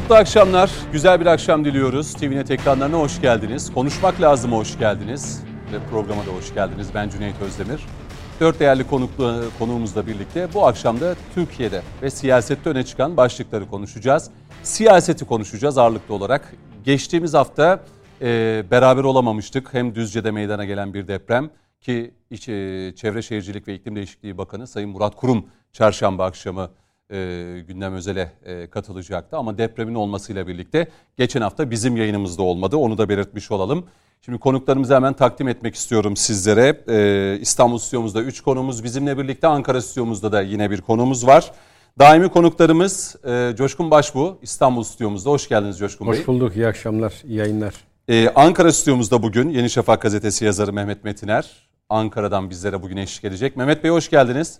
Mutlu akşamlar, güzel bir akşam diliyoruz. TVNet ekranlarına hoş geldiniz. Konuşmak lazıma hoş geldiniz ve programa da hoş geldiniz. Ben Cüneyt Özdemir. 4 değerli konuğumuzla birlikte bu akşam da Türkiye'de ve siyasette öne çıkan başlıkları konuşacağız. Siyaseti konuşacağız ağırlıklı olarak. Geçtiğimiz hafta beraber olamamıştık. Hem Düzce'de meydana gelen bir deprem ki Çevre Şehircilik ve İklim Değişikliği Bakanı Sayın Murat Kurum çarşamba akşamı gündem özele katılacaktı. Ama depremin olmasıyla birlikte geçen hafta bizim yayınımızda olmadı. Onu da belirtmiş olalım. Şimdi konuklarımızı hemen takdim etmek istiyorum sizlere. İstanbul stüdyomuzda 3 konuğumuz bizimle birlikte. Ankara stüdyomuzda da yine bir konuğumuz var. Daimi konuklarımız Coşkun Başbuğ İstanbul stüdyomuzda. Hoş geldiniz Coşkun Bey. Hoş bulduk. İyi akşamlar, iyi yayınlar. Ankara stüdyomuzda bugün Yeni Şafak gazetesi yazarı Mehmet Metiner. Ankara'dan bizlere bugün eşlik edecek. Mehmet Bey hoş geldiniz.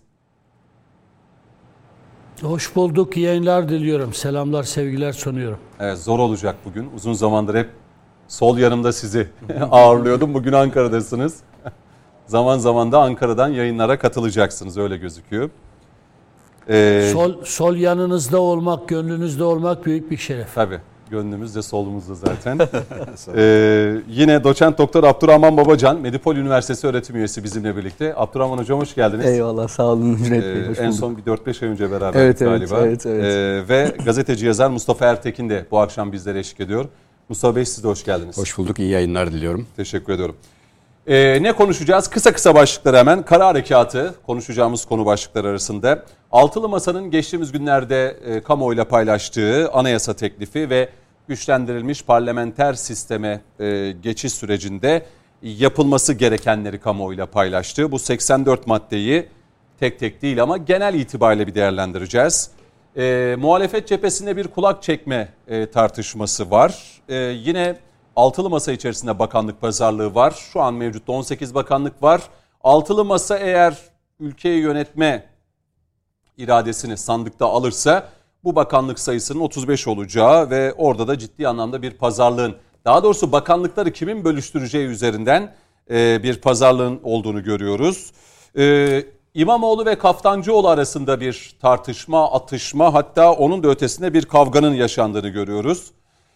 Hoş bulduk. İyi yayınlar diliyorum. Selamlar, sevgiler sunuyorum. Evet, zor olacak bugün. Uzun zamandır hep sol yanımda sizi ağırlıyordum. Bugün Ankara'dasınız. Zaman zaman da Ankara'dan yayınlara katılacaksınız. Öyle gözüküyor. Sol yanınızda olmak, gönlünüzde olmak büyük bir şeref. Tabii. Gönlümüzde solumuzda zaten. Yine doçent doktor Abdurrahman Babacan, Medipol Üniversitesi öğretim üyesi bizimle birlikte. Abdurrahman Hocam hoş geldiniz. Eyvallah, sağ olun Cüneyt Bey. En son bir 4-5 ay önce beraberdik galiba. Evet. Ve gazeteci yazar Mustafa Ertekin de bu akşam bizlere eşlik ediyor. Mustafa Bey siz de hoş geldiniz. Hoş bulduk, iyi yayınlar diliyorum. Teşekkür ediyorum. Ne konuşacağız? Kısa başlıkları hemen. Kara harekatı konuşacağımız konu başlıkları arasında. Altılı Masa'nın geçtiğimiz günlerde kamuoyuyla paylaştığı anayasa teklifi ve güçlendirilmiş parlamenter sisteme geçiş sürecinde yapılması gerekenleri kamuoyuyla paylaştığı bu 84 maddeyi tek tek değil ama genel itibariyle bir değerlendireceğiz. Muhalefet cephesinde bir kulak çekme tartışması var. Yine Altılı Masa içerisinde bakanlık pazarlığı var. Şu an mevcutta 18 bakanlık var. Altılı Masa eğer ülkeyi yönetme iradesini sandıkta alırsa bu bakanlık sayısının 35 olacağı ve orada da ciddi anlamda bir pazarlığın, daha doğrusu bakanlıkları kimin bölüştüreceği üzerinden bir pazarlığın olduğunu görüyoruz. İmamoğlu ve Kaftancıoğlu arasında bir tartışma, atışma, hatta onun da ötesinde bir kavganın yaşandığını görüyoruz.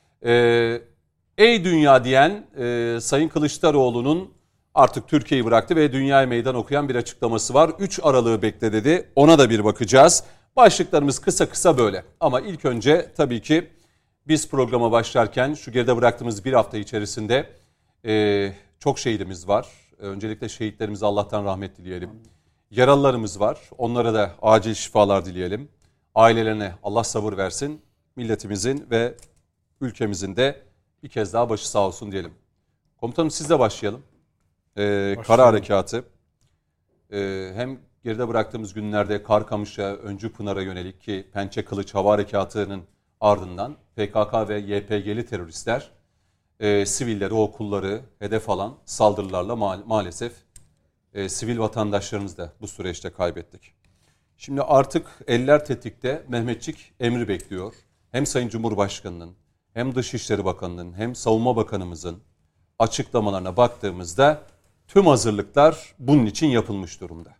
Ey dünya diyen Sayın Kılıçdaroğlu'nun artık Türkiye'yi bıraktı ve dünyaya meydan okuyan bir açıklaması var. 3 Aralık'ı bekle dedi. Ona da bir bakacağız. Başlıklarımız kısa böyle. Ama ilk önce tabii ki biz programa başlarken şu geride bıraktığımız bir hafta içerisinde çok şehidimiz var. Öncelikle şehitlerimize Allah'tan rahmet dileyelim. Yaralılarımız var. Onlara da acil şifalar dileyelim. Ailelerine Allah sabır versin. Milletimizin ve ülkemizin de bir kez daha başı sağ olsun diyelim. Komutanım sizle başlayalım. Kara harekatı. Hem geride bıraktığımız günlerde Karkamış'a, Öncü Pınar'a yönelik ki Pençe Kılıç Hava Harekatı'nın ardından PKK ve YPG'li teröristler sivilleri, okulları hedef alan saldırılarla maalesef sivil vatandaşlarımızı da bu süreçte kaybettik. Şimdi artık eller tetikte, Mehmetçik emri bekliyor. Hem Sayın Cumhurbaşkanı'nın hem Dışişleri Bakanı'nın hem Savunma Bakanımızın açıklamalarına baktığımızda tüm hazırlıklar bunun için yapılmış durumda.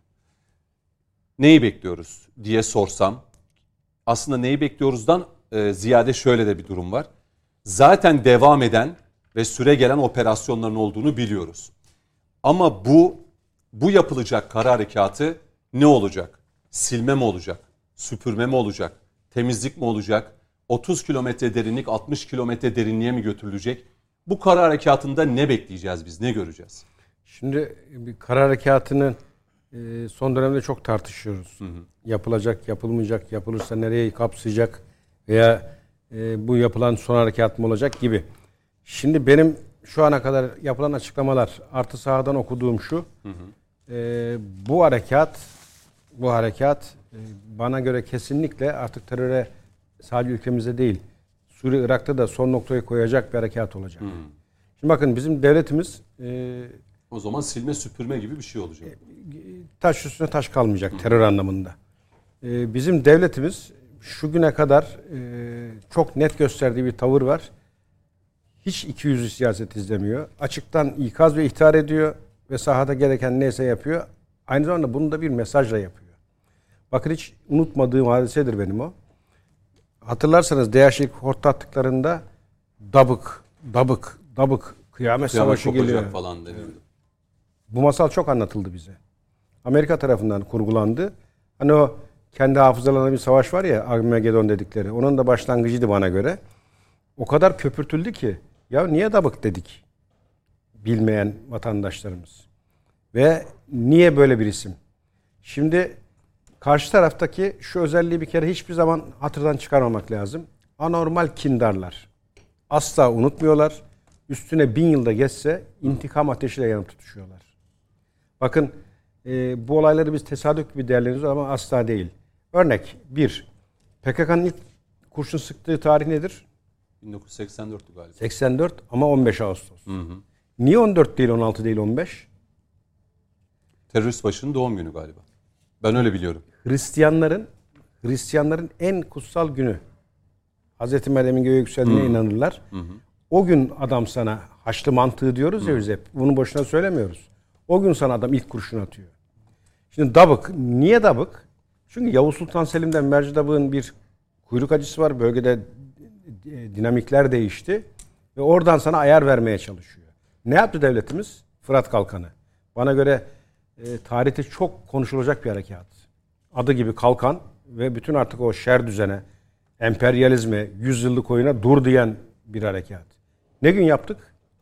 Neyi bekliyoruz diye sorsam, aslında neyi bekliyoruzdan ziyade şöyle de bir durum var. Zaten devam eden ve süre gelen operasyonların olduğunu biliyoruz. Ama bu yapılacak kara harekatı ne olacak? Silme mi olacak? Süpürme mi olacak? Temizlik mi olacak? 30 kilometre derinlik 60 kilometre derinliğe mi götürülecek? Bu kara harekatında ne bekleyeceğiz biz? Ne göreceğiz? Şimdi bir kara harekatını son dönemde çok tartışıyoruz. Yapılacak, yapılmayacak, yapılırsa nereye kapsayacak veya bu yapılan son harekat mı olacak gibi. Şimdi benim şu ana kadar yapılan açıklamalar artı sahadan okuduğum şu. Bu harekat bana göre kesinlikle artık teröre sadece ülkemizde değil, Suriye, Irak'ta da son noktayı koyacak bir harekat olacak. Şimdi bakın bizim devletimiz o zaman silme süpürme gibi bir şey olacak. Taş üstüne taş kalmayacak terör anlamında. Bizim devletimiz şu güne kadar çok net gösterdiği bir tavır var. Hiç ikiyüzlü siyaset izlemiyor. Açıktan ikaz ve ihtar ediyor ve sahada gereken neyse yapıyor. Aynı zamanda bunu da bir mesajla yapıyor. Bakın hiç unutmadığım hadisedir benim o. hatırlarsanız DHİ hortlattıklarında dabık kıyamet savaşı geliyor falan deniyordu. Bu masal çok anlatıldı bize. Amerika tarafından kurgulandı. Hani o kendi hafızalarında bir savaş var ya, Armageddon dedikleri. Onun da başlangıcıydı bana göre. O kadar köpürtüldü ki ya niye dabık dedik bilmeyen vatandaşlarımız. Ve niye böyle bir isim? Şimdi karşı taraftaki şu özelliği bir kere hiçbir zaman hatırdan çıkarmamak lazım. Anormal kindarlar. Asla unutmuyorlar. Üstüne 1000 yılda geçse intikam ateşiyle yanıp tutuşuyorlar. Bakın bu olayları biz tesadüf gibi değerlendiriyoruz ama asla değil. Örnek 1. PKK'nın ilk kurşun sıktığı tarih nedir? 1984'tü galiba. 84 ama 15 Ağustos. Niye 14 değil, 16 değil, 15? Terörist başının doğum günü galiba. Ben öyle biliyorum. Hristiyanların en kutsal günü. Hazreti Meryem'in göğe yükseldiğine inanırlar. O gün adam sana Haçlı mantığı diyoruz ya biz hep. Bunu boşuna söylemiyoruz. O gün sana adam ilk kurşunu atıyor. Şimdi dabık. Niye dabık? Çünkü Yavuz Sultan Selim'den Merci Dabık'ın bir kuyruk acısı var. Bölgede dinamikler değişti. Ve oradan sana ayar vermeye çalışıyor. Ne yaptı devletimiz? Fırat Kalkanı. Bana göre tarihte çok konuşulacak bir harekat. Adı gibi kalkan ve bütün artık o şer düzene, emperyalizme, 100 yıllık oyuna dur diyen bir harekat. Ne gün yaptık?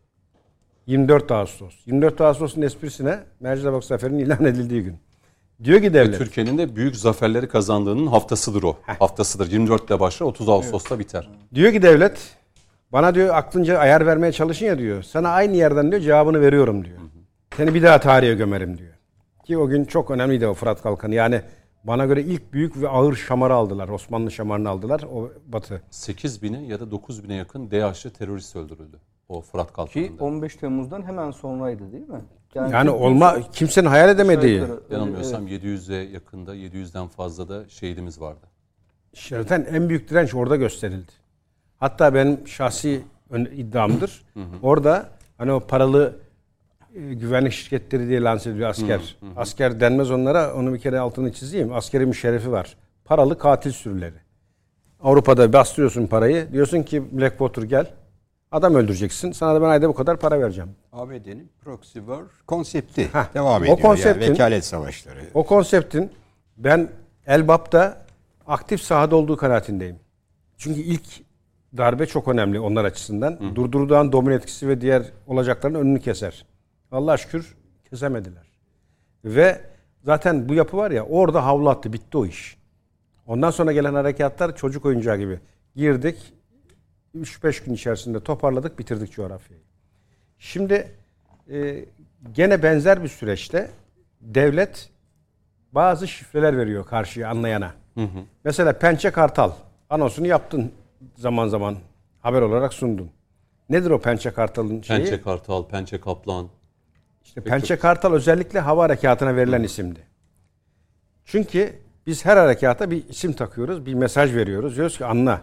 24 Ağustos. 24 Ağustos'un esprisine Merci Dabık Zaferi'nin ilan edildiği gün. Diyor ki devlet. Türkiye'nin de büyük zaferleri kazandığının haftasıdır o. Haftasıdır. 24'te başlar, 30 Ağustos'ta biter. Diyor ki devlet, bana diyor aklınca ayar vermeye çalışın ya diyor. Sana aynı yerden diyor cevabını veriyorum diyor. Seni bir daha tarihe gömerim diyor. Ki o gün çok önemliydi o Fırat Kalkanı. Yani bana göre ilk büyük ve ağır şamarı aldılar. Osmanlı şamarını aldılar o Batı. 8.000'e ya da 9.000'e yakın DAEŞ'li terörist öldürüldü. O Fırat Kalkanı'nda. Ki 15 Temmuz'dan hemen sonraydı değil mi? Yani kimsenin hayal edemediği. Yanılmıyorsam 700'e yakında, 700'den fazla da şehidimiz vardı. Zaten en büyük direnç orada gösterildi. Hatta benim şahsi iddiamdır. Orada hani o paralı güvenlik şirketleri diye lanse ediliyor asker. Asker denmez onlara. Onu bir kere altını çizeyim. Askerin bir şerefi var. Paralı katil sürüleri. Avrupa'da bastırıyorsun parayı. Diyorsun ki Blackwater gel. Adam öldüreceksin. Sana da ben ayda bu kadar para vereceğim. ABD'nin proxy war konsepti devam ediyor. Yani vekalet savaşları. O konseptin ben Elbap'ta aktif sahada olduğu kanaatindeyim. Çünkü ilk darbe çok önemli onlar açısından. Durdurduğu an domino etkisi ve diğer olacakların önünü keser. Allah'a şükür kesemediler. Ve zaten bu yapı var ya orada havlu attı. Bitti o iş. Ondan sonra gelen harekatlar çocuk oyuncağı gibi. Girdik. 3-5 gün içerisinde toparladık, bitirdik coğrafyayı. Şimdi gene benzer bir süreçte devlet bazı şifreler veriyor karşıya anlayana. Mesela Pençe Kartal anonsunu yaptın zaman zaman haber olarak sundun. Nedir o Pençe Kartal'ın şeyi? Pençe Kartal, Pençe Kaplan. İşte Pençe Kartal özellikle hava harekatına verilen isimdi. Çünkü biz her harekata bir isim takıyoruz, bir mesaj veriyoruz. Diyoruz ki anla.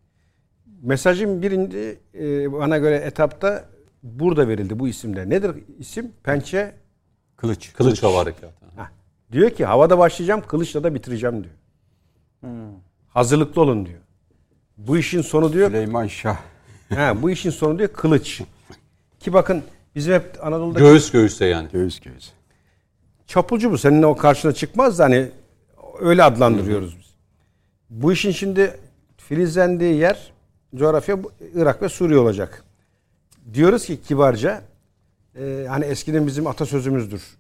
Mesajın birinci bana göre etapta burada verildi bu isimde. Nedir isim? Pençe Kılıç hava harekatı. Diyor ki havada başlayacağım, kılıçla da bitireceğim diyor. Hazırlıklı olun diyor. Bu işin sonu diyor. Süleyman Şah. Bu işin sonu diyor kılıç. Ki bakın bizim hep Anadolu'da Göğüs göğüse yani. Göğüs. Çapulcu bu. Senin o karşına çıkmaz da hani öyle adlandırıyoruz biz. Bu işin şimdi filizlendiği yer coğrafya Irak ve Suriye olacak. Diyoruz ki kibarca hani eskiden bizim atasözümüzdür.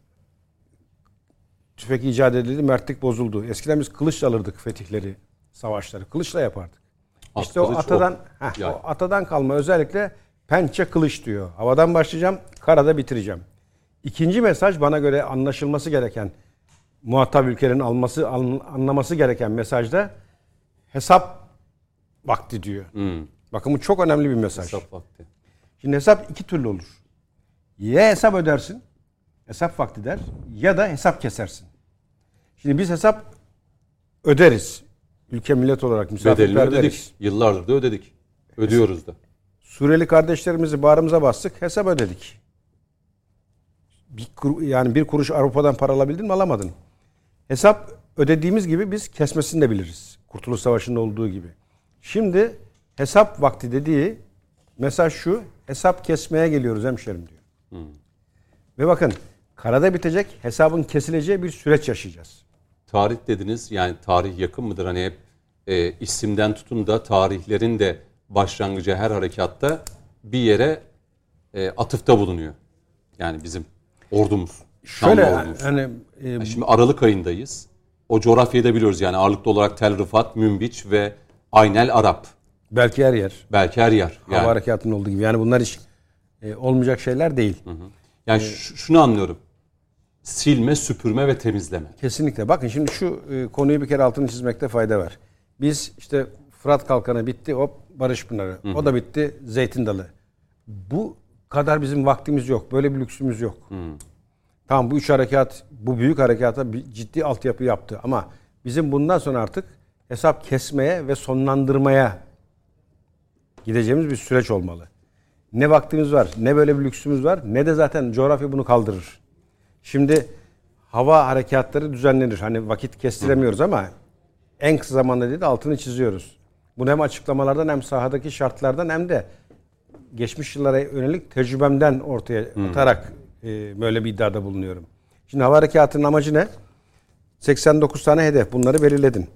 Tüfek icat edildi, mertlik bozuldu. Eskiden biz kılıçla alırdık fetihleri, savaşları. Kılıçla yapardık. İşte o atadan kalma özellikle pençe kılıç diyor. Havadan başlayacağım, karada bitireceğim. İkinci mesaj bana göre anlaşılması gereken, muhatap ülkelerin anlaması gereken mesajda hesap vakti diyor. Bakın bu çok önemli bir mesaj. Hesap vakti. Şimdi hesap iki türlü olur. Ya hesap ödersin, hesap vakti der ya da hesap kesersin. Şimdi biz hesap öderiz. Ülke millet olarak Bedelini misafirperderiz. ödedik. Yıllardır da ödedik. Ödüyoruz da. Suriyeli kardeşlerimizi bağrımıza bastık, hesap ödedik. Bir kuruş Avrupa'dan para alabildin mi? Alamadın. Hesap ödediğimiz gibi biz kesmesini de biliriz. Kurtuluş Savaşı'nda olduğu gibi. Şimdi hesap vakti dediği mesaj şu: hesap kesmeye geliyoruz hemşerim diyor. Ve bakın, karada bitecek, hesabın kesileceği bir süreç yaşayacağız. Tarih dediniz, yani tarih yakın mıdır? Hani hep isimden tutun da tarihlerin de başlangıcı her harekatta bir yere atıfta bulunuyor. Yani bizim ordumuz. Şöyle ordumuz. Şimdi Aralık ayındayız. O coğrafyayı da biliyoruz, yani ağırlıklı olarak Tel Rifat, Münbiç ve Aynel Arap. Belki her yer. Belki her yer. Hava harekatının olduğu gibi. Yani bunlar hiç olmayacak şeyler değil. Yani şunu anlıyorum. Silme, süpürme ve temizleme. Kesinlikle. Bakın şimdi şu konuyu bir kere altını çizmekte fayda var. Biz işte Fırat Kalkanı bitti, hop Barış Pınarı. O da bitti, Zeytin Dalı. Bu kadar bizim vaktimiz yok. Böyle bir lüksümüz yok. Tamam, bu üç harekat, bu büyük harekata bir ciddi altyapı yaptı. Ama bizim bundan sonra artık hesap kesmeye ve sonlandırmaya gideceğimiz bir süreç olmalı. Ne vaktimiz var, ne böyle bir lüksümüz var, ne de zaten coğrafya bunu kaldırır. Şimdi hava harekatları düzenlenir. Hani vakit kestiremiyoruz ama en kısa zamanda değil de altını çiziyoruz. Bunu hem açıklamalardan hem sahadaki şartlardan hem de geçmiş yıllara yönelik tecrübemden ortaya atarak böyle bir iddiada bulunuyorum. Şimdi hava harekatının amacı ne? 89 tane hedef. Bunları belirledin.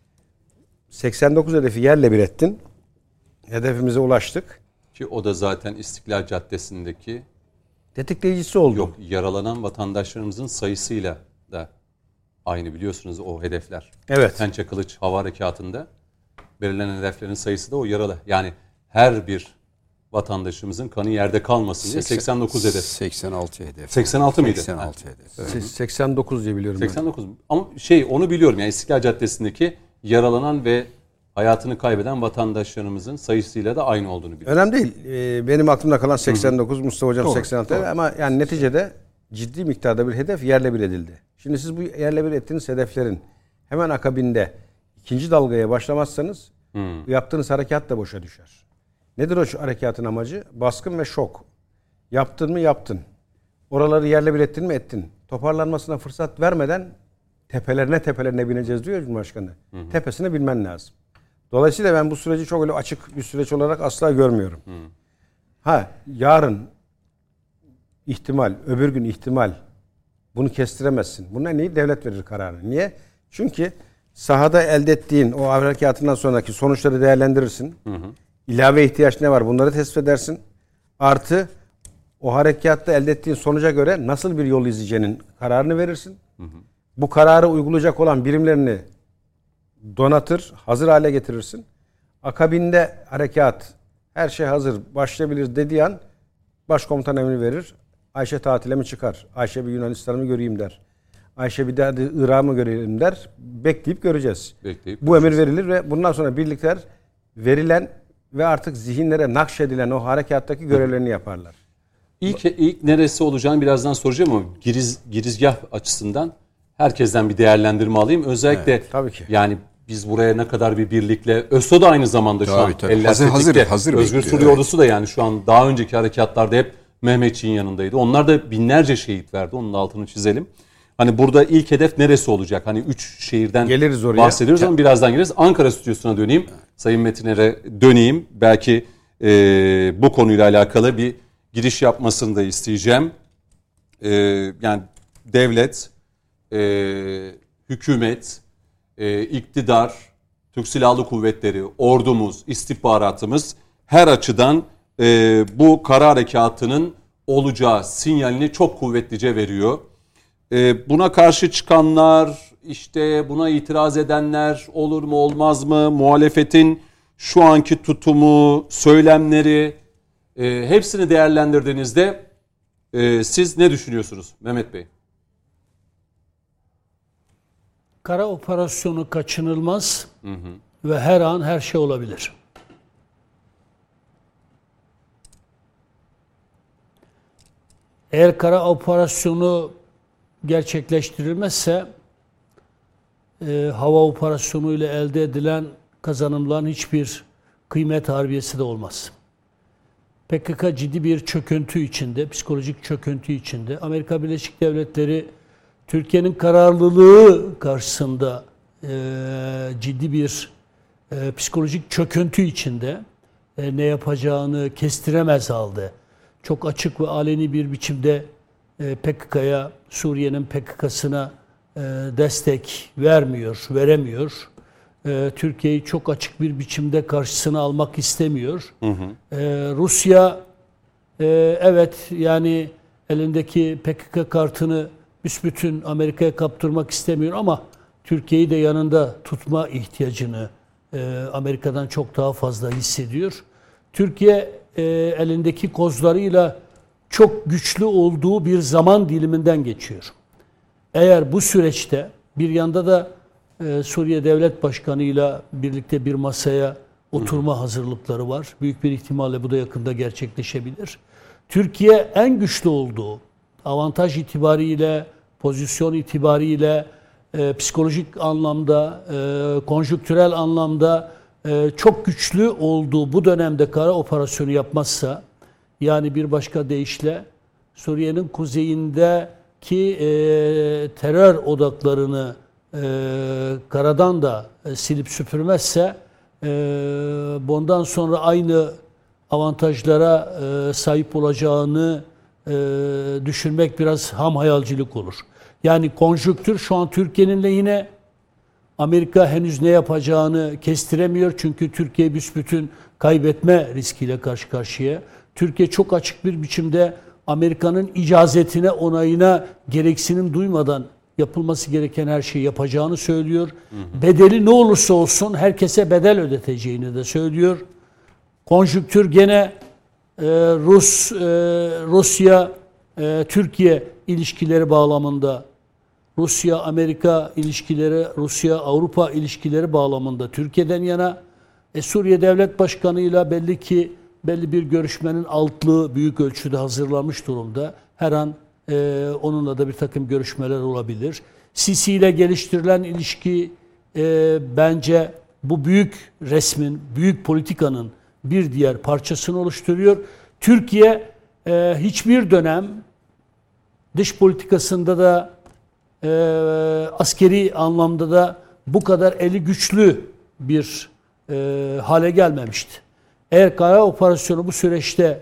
89 hedefi yerle bir ettin. Hedefimize ulaştık. Ki o da zaten İstiklal Caddesi'ndeki tetikleyicisi oldu. Yok, yaralanan vatandaşlarımızın sayısıyla da aynı, biliyorsunuz o hedefler. Evet. Pençe Kılıç hava harekatında belirlenen hedeflerin sayısı da o yaralı. Yani her bir vatandaşımızın kanı yerde kalmasın diye 89 hedef. 86 hedef. 86 mıydı? 86 hedef. Evet. 89 diye biliyorum 89. Ama onu biliyorum, yani İstiklal Caddesi'ndeki yaralanan ve hayatını kaybeden vatandaşlarımızın sayısıyla da aynı olduğunu biliyorum. Önemli değil. Benim aklımda kalan 89, Mustafa Hocam Doğru, 86. Doğru. Ama yani neticede ciddi miktarda bir hedef yerle bir edildi. Şimdi siz bu yerle bir ettiğiniz hedeflerin hemen akabinde ikinci dalgaya başlamazsanız yaptığınız harekat da boşa düşer. Nedir o harekatın amacı? Baskın ve şok. Yaptın mı? Yaptın. Oraları yerle bir ettin mi? Ettin. Toparlanmasına fırsat vermeden tepelerine bineceğiz diyor Cumhurbaşkanı. Tepesini bilmen lazım. Dolayısıyla ben bu süreci çok öyle açık bir süreç olarak asla görmüyorum. Yarın ihtimal, öbür gün ihtimal, bunu kestiremezsin. Buna neyi? Devlet verir kararını. Niye? Çünkü sahada elde ettiğin o harekatından sonraki sonuçları değerlendirirsin. İlave ihtiyaç ne var? Bunları tespit edersin. Artı o harekatta elde ettiğin sonuca göre nasıl bir yol izleyeceğinin kararını verirsin. Bu kararı uygulayacak olan birimlerini donatır, hazır hale getirirsin. Akabinde harekat, her şey hazır, başlayabiliriz dediği an başkomutan emri verir. Ayşe tatile mi çıkar? Ayşe bir Yunanistan'ı mı göreyim der. Ayşe bir de Irak'ı mı görelim der. Bekleyip göreceğiz. Bu emir verilir ve bundan sonra birlikler verilen ve artık zihinlere nakşedilen o harekattaki görevlerini yaparlar. İlk neresi olacağını birazdan soracağım ama girizgah açısından herkesten bir değerlendirme alayım. Özellikle tabii ki. Yani biz buraya ne kadar bir birlikle, ÖSO da aynı zamanda şu an eller tetikte. Hazır Özgür Suriye Ordusu da yani şu an daha önceki harekatlarda hep Mehmetçiğin yanındaydı. Onlar da binlerce şehit verdi. Onun altını çizelim. Hani burada ilk hedef neresi olacak? Hani 3 şehirden bahsediyoruz ama birazdan geliriz. Ankara stüdyosuna döneyim. Sayın Metiner'e döneyim. Belki bu konuyla alakalı bir giriş yapmasını da isteyeceğim. Yani devlet, hükümet, iktidar, Türk Silahlı Kuvvetleri, ordumuz, istihbaratımız her açıdan bu kara harekatının olacağı sinyalini çok kuvvetlice veriyor. Buna karşı çıkanlar, işte buna itiraz edenler, olur mu olmaz mı, muhalefetin şu anki tutumu, söylemleri, hepsini değerlendirdiğinizde siz ne düşünüyorsunuz Mehmet Bey? Kara operasyonu kaçınılmaz ve her an her şey olabilir. Eğer kara operasyonu gerçekleştirilmezse hava operasyonu ile elde edilen kazanımların hiçbir kıymet harbiyesi de olmaz. PKK ciddi bir çöküntü içinde, psikolojik çöküntü içinde. Amerika Birleşik Devletleri Türkiye'nin kararlılığı karşısında ciddi bir psikolojik çöküntü içinde ne yapacağını kestiremez halde çok açık ve aleni bir biçimde PKK'ya, Suriye'nin PKK'sına destek veremiyor. Türkiye'yi çok açık bir biçimde karşısına almak istemiyor. Rusya evet yani elindeki PKK kartını büsbütün Amerika'ya kaptırmak istemiyor ama Türkiye'yi de yanında tutma ihtiyacını Amerika'dan çok daha fazla hissediyor. Türkiye elindeki kozlarıyla çok güçlü olduğu bir zaman diliminden geçiyor. Eğer bu süreçte bir yanda da Suriye Devlet Başkanı'yla birlikte bir masaya oturma hazırlıkları var. Büyük bir ihtimalle bu da yakında gerçekleşebilir. Türkiye en güçlü olduğu avantaj itibariyle, pozisyon itibariyle, psikolojik anlamda, konjüktürel anlamda çok güçlü olduğu bu dönemde kara operasyonu yapmazsa, yani bir başka deyişle Suriye'nin kuzeyindeki terör odaklarını karadan da silip süpürmezse bundan sonra aynı avantajlara sahip olacağını düşünmek biraz ham hayalcilik olur. Yani konjüktür şu an Türkiye'nin lehine. Amerika henüz ne yapacağını kestiremiyor. Çünkü Türkiye büsbütün kaybetme riskiyle karşı karşıya. Türkiye çok açık bir biçimde Amerika'nın icazetine, onayına gereksinim duymadan yapılması gereken her şeyi yapacağını söylüyor. Bedeli ne olursa olsun herkese bedel ödeteceğini de söylüyor. Konjüktür gene Rusya-Türkiye ilişkileri bağlamında, Rusya-Amerika ilişkileri, Rusya-Avrupa ilişkileri bağlamında Türkiye'den yana, Suriye Devlet Başkanı'yla belli bir görüşmenin altlığı büyük ölçüde hazırlanmış durumda. Her an onunla da bir takım görüşmeler olabilir. Sisi ile geliştirilen ilişki bence bu büyük resmin, büyük politikanın bir diğer parçasını oluşturuyor. Türkiye hiçbir dönem dış politikasında da askeri anlamda da bu kadar eli güçlü bir hale gelmemişti. Eğer kara operasyonu bu süreçte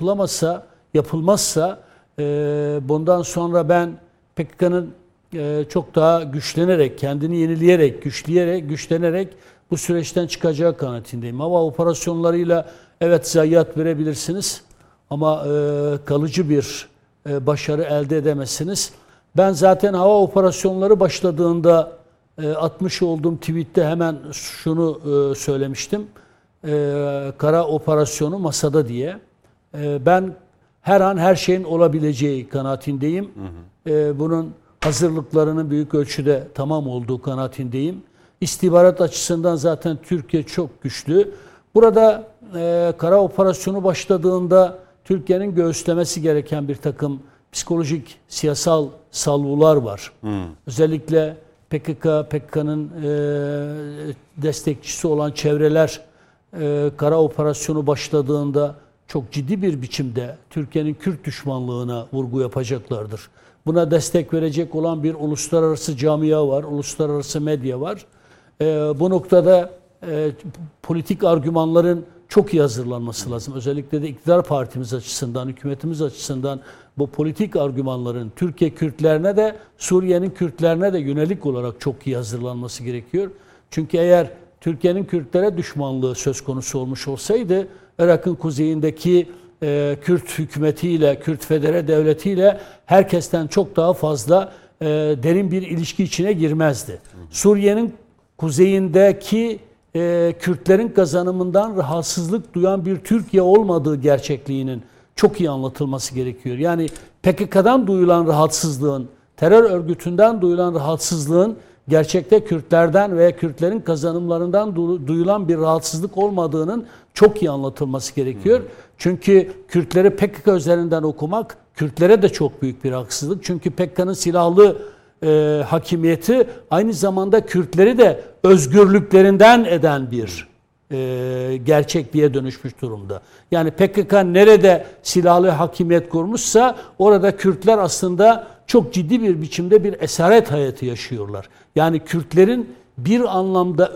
yapılmazsa bundan sonra ben PKK'nın çok daha güçlenerek, kendini yenileyerek, güçlenerek bu süreçten çıkacağı kanaatindeyim. Hava operasyonlarıyla evet zayiat verebilirsiniz ama kalıcı bir başarı elde edemezsiniz. Ben zaten hava operasyonları başladığında atmış olduğum tweette hemen şunu söylemiştim. Kara operasyonu masada diye. Ben her an her şeyin olabileceği kanaatindeyim. Bunun hazırlıklarının büyük ölçüde tamam olduğu kanaatindeyim. İstihbarat açısından zaten Türkiye çok güçlü. Burada kara operasyonu başladığında Türkiye'nin göğüslemesi gereken bir takım psikolojik, siyasal salvolar var. Özellikle PKK'nın destekçisi olan çevreler kara operasyonu başladığında çok ciddi bir biçimde Türkiye'nin Kürt düşmanlığına vurgu yapacaklardır. Buna destek verecek olan bir uluslararası camia var, uluslararası medya var. Bu noktada politik argümanların çok iyi hazırlanması lazım. Özellikle de iktidar partimiz açısından, hükümetimiz açısından bu politik argümanların Türkiye Kürtlerine de Suriye'nin Kürtlerine de yönelik olarak çok iyi hazırlanması gerekiyor. Çünkü eğer Türkiye'nin Kürtlere düşmanlığı söz konusu olmuş olsaydı Irak'ın kuzeyindeki Kürt hükümetiyle, Kürt Federe Devleti'yle herkesten çok daha fazla derin bir ilişki içine girmezdi. Suriye'nin kuzeyindeki Kürtlerin kazanımından rahatsızlık duyan bir Türkiye olmadığı gerçekliğinin çok iyi anlatılması gerekiyor. Yani PKK'dan duyulan rahatsızlığın, terör örgütünden duyulan rahatsızlığın gerçekte Kürtlerden veya Kürtlerin kazanımlarından duyulan bir rahatsızlık olmadığının çok iyi anlatılması gerekiyor. Çünkü Kürtleri PKK üzerinden okumak Kürtlere de çok büyük bir haksızlık. Çünkü PKK'nın silahlı hakimiyeti aynı zamanda Kürtleri de özgürlüklerinden eden bir gerçekliğe dönüşmüş durumda. Yani PKK nerede silahlı hakimiyet kurmuşsa orada Kürtler aslında çok ciddi bir biçimde bir esaret hayatı yaşıyorlar. Yani Kürtlerin bir anlamda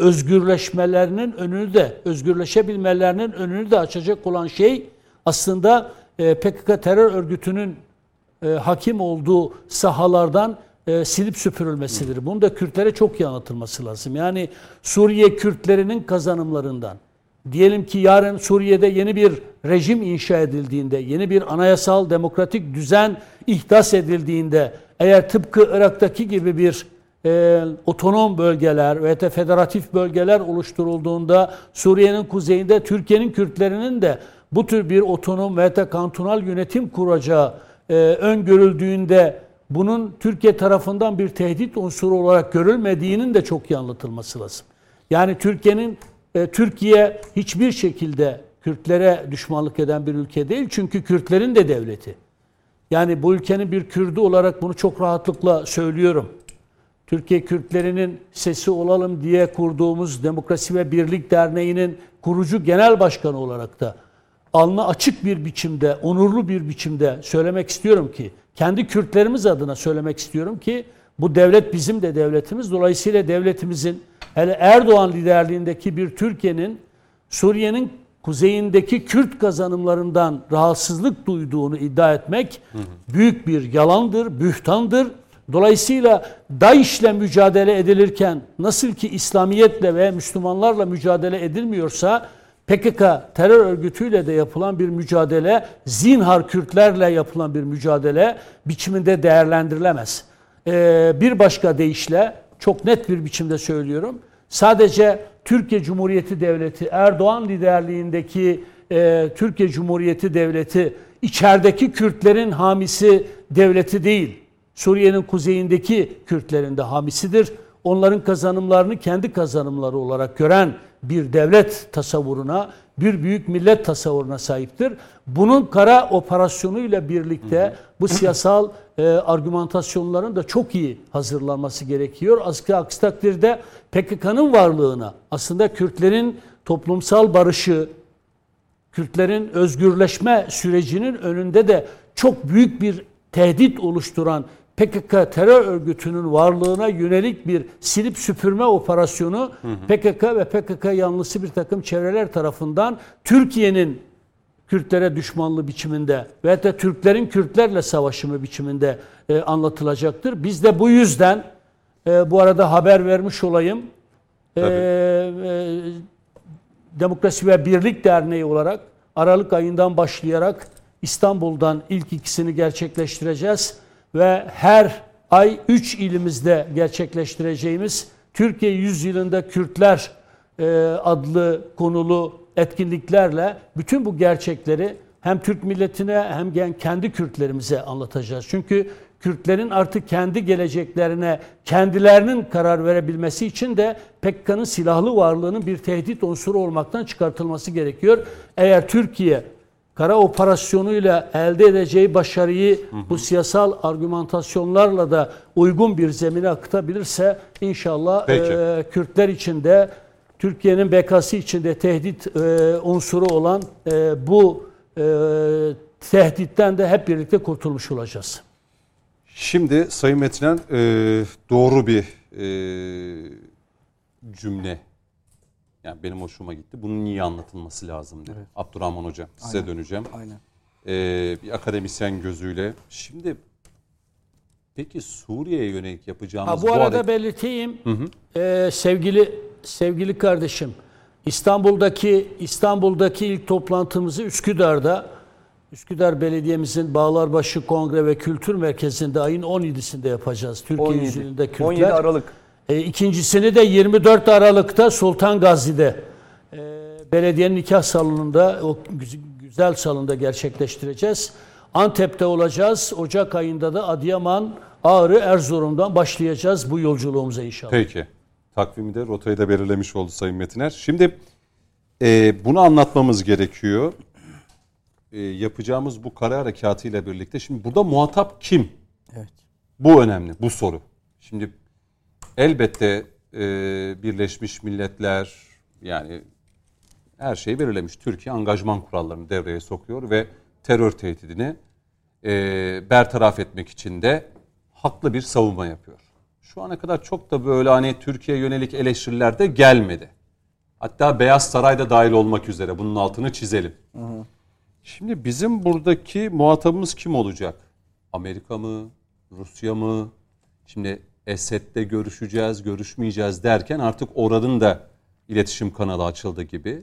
özgürleşebilmelerinin önünü de açacak olan şey aslında PKK terör örgütünün hakim olduğu sahalardan silip süpürülmesidir. Bunu da Kürtlere çok iyi anlatılması lazım. Yani Suriye Kürtlerinin kazanımlarından, diyelim ki yarın Suriye'de yeni bir rejim inşa edildiğinde, yeni bir anayasal demokratik düzen ihdas edildiğinde, eğer tıpkı Irak'taki gibi bir otonom bölgeler ve federatif bölgeler oluşturulduğunda Suriye'nin kuzeyinde Türkiye'nin Kürtlerinin de bu tür bir otonom ve kantonal yönetim kuracağı öngörüldüğünde bunun Türkiye tarafından bir tehdit unsuru olarak görülmediğinin de çok iyi anlatılması lazım. Yani Türkiye hiçbir şekilde Kürtlere düşmanlık eden bir ülke değil. Çünkü Kürtlerin de devleti. Yani bu ülkenin bir Kürdü olarak bunu çok rahatlıkla söylüyorum. Türkiye Kürtlerinin sesi olalım diye kurduğumuz Demokrasi ve Birlik Derneği'nin kurucu genel başkanı olarak da alnı açık bir biçimde, onurlu bir biçimde söylemek istiyorum ki, kendi Kürtlerimiz adına söylemek istiyorum ki, bu devlet bizim de devletimiz. Dolayısıyla devletimizin, hele Erdoğan liderliğindeki bir Türkiye'nin Suriye'nin kuzeyindeki Kürt kazanımlarından rahatsızlık duyduğunu iddia etmek büyük bir yalandır, bühtandır. Dolayısıyla DAEŞ'le mücadele edilirken nasıl ki İslamiyetle ve Müslümanlarla mücadele edilmiyorsa PKK terör örgütüyle de yapılan bir mücadele, zinhar Kürtlerle yapılan bir mücadele biçiminde değerlendirilemez. Bir başka deyişle çok net bir biçimde söylüyorum. Sadece Türkiye Cumhuriyeti Devleti, Erdoğan liderliğindeki Türkiye Cumhuriyeti Devleti içerideki Kürtlerin hamisi devleti değil. Suriye'nin kuzeyindeki Kürtlerin de hamisidir. Onların kazanımlarını kendi kazanımları olarak gören bir devlet tasavvuruna, bir büyük millet tasavvuruna sahiptir. Bunun kara operasyonuyla birlikte bu siyasal argümantasyonların da çok iyi hazırlanması gerekiyor. Aksi takdirde PKK'nın varlığına, aslında Kürtlerin toplumsal barışı, Kürtlerin özgürleşme sürecinin önünde de çok büyük bir tehdit oluşturan PKK terör örgütünün varlığına yönelik bir silip süpürme operasyonu PKK ve PKK yanlısı bir takım çevreler tarafından Türkiye'nin Kürtlere düşmanlığı biçiminde ve de Türklerin Kürtlerle savaşımı biçiminde anlatılacaktır. Biz de bu yüzden bu arada haber vermiş olayım. Demokrasi ve Birlik Derneği olarak Aralık ayından başlayarak İstanbul'dan ilk ikisini gerçekleştireceğiz ve her ay 3 ilimizde gerçekleştireceğimiz Türkiye Yüzyılında Kürtler adlı konulu etkinliklerle bütün bu gerçekleri hem Türk milletine hem kendi Kürtlerimize anlatacağız. Çünkü Kürtlerin artık kendi geleceklerine kendilerinin karar verebilmesi için de PKK'nın silahlı varlığının bir tehdit unsuru olmaktan çıkartılması gerekiyor. Eğer Türkiye kara operasyonuyla elde edeceği başarıyı bu siyasal argümantasyonlarla da uygun bir zemine akıtabilirse inşallah Kürtler için de Türkiye'nin bekası için de tehdit unsuru olan bu tehditten de hep birlikte kurtulmuş olacağız. Şimdi Sayın Metinen doğru bir cümle. Yani benim hoşuma gitti. Bunun niye anlatılması lazım diye. Evet. Abdurrahman Hocam size döneceğim. Aynen. Bir akademisyen gözüyle. Şimdi peki Suriye'ye yönelik yapacağımız... bu arada belirteyim. Sevgili kardeşim, İstanbul'daki ilk toplantımızı Üsküdar Belediye'mizin Bağlarbaşı Kongre ve Kültür Merkezi'nde ayın 17'sinde yapacağız. Türkiye Yüzyılında Kürtler. 17 Aralık. İkincisini de 24 Aralık'ta Sultan Gazi'de belediyenin nikah salonunda, o güzel salonda gerçekleştireceğiz. Antep'te olacağız. Ocak ayında da Adıyaman, Ağrı, Erzurum'dan başlayacağız bu yolculuğumuza inşallah. Peki. Takvimi de, rotayı da belirlemiş oldu Sayın Metiner. Şimdi bunu anlatmamız gerekiyor. Yapacağımız bu kara harekatıyla birlikte. Şimdi burada muhatap kim? Evet. Bu önemli, bu soru. Şimdi elbette Birleşmiş Milletler, yani her şeyi belirlemiş. Türkiye angajman kurallarını devreye sokuyor ve terör tehdidini bertaraf etmek için de haklı bir savunma yapıyor. şu ana kadar çok da böyle hani Türkiye yönelik eleştiriler de gelmedi. Hatta Beyaz Saray da dahil olmak üzere bunun altını çizelim. Şimdi bizim buradaki muhatabımız kim olacak? Amerika mı? Rusya mı? Şimdi Esed'le görüşeceğiz, görüşmeyeceğiz derken artık oranın da iletişim kanalı açıldı gibi.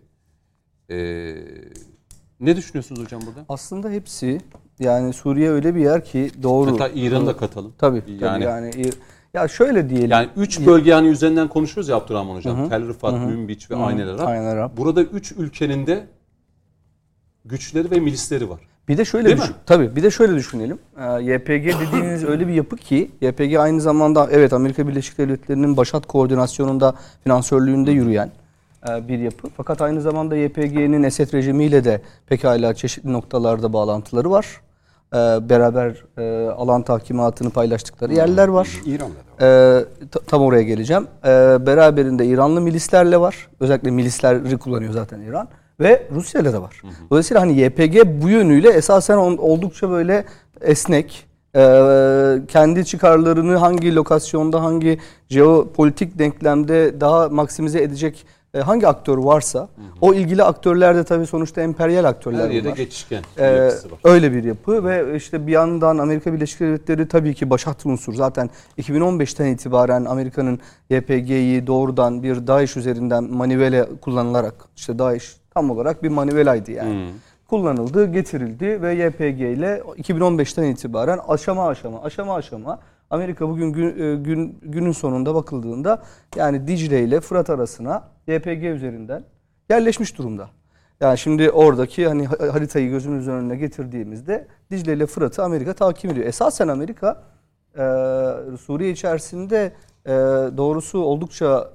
Ne düşünüyorsunuz hocam burada? Aslında hepsi, yani Suriye öyle bir yer ki doğru. Hatta İran'ı da katalım. Tabii yani ya şöyle diyelim. Yani 3 bölge yani üzerinden konuşuyoruz ya Abdurrahman hocam. Tel Rifat, Münbiç ve Ayn el Arab. Burada 3 ülkenin de güçleri ve milisleri var. Bir de şöyle tabii bir de şöyle düşünelim. YPG dediğiniz öyle bir yapı ki YPG aynı zamanda evet Amerika Birleşik Devletleri'nin Başat koordinasyonunda, finansörlüğünde yürüyen bir yapı. Fakat aynı zamanda YPG'nin Esed rejimiyle de pekala çeşitli noktalarda bağlantıları var. Beraber alan tahkimatını paylaştıkları yerler var. İran'da da var. Tam oraya geleceğim. Beraberinde İranlı milislerle var. Özellikle milisleri kullanıyor zaten İran. Ve Rusya'yla da var. Dolayısıyla hani YPG bu yönüyle esasen oldukça böyle esnek. Kendi çıkarlarını hangi lokasyonda, hangi jeopolitik denklemde daha maksimize edecek hangi aktör varsa o ilgili aktörler de tabii sonuçta emperyal aktörler. Her yere bunlar. geçişken yapısı var. Öyle bir yapı ve işte bir yandan Amerika Birleşik Devletleri tabii ki başat unsur. Zaten 2015'ten itibaren Amerika'nın YPG'yi doğrudan bir DAEŞ üzerinden manivele kullanılarak, işte DAEŞ tam olarak bir manivelaydı yani. Kullanıldı, getirildi ve YPG ile 2015'ten itibaren aşama aşama Amerika bugün günün sonunda bakıldığında yani Dicle ile Fırat arasına YPG üzerinden yerleşmiş durumda. Yani şimdi oradaki hani haritayı gözümüzün önüne getirdiğimizde Dicle ile Fırat'ı Amerika takip ediyor. Esasen Amerika Suriye içerisinde doğrusu oldukça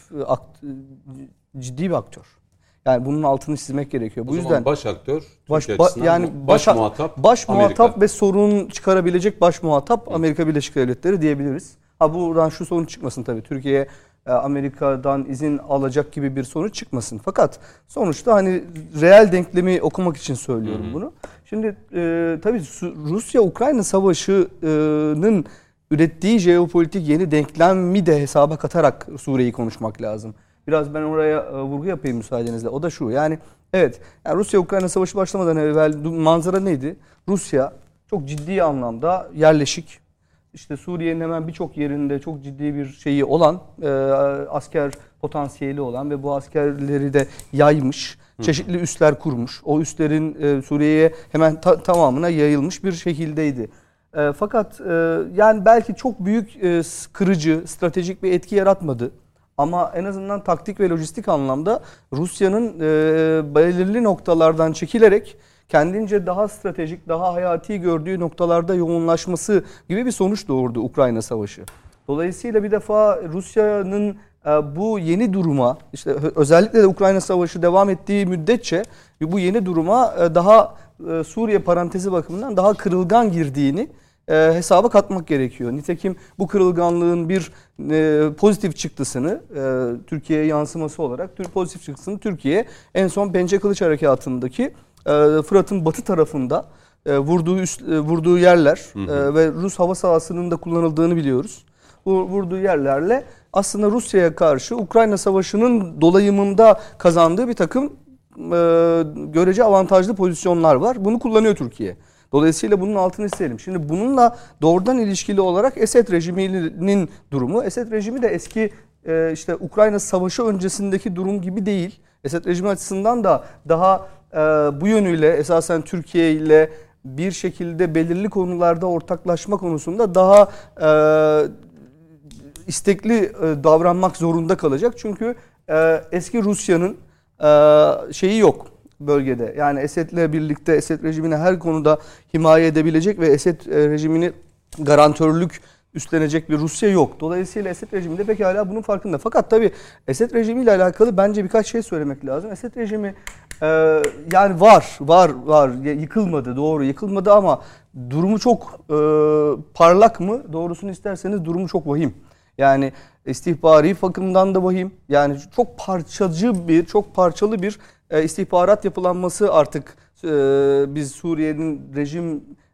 ciddi bir aktör. Yani bunun altını çizmek gerekiyor. Bu yüzden baş aktör, yani baş muhatap ve sorun çıkarabilecek baş muhatap Amerika Birleşik Devletleri diyebiliriz. Buradan şu sonuç çıkmasın tabii. Türkiye Amerika'dan izin alacak gibi bir sonuç çıkmasın. Fakat sonuçta hani reel denklemi okumak için söylüyorum bunu. Şimdi tabii Rusya-Ukrayna savaşının ürettiği jeopolitik yeni denklemi de hesaba katarak Suriye'yi konuşmak lazım. Biraz ben oraya vurgu yapayım müsaadenizle. O da şu yani evet yani Rusya-Ukrayna savaşı başlamadan evvel manzara neydi? Rusya çok ciddi anlamda yerleşik. İşte Suriye'nin hemen birçok yerinde çok ciddi bir şeyi olan, asker potansiyeli olan ve bu askerleri de yaymış, çeşitli üsler kurmuş. O üslerin Suriye'ye hemen tamamına yayılmış bir şekildeydi. Fakat yani belki çok büyük kırıcı, stratejik bir etki yaratmadı. Ama en azından taktik ve lojistik anlamda Rusya'nın belirli noktalardan çekilerek kendince daha stratejik, daha hayati gördüğü noktalarda yoğunlaşması gibi bir sonuç doğurdu Ukrayna Savaşı. Dolayısıyla bir defa Rusya'nın bu yeni duruma, işte özellikle de Ukrayna Savaşı devam ettiği müddetçe bu yeni duruma daha Suriye parantezi bakımından daha kırılgan girdiğini hesaba katmak gerekiyor. Nitekim bu kırılganlığın bir pozitif çıktısını Türkiye'ye yansıması olarak pozitif çıktısını Türkiye en son Pençe Kılıç Harekatı'ndaki Fırat'ın batı tarafında vurduğu yerler ve Rus hava sahasının da kullanıldığını biliyoruz. Bu vurduğu yerlerle aslında Rusya'ya karşı Ukrayna Savaşı'nın dolayımında kazandığı bir takım görece avantajlı pozisyonlar var. Bunu kullanıyor Türkiye. Dolayısıyla bunun altını çizelim. Şimdi bununla doğrudan ilişkili olarak Esed rejiminin durumu. Esed rejimi de eski işte Ukrayna Savaşı öncesindeki durum gibi değil. Esed rejimi açısından da daha bu yönüyle esasen Türkiye ile bir şekilde belirli konularda ortaklaşma konusunda daha istekli davranmak zorunda kalacak. Çünkü eski Rusya'nın şeyi yok bölgede. Yani Esed'le birlikte Esed rejimini her konuda himaye edebilecek ve Esed rejimini garantörlük üstlenecek bir Rusya yok. Dolayısıyla Esed rejimi de pekala bunun farkında. Fakat tabii Esed rejimiyle alakalı bence birkaç şey söylemek lazım. Esed rejimi yani var. Yıkılmadı, doğru yıkılmadı ama durumu çok parlak mı? Doğrusunu isterseniz durumu çok vahim. Yani istihbari bakımdan da vahim. Yani çok parçalı bir istihbarat yapılanması artık biz Suriye'nin rejim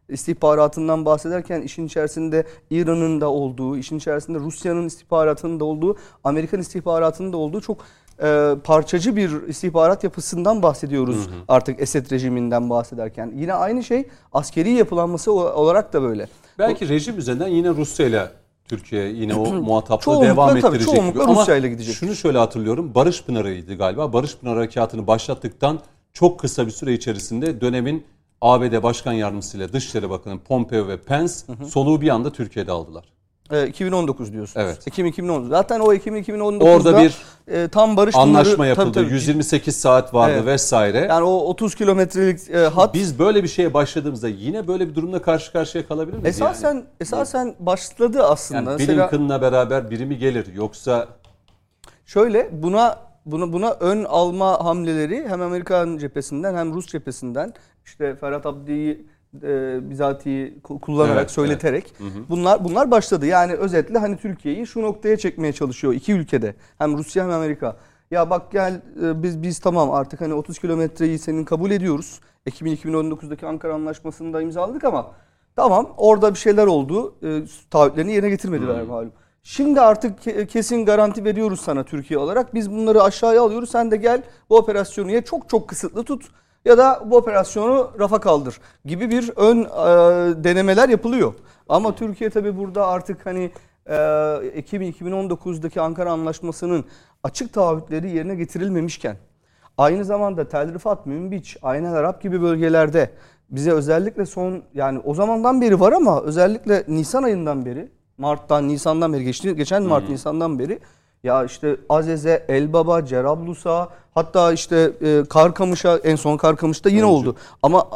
istihbaratından bahsederken işin içerisinde İran'ın da olduğu, işin içerisinde Rusya'nın istihbaratının da olduğu, Amerikan istihbaratının da olduğu çok parçacı bir istihbarat yapısından bahsediyoruz artık Esed rejiminden bahsederken. Yine aynı şey askeri yapılanması olarak da böyle. Belki rejim üzerinden yine Rusya ile Türkiye yine o muhataplığı devam ettirecek gibi. Ama Rusya ile gidecek. Şunu şöyle hatırlıyorum. Barış Pınarı'ydı galiba. Barış Pınarı Harekatı'nı başlattıktan çok kısa bir süre içerisinde dönemin ABD Başkan Yardımcısı ile Dışişleri Bakanı Pompeo ve Pence soluğu bir anda Türkiye'de aldılar. 2019 diyorsunuz. Evet. Ekim 2019. Zaten o Ekim 2019'da orada bir tam barış anlaşma yapıldı. Tabii. 128 saat vardı vesaire. Yani o 30 kilometrelik hat. Biz böyle bir şeye başladığımızda yine böyle bir durumla karşı karşıya kalabilir miyiz? Esasen başladı aslında. Yani Blinken'la beraber biri mi gelir yoksa? Şöyle buna ön alma hamleleri hem Amerikan cephesinden hem Rus cephesinden işte Ferhat Abdi'yi bizatihi kullanarak, söyleterek bunlar başladı. Yani özetle hani Türkiye'yi şu noktaya çekmeye çalışıyor iki ülkede. Hem Rusya hem Amerika. Ya bak gel biz tamam artık hani 30 kilometreyi senin kabul ediyoruz. Ekim 2019'daki Ankara Anlaşması'nda imzaladık ama tamam orada bir şeyler oldu. Taahhütlerini yerine getirmediler malum. Şimdi artık kesin garanti veriyoruz sana Türkiye olarak. Biz bunları aşağıya alıyoruz. Sen de gel bu operasyonu ya çok kısıtlı tut ya da bu operasyonu rafa kaldır gibi bir ön denemeler yapılıyor. Ama Türkiye tabii burada artık hani Ekim 2019'daki Ankara Anlaşması'nın açık taahhütleri yerine getirilmemişken aynı zamanda Tel Rifat, Münbiç, Ayn el Arab gibi bölgelerde bize özellikle yani o zamandan beri var ama özellikle Nisan ayından beri Nisan'dan beri geçen Mart Nisan'dan beri ya işte Azeze, Elbaba, Cerablus'a hatta işte Karkamış'a en son Karkamış'ta yine oldu. Ama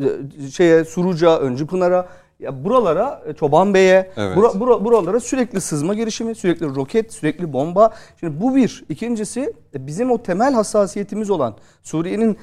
Suruca, Öncüpınar'a ya buralara Çobanbey'e buralara sürekli sızma girişimi, sürekli roket, sürekli bomba. Şimdi bu bir. İkincisi bizim o temel hassasiyetimiz olan Suriye'nin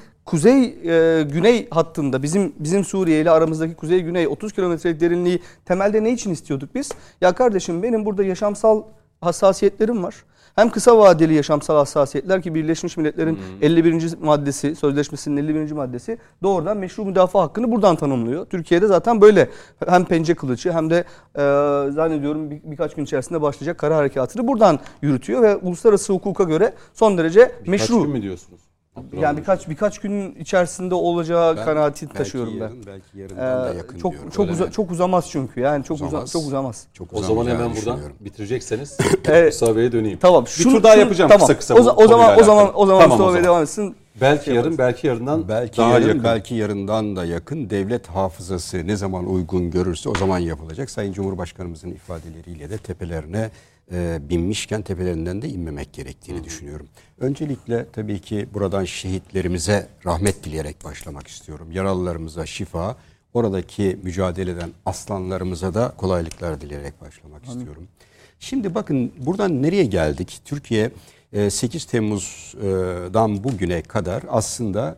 kuzey-güney hattında bizim Suriye ile aramızdaki kuzey-güney 30 kilometrelik derinliği temelde ne için istiyorduk biz? Ya kardeşim benim burada yaşamsal hassasiyetlerim var. Hem kısa vadeli yaşamsal hassasiyetler ki Birleşmiş Milletler'in 51. maddesi, sözleşmesinin 51. maddesi doğrudan meşru müdafaa hakkını buradan tanımlıyor. Türkiye'de zaten böyle hem pençe kılıcı hem de zannediyorum birkaç gün içerisinde başlayacak kara harekatını buradan yürütüyor ve uluslararası hukuka göre son derece meşru. Birkaç gün mü diyorsunuz? Yani birkaç gün içerisinde olacağı kanaati taşıyorum ben. Belki yarından da yakın çok uzamaz çünkü. Yani çok uzamaz. O zaman hemen buradan bitirecekseniz Mustafa Bey'e döneyim. Tamam. Bir tur daha yapacağım kısa. O zaman Mustafa Bey devam etsin. Belki yarın, belki yarından daha yakın. Belki yarından da yakın. Devlet hafızası ne zaman uygun görürse o zaman yapılacak. Sayın Cumhurbaşkanımızın ifadeleriyle de tepelerine binmişken tepelerinden de inmemek gerektiğini düşünüyorum. Öncelikle tabii ki buradan şehitlerimize rahmet dileyerek başlamak istiyorum. Yaralılarımıza şifa, oradaki mücadele eden aslanlarımıza da kolaylıklar dileyerek başlamak istiyorum. Şimdi bakın buradan nereye geldik? Türkiye 8 Temmuz'dan bugüne kadar aslında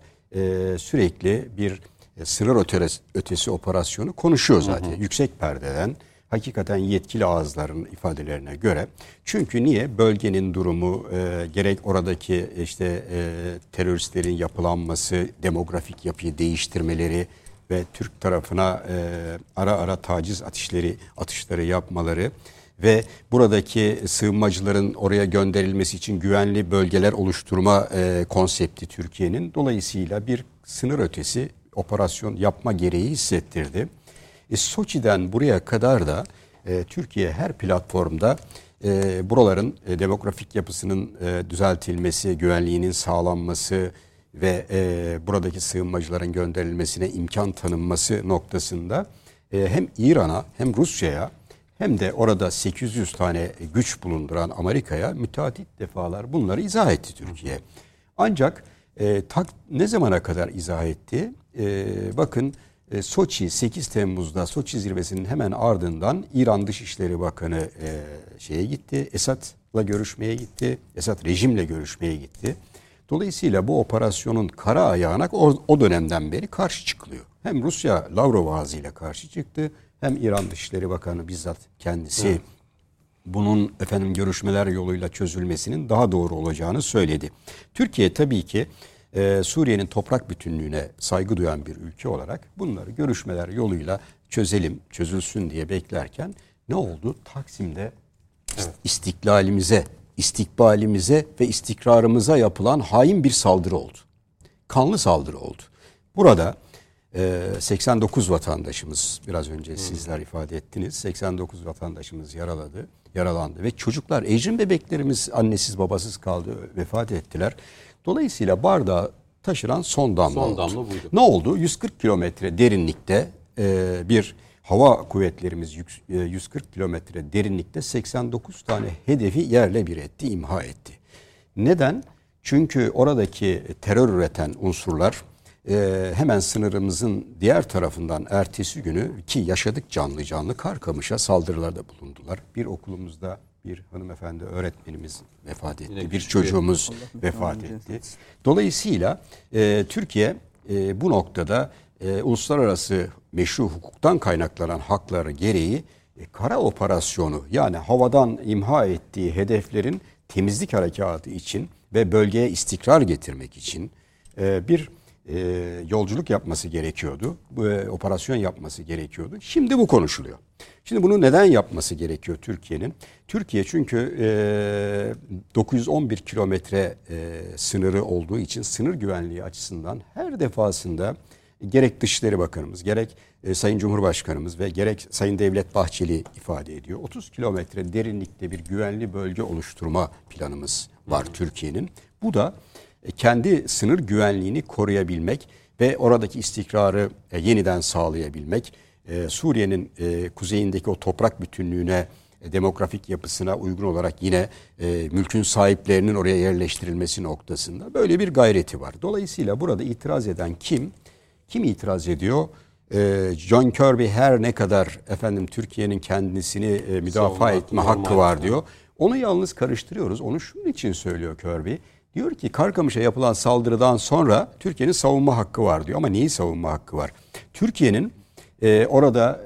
sürekli bir sınır ötesi operasyonu konuşuyor zaten. Yüksek perdeden. Hakikaten yetkili ağızların ifadelerine göre. Çünkü niye? Bölgenin durumu, gerek oradaki teröristlerin yapılanması, demografik yapıyı değiştirmeleri ve Türk tarafına ara ara taciz atışları yapmaları ve buradaki sığınmacıların oraya gönderilmesi için güvenli bölgeler oluşturma konsepti Türkiye'nin. Dolayısıyla bir sınır ötesi operasyon yapma gereği hissettirdi. Soçi'den buraya kadar da Türkiye her platformda buraların demografik yapısının düzeltilmesi, güvenliğinin sağlanması ve buradaki sığınmacıların gönderilmesine imkan tanınması noktasında hem İran'a hem Rusya'ya hem de orada 800 tane güç bulunduran Amerika'ya müteahhit defalar bunları izah etti Türkiye. Ancak ne zamana kadar izah etti? Bakın Soçi 8 Temmuz'da Soçi zirvesinin hemen ardından İran Dışişleri Bakanı gitti. Esad'la görüşmeye gitti. Esad rejimle görüşmeye gitti. Dolayısıyla bu operasyonun kara ayağına o dönemden beri karşı çıkılıyor. Hem Rusya Lavrov ağzıyla karşı çıktı hem İran Dışişleri Bakanı bizzat kendisi bunun görüşmeler yoluyla çözülmesinin daha doğru olacağını söyledi. Türkiye tabii ki Suriye'nin toprak bütünlüğüne saygı duyan bir ülke olarak bunları görüşmeler yoluyla çözülsün diye beklerken ne oldu? Taksim'de istikbalimize ve istikrarımıza yapılan hain bir saldırı oldu. Kanlı saldırı oldu. Burada 89 vatandaşımız, biraz önce sizler ifade ettiniz, 89 vatandaşımız yaralandı ve çocuklar, ecrin bebeklerimiz annesiz babasız kaldı, vefat ettiler. Dolayısıyla bardağı taşıran son damla oldu. Buydu. Ne oldu? 140 kilometre derinlikte bir hava kuvvetlerimiz 140 kilometre derinlikte 89 tane hedefi yerle bir etti, imha etti. Neden? Çünkü oradaki terör üreten unsurlar hemen sınırımızın diğer tarafından ertesi günü ki yaşadık canlı canlı Karkamış'a saldırılarda bulundular. Bir okulumuzda bir hanımefendi öğretmenimiz vefat etti. Yine bir çocuğumuz vefat etti. Dolayısıyla Türkiye bu noktada uluslararası meşru hukuktan kaynaklanan hakları gereği kara operasyonu yani havadan imha ettiği hedeflerin temizlik harekatı için ve bölgeye istikrar getirmek için bir yolculuk yapması gerekiyordu. Operasyon yapması gerekiyordu. Şimdi bu konuşuluyor. Şimdi bunu neden yapması gerekiyor Türkiye'nin? Türkiye çünkü 911 kilometre sınırı olduğu için sınır güvenliği açısından her defasında gerek Dışişleri Bakanımız, gerek Sayın Cumhurbaşkanımız ve gerek Sayın Devlet Bahçeli ifade ediyor. 30 kilometre derinlikte bir güvenli bölge oluşturma planımız var Türkiye'nin. Bu da kendi sınır güvenliğini koruyabilmek ve oradaki istikrarı yeniden sağlayabilmek, Suriye'nin kuzeyindeki o toprak bütünlüğüne, demografik yapısına uygun olarak yine mülkün sahiplerinin oraya yerleştirilmesi noktasında böyle bir gayreti var. Dolayısıyla burada itiraz eden kim? Kim itiraz ediyor? John Kirby her ne kadar Türkiye'nin kendisini müdafaa etme hakkı var diyor. Onu yalnız karıştırıyoruz. Onu şunun için söylüyor Kirby. Diyor ki Karkamış'a yapılan saldırıdan sonra Türkiye'nin savunma hakkı var diyor. Ama neyi savunma hakkı var? Türkiye'nin orada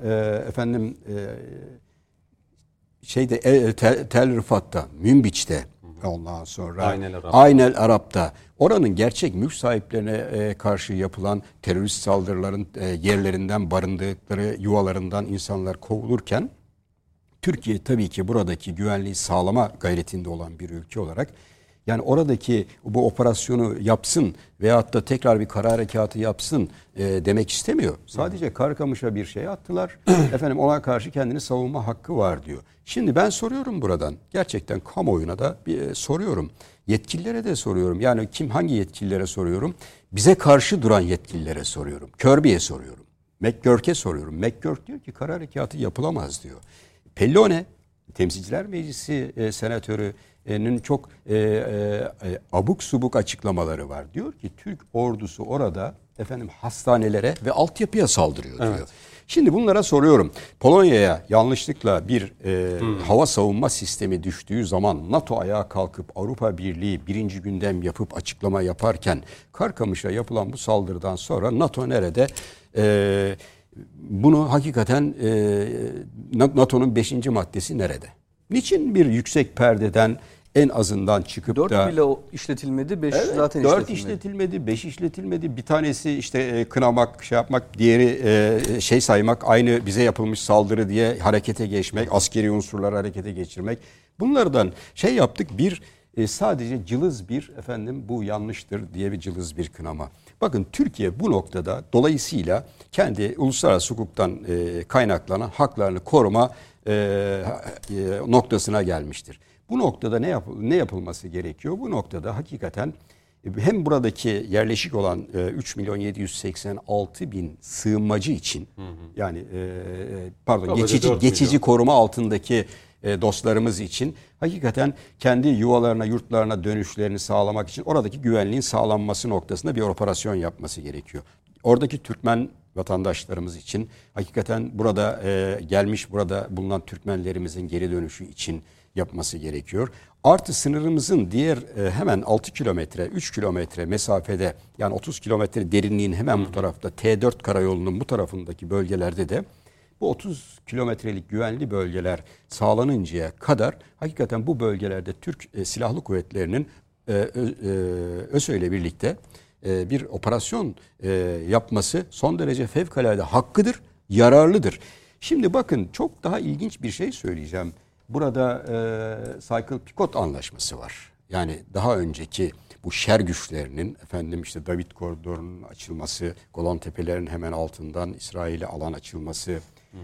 Tel Rifat'ta, Münbiç'te, ondan sonra Aynel Arap'ta oranın gerçek mülk sahiplerine karşı yapılan terörist saldırıların yerlerinden, barındıkları yuvalarından insanlar kovulurken Türkiye tabii ki buradaki güvenliği sağlama gayretinde olan bir ülke olarak yani oradaki bu operasyonu yapsın veyahut da tekrar bir kara harekatı yapsın demek istemiyor. Sadece Karkamış'a bir şey attılar. Ona karşı kendini savunma hakkı var diyor. Şimdi ben soruyorum buradan. Gerçekten kamuoyuna da soruyorum. Yetkililere de soruyorum. Yani hangi yetkililere soruyorum? Bize karşı duran yetkililere soruyorum. Kirby'ye soruyorum. McGurk'e soruyorum. McGurk diyor ki kara harekatı yapılamaz diyor. Pellone, Temsilciler Meclisi senatörünün çok abuk subuk açıklamaları var. Diyor ki Türk ordusu orada hastanelere ve altyapıya saldırıyor diyor. Evet. Şimdi bunlara soruyorum. Polonya'ya yanlışlıkla bir hava savunma sistemi düştüğü zaman NATO ayağa kalkıp Avrupa Birliği birinci gündem yapıp açıklama yaparken Karkamış'a yapılan bu saldırıdan sonra NATO nerede? Bunu hakikaten NATO'nun 5. maddesi nerede? Niçin bir yüksek perdeden en azından çıkıp 4 da... 4 bile işletilmedi, 5 zaten 4 işletilmedi, 5 işletilmedi. Bir tanesi kınamak, yapmak, diğeri saymak, aynı bize yapılmış saldırı diye harekete geçmek, askeri unsurları harekete geçirmek. Bunlardan yaptık, sadece cılız bir bu yanlıştır diye bir cılız bir kınama. Bakın Türkiye bu noktada dolayısıyla kendi uluslararası hukuktan kaynaklanan haklarını koruma noktasına gelmiştir. Bu noktada ne yapılması gerekiyor? Bu noktada hakikaten hem buradaki yerleşik olan 3.786.000 sığınmacı için yani geçici koruma altındaki dostlarımız için hakikaten kendi yuvalarına, yurtlarına dönüşlerini sağlamak için oradaki güvenliğin sağlanması noktasında bir operasyon yapması gerekiyor. Oradaki Türkmen vatandaşlarımız için hakikaten burada burada bulunan Türkmenlerimizin geri dönüşü için yapması gerekiyor. Artı sınırımızın diğer hemen 6 kilometre, 3 kilometre mesafede yani 30 kilometre derinliğin hemen bu tarafta T4 karayolunun bu tarafındaki bölgelerde de bu 30 kilometrelik güvenli bölgeler sağlanıncaya kadar hakikaten bu bölgelerde Türk Silahlı Kuvvetleri'nin ÖSÖ ile birlikte bir operasyon yapması son derece fevkalade hakkıdır, yararlıdır. Şimdi bakın çok daha ilginç bir şey söyleyeceğim. Burada Sykes-Picot Anlaşması var. Yani daha önceki bu şer güçlerinin işte David Koridoru'nun açılması, Golan Tepelerinin hemen altından İsrail'e alan açılması,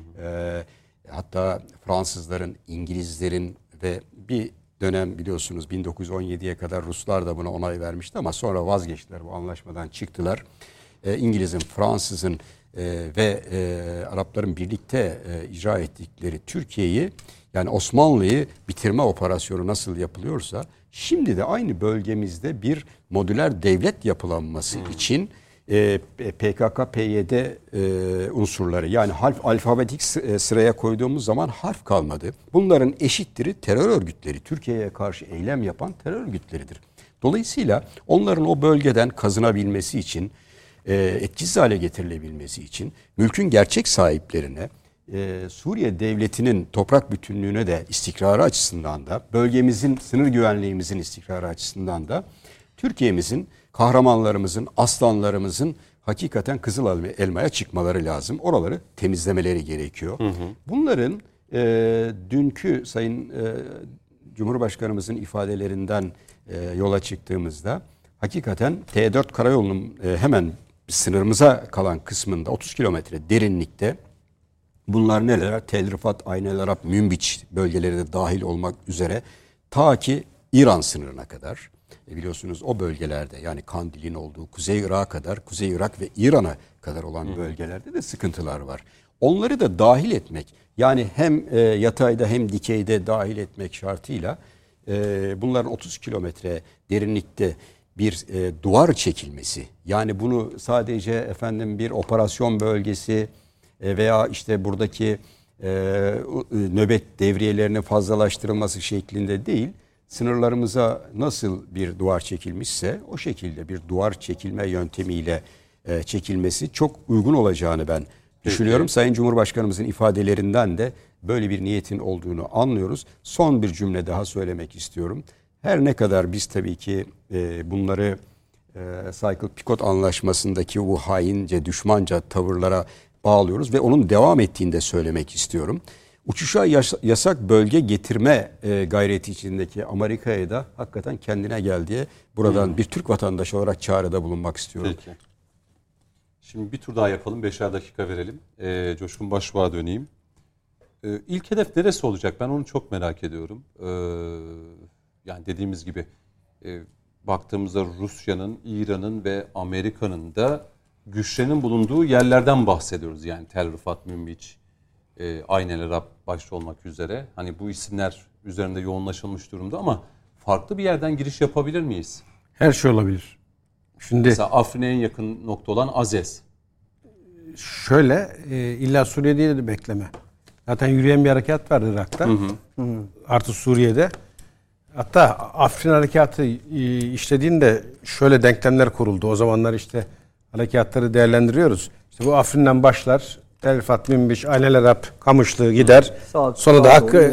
hatta Fransızların, İngilizlerin ve bir dönem biliyorsunuz 1917'ye kadar Ruslar da buna onay vermişti ama sonra vazgeçtiler, bu anlaşmadan çıktılar. İngiliz'in, Fransız'ın ve Arapların birlikte icra ettikleri Türkiye'yi, yani Osmanlı'yı bitirme operasyonu nasıl yapılıyorsa şimdi de aynı bölgemizde bir modüler devlet yapılanması için PKK, PYD unsurları, yani alfabetik sıraya koyduğumuz zaman harf kalmadı. Bunların eşittiri terör örgütleri, Türkiye'ye karşı eylem yapan terör örgütleridir. Dolayısıyla onların o bölgeden kazınabilmesi için, etkisiz hale getirilebilmesi için mülkün gerçek sahiplerine, Suriye devletinin toprak bütünlüğüne de istikrarı açısından da, bölgemizin sınır güvenliğimizin istikrarı açısından da Türkiye'mizin, kahramanlarımızın, aslanlarımızın hakikaten kızıl elmaya çıkmaları lazım. Oraları temizlemeleri gerekiyor. Bunların dünkü Sayın Cumhurbaşkanımızın ifadelerinden yola çıktığımızda hakikaten T4 karayolunun hemen sınırımıza kalan kısmında 30 kilometre derinlikte, bunlar neler? Tel Rifat, Ayn el Arab, Münbiç bölgeleri de dahil olmak üzere ta ki İran sınırına kadar, biliyorsunuz o bölgelerde, yani Kandil'in olduğu Kuzey Irak'a kadar, Kuzey Irak ve İran'a kadar olan bölgelerde de sıkıntılar var. Onları da dahil etmek, yani hem yatayda hem dikeyde dahil etmek şartıyla bunların 30 kilometre derinlikte bir duvar çekilmesi, yani bunu sadece bir operasyon bölgesi veya işte buradaki nöbet devriyelerinin fazlalaştırılması şeklinde değil, sınırlarımıza nasıl bir duvar çekilmişse o şekilde bir duvar çekilme yöntemiyle çekilmesi çok uygun olacağını ben düşünüyorum. Sayın Cumhurbaşkanımızın ifadelerinden de böyle bir niyetin olduğunu anlıyoruz. Son bir cümle daha söylemek istiyorum. Her ne kadar biz tabii ki bunları Sykes-Picot Anlaşması'ndaki bu haince, düşmanca tavırlara bağlıyoruz ve onun devam ettiğini de söylemek istiyorum. Uçuşa yasak bölge getirme gayreti içindeki Amerika'ya da hakikaten kendine gel diye buradan bir Türk vatandaşı olarak çağrıda bulunmak istiyorum. Peki. Şimdi bir tur daha yapalım. 5'er dakika verelim. Coşkun Başbuğ'a döneyim. İlk hedef neresi olacak? Ben onu çok merak ediyorum. Yani dediğimiz gibi baktığımızda Rusya'nın, İran'ın ve Amerika'nın da güçlerinin bulunduğu yerlerden bahsediyoruz. Yani Tel Rifat, Münbiç, Ayn el Arab başta olmak üzere. Hani bu isimler üzerinde yoğunlaşılmış durumda ama farklı bir yerden giriş yapabilir miyiz? Her şey olabilir. Şimdi mesela Afrin'e en yakın nokta olan Azez. Şöyle illa Suriye'de de bekleme. Zaten yürüyen bir harekat var Irak'ta. Artı Suriye'de. Hatta Afrin harekatı işlediğinde şöyle denklemler kuruldu. O zamanlar işte harekatları değerlendiriyoruz. İşte bu Afrin'den başlar. Tel Rifat, Münbiç, Ayn el Arab, Kamışlı gider. Sonra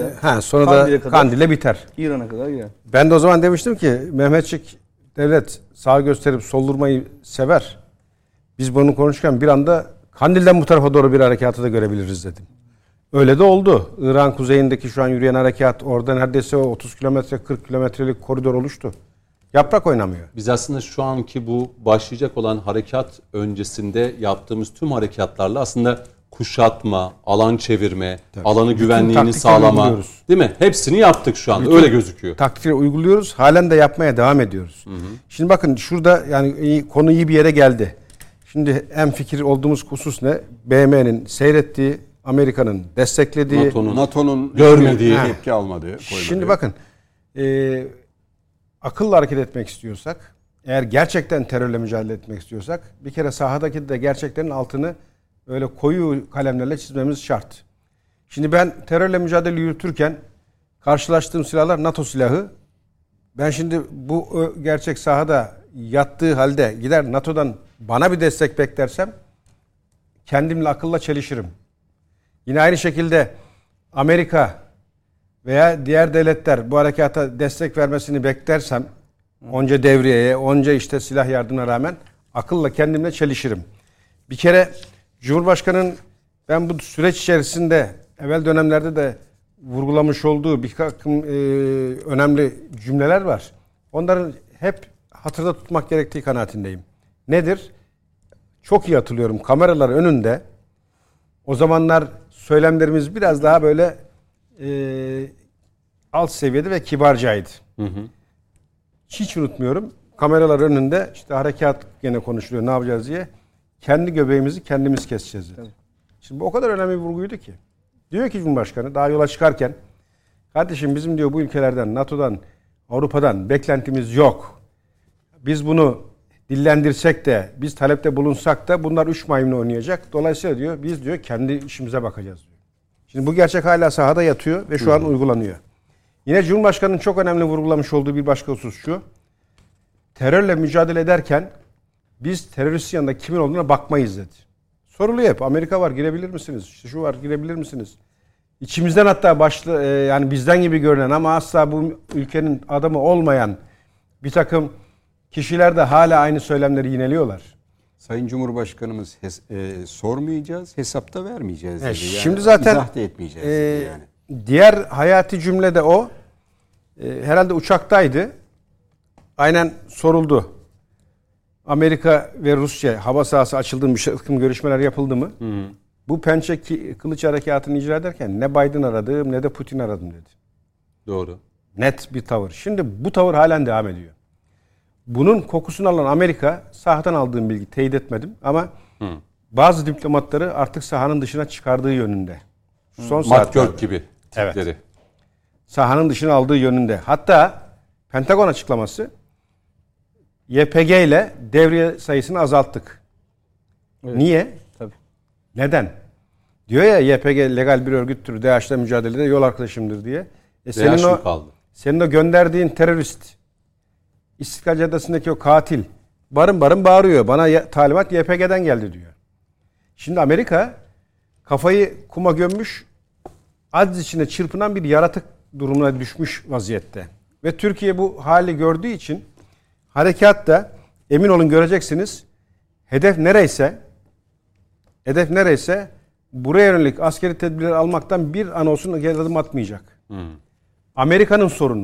da Kandil'e biter. İran'a kadar gider. Ben de o zaman demiştim ki Mehmetçik devlet sağ gösterip soldurmayı sever. Biz bunu konuşurken bir anda Kandil'den bu tarafa doğru bir harekatı da görebiliriz dedim. Öyle de oldu. İran kuzeyindeki şu an yürüyen harekat, orada neredeyse o 30 kilometre 40 kilometrelik koridor oluştu. Yaprak oynamıyor. Biz aslında şu anki bu başlayacak olan harekat öncesinde yaptığımız tüm harekatlarla aslında kuşatma, alan çevirme, alanı güvenliğini sağlama, değil mi? Hepsini yaptık şu anda. Öyle gözüküyor. Taktikleri uyguluyoruz. Halen de yapmaya devam ediyoruz. Şimdi bakın şurada yani konu iyi bir yere geldi. Şimdi en fikir olduğumuz husus ne? BM'nin seyrettiği, Amerika'nın desteklediği, NATO'nun görmediği, tepki almadığı. Koymadığı. Şimdi bakın akıllı hareket etmek istiyorsak, eğer gerçekten terörle mücadele etmek istiyorsak bir kere sahadaki de gerçeklerin altını öyle koyu kalemlerle çizmemiz şart. Şimdi ben terörle mücadele yürütürken karşılaştığım silahlar NATO silahı. Ben şimdi bu gerçek sahada yattığı halde gider NATO'dan bana bir destek beklersem kendimle akılla çelişirim. Yine aynı şekilde Amerika veya diğer devletler bu harekata destek vermesini beklersem onca devriyeye, onca işte silah yardımına rağmen akılla kendimle çelişirim. Bir kere Cumhurbaşkanı'nın ben bu süreç içerisinde evvel dönemlerde de vurgulamış olduğu bir takım önemli cümleler var. Onların hep hatırda tutmak gerektiği kanaatindeyim. Nedir? Çok iyi hatırlıyorum. Kameralar önünde o zamanlar söylemlerimiz biraz daha böyle alt seviyede ve kibarcaydı. Hiç unutmuyorum. Kameralar önünde işte harekat gene konuşuluyor, ne yapacağız diye. Kendi göbeğimizi kendimiz keseceğiz dedi. Tabii. Şimdi bu o kadar önemli bir vurguydu ki. Diyor ki Cumhurbaşkanı daha yola çıkarken, kardeşim bizim diyor bu ülkelerden, NATO'dan, Avrupa'dan beklentimiz yok. Biz bunu dillendirsek de, biz talepte bulunsak da bunlar 3 maymun oynayacak. Dolayısıyla diyor biz diyor kendi işimize bakacağız diyor. Şimdi bu gerçek hala sahada yatıyor ve şu an uygulanıyor. Yine Cumhurbaşkanı'nın çok önemli vurgulamış olduğu bir başka husus şu. Terörle mücadele ederken biz teröristin yanında kimin olduğuna bakmayız dedi. Soruluyor hep. Amerika var girebilir misiniz? İşte şu var girebilir misiniz? İçimizden hatta yani bizden gibi görünen ama asla bu ülkenin adamı olmayan bir takım kişiler de hala aynı söylemleri yineliyorlar. Sayın Cumhurbaşkanımız sormayacağız, hesapta vermeyeceğiz dedi. Yani şimdi zaten izah da etmeyeceğiz dedi yani. Diğer hayati cümle de o. Herhalde uçaktaydı. Aynen soruldu. Amerika ve Rusya hava sahası açıldı mı? Bir takım görüşmeler yapıldı mı? Bu pençe kılıç harekatını icra ederken ne Biden aradım ne de Putin aradım dedi. Doğru. Net bir tavır. Şimdi bu tavır halen devam ediyor. Bunun kokusunu alan Amerika, sahadan aldığım bilgi teyit etmedim ama bazı diplomatları artık sahanın dışına çıkardığı yönünde. Son Matt Görk gibi tipleri. Evet. Sahanın dışına aldığı yönünde. Hatta Pentagon açıklaması YPG ile devriye sayısını azalttık. Evet. Niye? Tabii. Neden? Diyor ya YPG legal bir örgüttür, DAEŞ'le mücadelede yol arkadaşımdır diye. Senin o gönderdiğin terörist, İstiklal Caddesi'ndeki o katil barın barın bağırıyor. Bana talimat YPG'den geldi diyor. Şimdi Amerika kafayı kuma gömmüş, aciz içinde çırpınan bir yaratık durumuna düşmüş vaziyette. Ve Türkiye bu hali gördüğü için harekatta emin olun göreceksiniz. Hedef nereyse buraya yönelik askeri tedbirler almaktan bir an olsun geri adım atmayacak. Amerika'nın sorunu.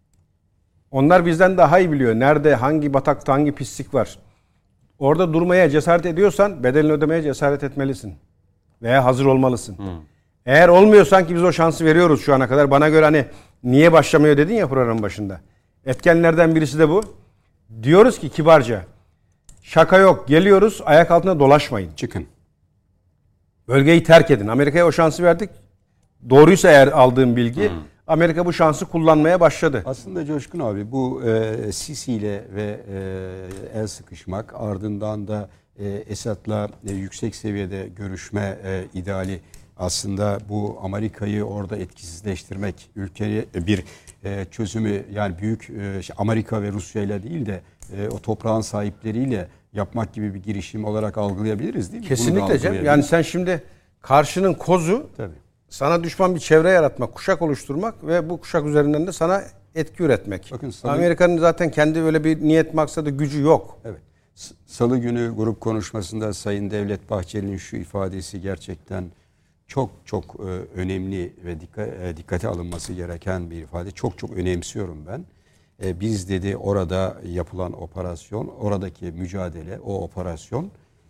Onlar bizden daha iyi biliyor. Nerede, hangi batakta, hangi pislik var. Orada durmaya cesaret ediyorsan bedelini ödemeye cesaret etmelisin. Veya hazır olmalısın. Eğer olmuyorsan ki biz o şansı veriyoruz şu ana kadar. Bana göre hani niye başlamıyor dedin ya programın başında. Etkenlerden birisi de bu. Diyoruz ki kibarca şaka yok geliyoruz ayak altına dolaşmayın. Çıkın. Bölgeyi terk edin. Amerika'ya o şansı verdik. Doğruysa eğer aldığım bilgi Amerika bu şansı kullanmaya başladı. Aslında Coşkun abi bu Sisi ile ve el sıkışmak ardından da Esad'la yüksek seviyede görüşme ideali aslında bu Amerika'yı orada etkisizleştirmek, ülkeye bir çözümü yani büyük Amerika ve Rusya ile değil de o toprağın sahipleriyle yapmak gibi bir girişim olarak algılayabiliriz değil mi? Kesinlikle Cem. Yani sen şimdi karşının kozu tabii. Sana düşman bir çevre yaratmak, kuşak oluşturmak ve bu kuşak üzerinden de sana etki üretmek. Bakın, Amerika'nın zaten kendi öyle bir niyet maksadı gücü yok. Evet. Salı günü grup konuşmasında Sayın Devlet Bahçeli'nin şu ifadesi gerçekten çok önemli ve dikkate alınması gereken bir ifade. Çok önemsiyorum ben. Biz dedi orada yapılan operasyon, oradaki mücadele, o operasyon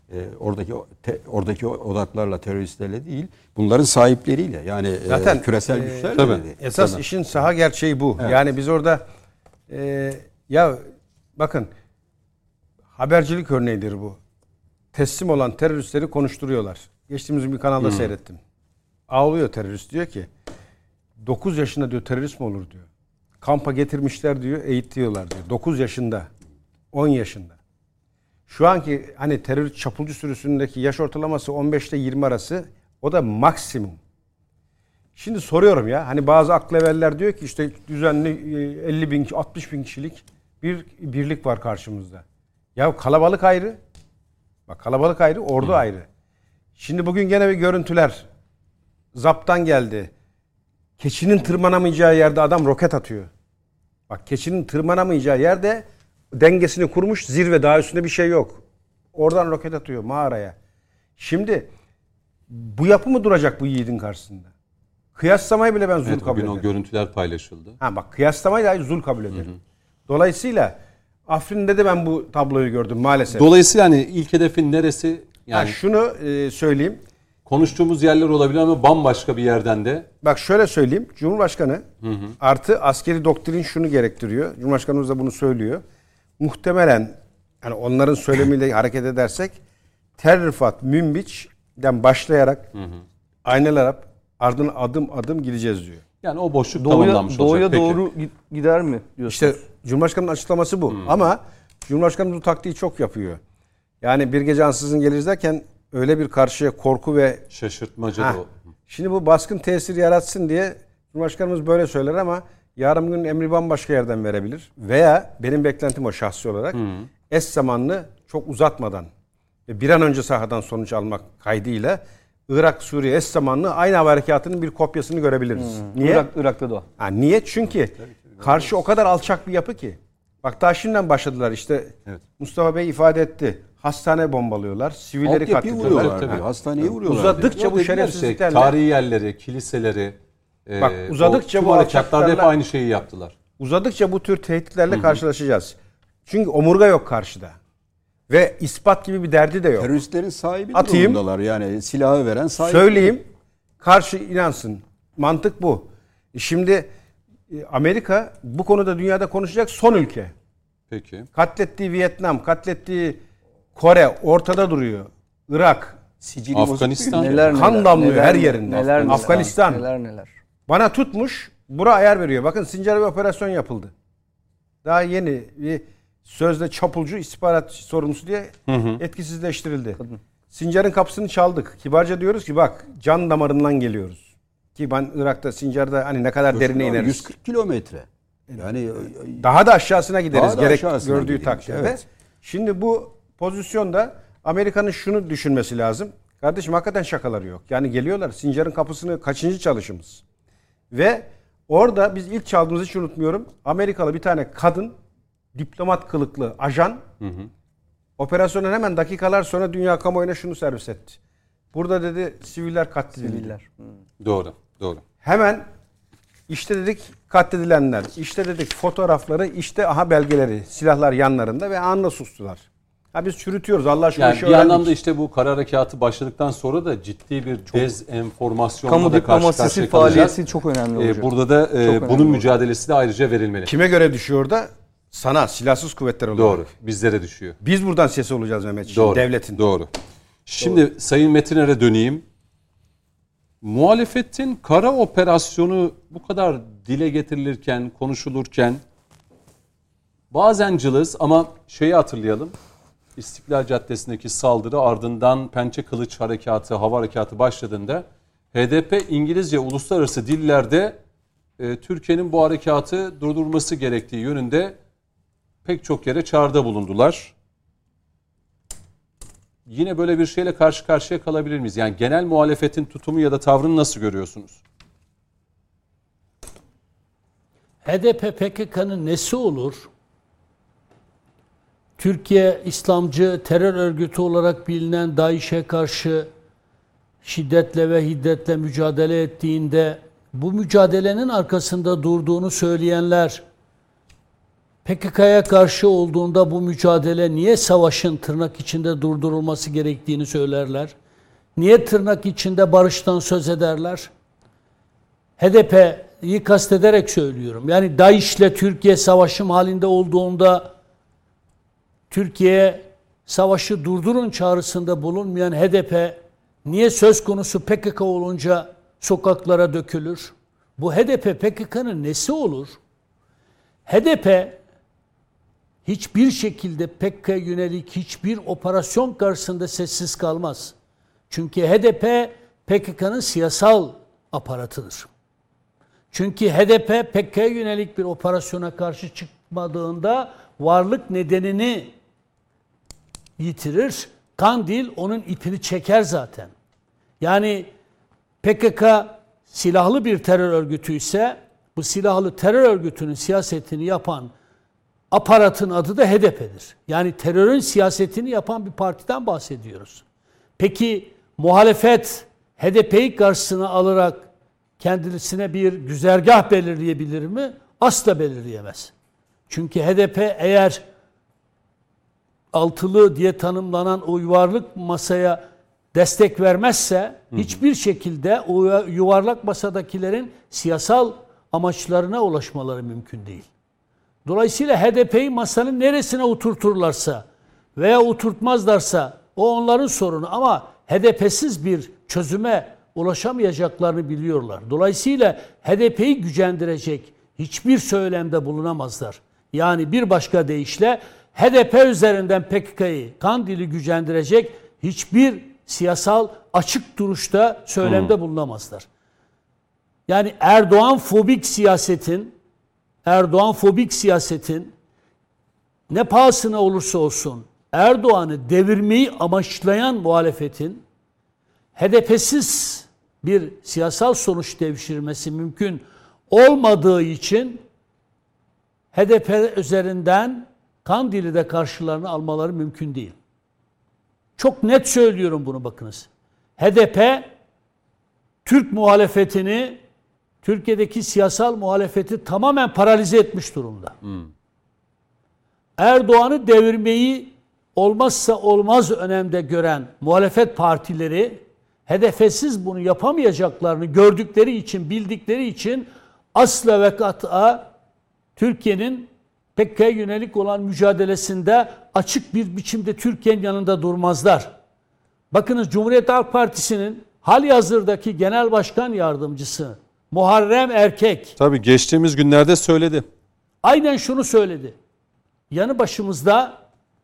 oradaki odaklarla, teröristlerle değil, bunların sahipleriyle yani zaten küresel güçlerle. Tabii. Esas işin saha gerçeği bu. Evet. Yani biz orada ya bakın habercilik örneğidir bu. Teslim olan teröristleri konuşturuyorlar. Geçtiğimiz bir kanalda seyrettim. Ağlıyor terörist diyor ki 9 yaşında diyor terörist mi olur diyor. Kampa getirmişler diyor, eğitiyorlar diyor. 9 yaşında, 10 yaşında. Şu anki hani terörist çapulcu sürüsündeki yaş ortalaması 15 ile 20 arası. O da maksimum. Şimdi soruyorum ya hani bazı akleveller diyor ki işte düzenli 50 bin, 60 bin kişilik bir birlik var karşımızda. Ya kalabalık ayrı. Bak kalabalık ayrı, ordu ayrı. Şimdi bugün gene bir görüntüler. Zaptan geldi. Keçinin tırmanamayacağı yerde adam roket atıyor. Bak keçinin tırmanamayacağı yerde dengesini kurmuş zirve daha üstünde bir şey yok. Oradan roket atıyor mağaraya. Şimdi bu yapı mı duracak bu yiğidin karşısında? Kıyaslamayı bile ben zul kabul ederim. Bugün o görüntüler paylaşıldı. Bak kıyaslamayı dahi zul kabul ederim. Dolayısıyla Afrin'de de ben bu tabloyu gördüm maalesef. Dolayısıyla hani ilk hedefin neresi? Yani şunu söyleyeyim. Konuştuğumuz yerler olabilir ama bambaşka bir yerden de. Bak şöyle söyleyeyim. Cumhurbaşkanı artı askeri doktrin şunu gerektiriyor. Cumhurbaşkanımız da bunu söylüyor. Muhtemelen yani onların söylemiyle hareket edersek Tel Rifat, Münbiç'den başlayarak Aynel Arap ardına adım adım gideceğiz diyor. Yani o boşluk tamamlanmış olacak. Doğuya doğru gider mi diyorsunuz? İşte Cumhurbaşkanı'nın açıklaması bu. Ama Cumhurbaşkanımız bu taktiği çok yapıyor. Yani bir gece ansızın geliriz derken öyle bir karşıya korku ve şaşırtmaca da o. Şimdi bu baskın tesir yaratsın diye Cumhurbaşkanımız böyle söyler ama yarın gün emri bambaşka yerden verebilir. Veya benim beklentim o şahsi olarak eş zamanlı çok uzatmadan ve bir an önce sahadan sonuç almak kaydıyla Irak-Suriye eş zamanlı aynı hava harekatının bir kopyasını görebiliriz. Niye? Irak'ta da o. Niye? Çünkü karşı o kadar alçak bir yapı ki. Bak daha şimdiden başladılar işte. Evet. Mustafa Bey ifade etti. Hastane bombalıyorlar. Sivilleri katlediyorlar. Tabii. Hastaneyi vuruyorlar. Uzadıkça bu şerefsizliklerle. Tarihi yerleri, kiliseleri. Bak uzadıkça bu harekatlarda hep aynı şeyi yaptılar. Uzadıkça bu tür tehditlerle karşılaşacağız. Çünkü omurga yok karşıda. Ve ispat gibi bir derdi de yok. Teröristlerin sahibi durumdalar. Yani silahı veren sahibi. Söyleyeyim. Karşı inansın. Mantık bu. Şimdi Amerika bu konuda dünyada konuşacak son ülke. Peki. Katlettiği Vietnam, katlettiği Kore ortada duruyor. Irak, Afganistan. Kan damlıyor her yerinde. Afganistan. Neler. Bana tutmuş, bura ayar veriyor. Bakın Sincar'a bir operasyon yapıldı. Daha yeni bir sözde çapulcu istihbarat sorumlusu diye etkisizleştirildi. Sincar'ın kapısını çaldık. Kibarca diyoruz ki bak can damarından geliyoruz. Ki ben Irak'ta Sincar'da hani ne kadar derine ineriz. 140 kilometre. Yani daha da aşağısına gideriz gerek gördüğü gideriz, takdirde. Evet. Şimdi bu pozisyonda Amerika'nın şunu düşünmesi lazım. Kardeşim hakikaten şakaları yok. Yani geliyorlar Sincar'ın kapısını kaçıncı çalışımız. Ve orada biz ilk çaldığımızı hiç unutmuyorum. Amerikalı bir tane kadın diplomat kılıklı ajan operasyonun hemen dakikalar sonra dünya kamuoyuna şunu servis etti. Burada dedi siviller katledildi. Doğru. Hemen işte dedik katledilenler, işte dedik fotoğrafları, işte aha belgeleri, silahlar yanlarında ve anla sustular. Ha biz çürütüyoruz Allah aşkına yani işi bir öğrendik. anlamda işte bu kara harekatı başladıktan sonra da ciddi bir dezenformasyonla kamu da karşı karşıya diplomasisi faaliyeti çok önemli olacak. Burada da bunun mücadelesi de ayrıca verilmeli. Kime göre düşüyor da? Sana, silahsız kuvvetler olarak. Doğru. Bizlere düşüyor. Biz buradan sesi olacağız Mehmetciğim, devletin. Doğru. Şimdi Sayın Metiner'e döneyim. Muhalefetin kara operasyonu bu kadar dile getirilirken, konuşulurken bazen cılız ama şeyi hatırlayalım. İstiklal Caddesi'ndeki saldırı ardından Pençe Kılıç Harekatı, hava harekatı başladığında HDP İngilizce uluslararası dillerde Türkiye'nin bu harekatı durdurması gerektiği yönünde pek çok yere çağrıda bulundular. Yine böyle bir şeyle karşı karşıya kalabilir miyiz? Yani genel muhalefetin tutumu ya da tavrını nasıl görüyorsunuz? HDP PKK'nın nesi olur? Türkiye İslamcı terör örgütü olarak bilinen DAEŞ'e karşı şiddetle ve hiddetle mücadele ettiğinde bu mücadelenin arkasında durduğunu söyleyenler PKK'ya karşı olduğunda bu mücadele niye savaşın tırnak içinde durdurulması gerektiğini söylerler? Niye tırnak içinde barıştan söz ederler? HDP'yi kastederek söylüyorum. Yani DAEŞ'le Türkiye savaşım halinde olduğunda Türkiye savaşı durdurun çağrısında bulunmayan HDP niye söz konusu PKK olunca sokaklara dökülür? Bu HDP PKK'nın nesi olur? HDP hiçbir şekilde PKK'ya yönelik hiçbir operasyon karşısında sessiz kalmaz. Çünkü HDP PKK'nın siyasal aparatıdır. Çünkü HDP PKK'ya yönelik bir operasyona karşı çıkmadığında varlık nedenini yitirir. Kandil onun ipini çeker zaten. Yani PKK silahlı bir terör örgütü ise bu silahlı terör örgütünün siyasetini yapan aparatın adı da HDP'dir. Yani terörün siyasetini yapan bir partiden bahsediyoruz. Peki muhalefet HDP'yi karşısına alarak kendisine bir güzergah belirleyebilir mi? Asla belirleyemez. Çünkü HDP eğer altılı diye tanımlanan o yuvarlak masaya destek vermezse hiçbir şekilde o yuvarlak masadakilerin siyasal amaçlarına ulaşmaları mümkün değil. Dolayısıyla HDP'yi masanın neresine oturturlarsa veya oturtmazlarsa o onların sorunu ama HDP'siz bir çözüme ulaşamayacaklarını biliyorlar. Dolayısıyla HDP'yi gücendirecek hiçbir söylemde bulunamazlar. Yani bir başka deyişle HDP üzerinden PKK'yı, Kandil'i gücendirecek hiçbir siyasal açık duruşta söylemde bulunamazlar. Yani Erdoğan fobik siyasetin ne pahasına olursa olsun Erdoğan'ı devirmeyi amaçlayan muhalefetin HDP'siz bir siyasal sonuç devşirmesi mümkün olmadığı için HDP üzerinden Kandil'i de karşılarına almaları mümkün değil. Çok net söylüyorum bunu, bakınız. HDP Türk muhalefetini, Türkiye'deki siyasal muhalefeti tamamen paralize etmiş durumda. Erdoğan'ı devirmeyi olmazsa olmaz önemde gören muhalefet partileri HDP'siz bunu yapamayacaklarını gördükleri için, bildikleri için asla ve kat'a Türkiye'nin PKK'ya yönelik olan mücadelesinde açık bir biçimde Türkiye'nin yanında durmazlar. Bakınız, Cumhuriyet Halk Partisi'nin halihazırdaki Genel Başkan Yardımcısı Muharrem Erkek. Tabii geçtiğimiz günlerde söyledi. Aynen şunu söyledi. Yanı başımızda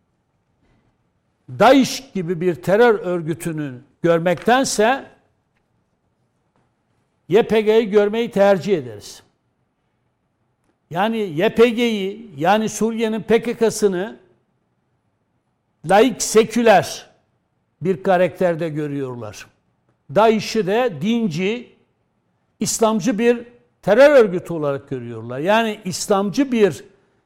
DAEŞ gibi bir terör örgütünü görmektense YPG'yi görmeyi tercih ederiz. Yani YPG'yi, yani Suriye'nin PKK'sını laik, seküler bir karakterde görüyorlar. DAEŞ'i de dinci, İslamcı bir terör örgütü olarak görüyorlar. Yani İslamcı bir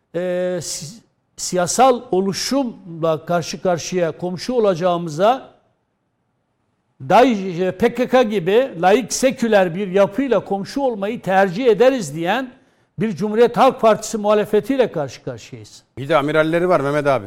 siyasal oluşumla karşı karşıya komşu olacağımıza DAEŞ, PKK gibi laik, seküler bir yapıyla komşu olmayı tercih ederiz diyen bir Cumhuriyet Halk Partisi muhalefetiyle karşı karşıyayız. Bir de amiralleri var Mehmet abi.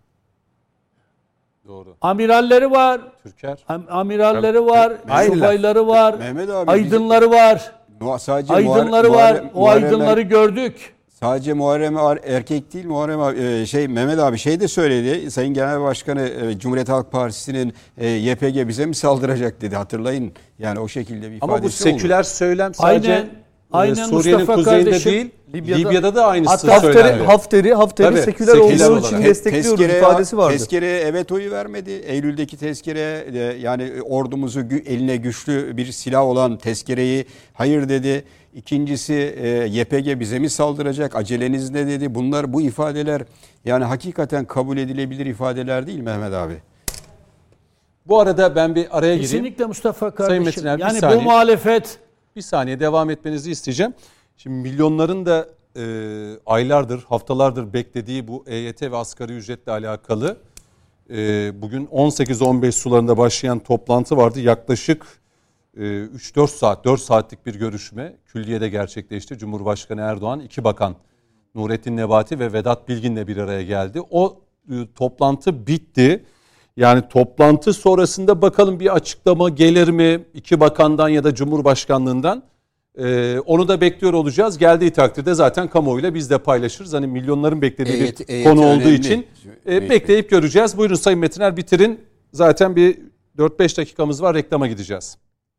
Doğru. Amiralleri var. Türker. Amiralleri var. Subayları var. Mehmet abi, aydınları var. Sadece aydınları var. O aydınları gördük. Sadece Muharrem Erkek değil, Mehmet abi de söyledi. Sayın Genel Başkanı Cumhuriyet Halk Partisi'nin YPG bize mi saldıracak dedi, hatırlayın. Yani o şekilde bir ifadesi oldu. Ama bu seküler söylem sadece aynen Suriye'nin Mustafa kuzeyinde kardeşim, değil, Libya'da da aynısı hatta söylendi. Hafter'i seküler olduğu için destekliyoruz ifadesi vardı. Tezkereye evet oyu vermedi. Eylül'deki tezkere, yani ordumuzu eline güçlü bir silah olan tezkereyi hayır dedi. İkincisi YPG bize mi saldıracak, aceleniz ne dedi. Bu ifadeler yani hakikaten kabul edilebilir ifadeler değil Mehmet abi. Bu arada ben bir araya gireyim. Kesinlikle Mustafa Sayın kardeşim. Metiner, Yani bu muhalefet... Bir saniye devam etmenizi isteyeceğim. Şimdi milyonların da aylardır, haftalardır beklediği bu EYT ve asgari ücretle alakalı bugün 18-15 sularında başlayan toplantı vardı. Yaklaşık 3-4 saat, 4 saatlik bir görüşme külliyede gerçekleşti. Cumhurbaşkanı Erdoğan, 2 bakan Nurettin Nebati ve Vedat Bilgin'le bir araya geldi. O toplantı bitti. Yani toplantı sonrasında bakalım bir açıklama gelir mi 2 bakandan ya da Cumhurbaşkanlığından? Onu da bekliyor olacağız. Geldiği takdirde zaten kamuoyuyla biz de paylaşırız. Hani milyonların beklediği bir konu olduğu için bekleyip göreceğiz. Buyurun Sayın Metiner, bitirin. Zaten bir 4-5 dakikamız var, reklama gideceğiz.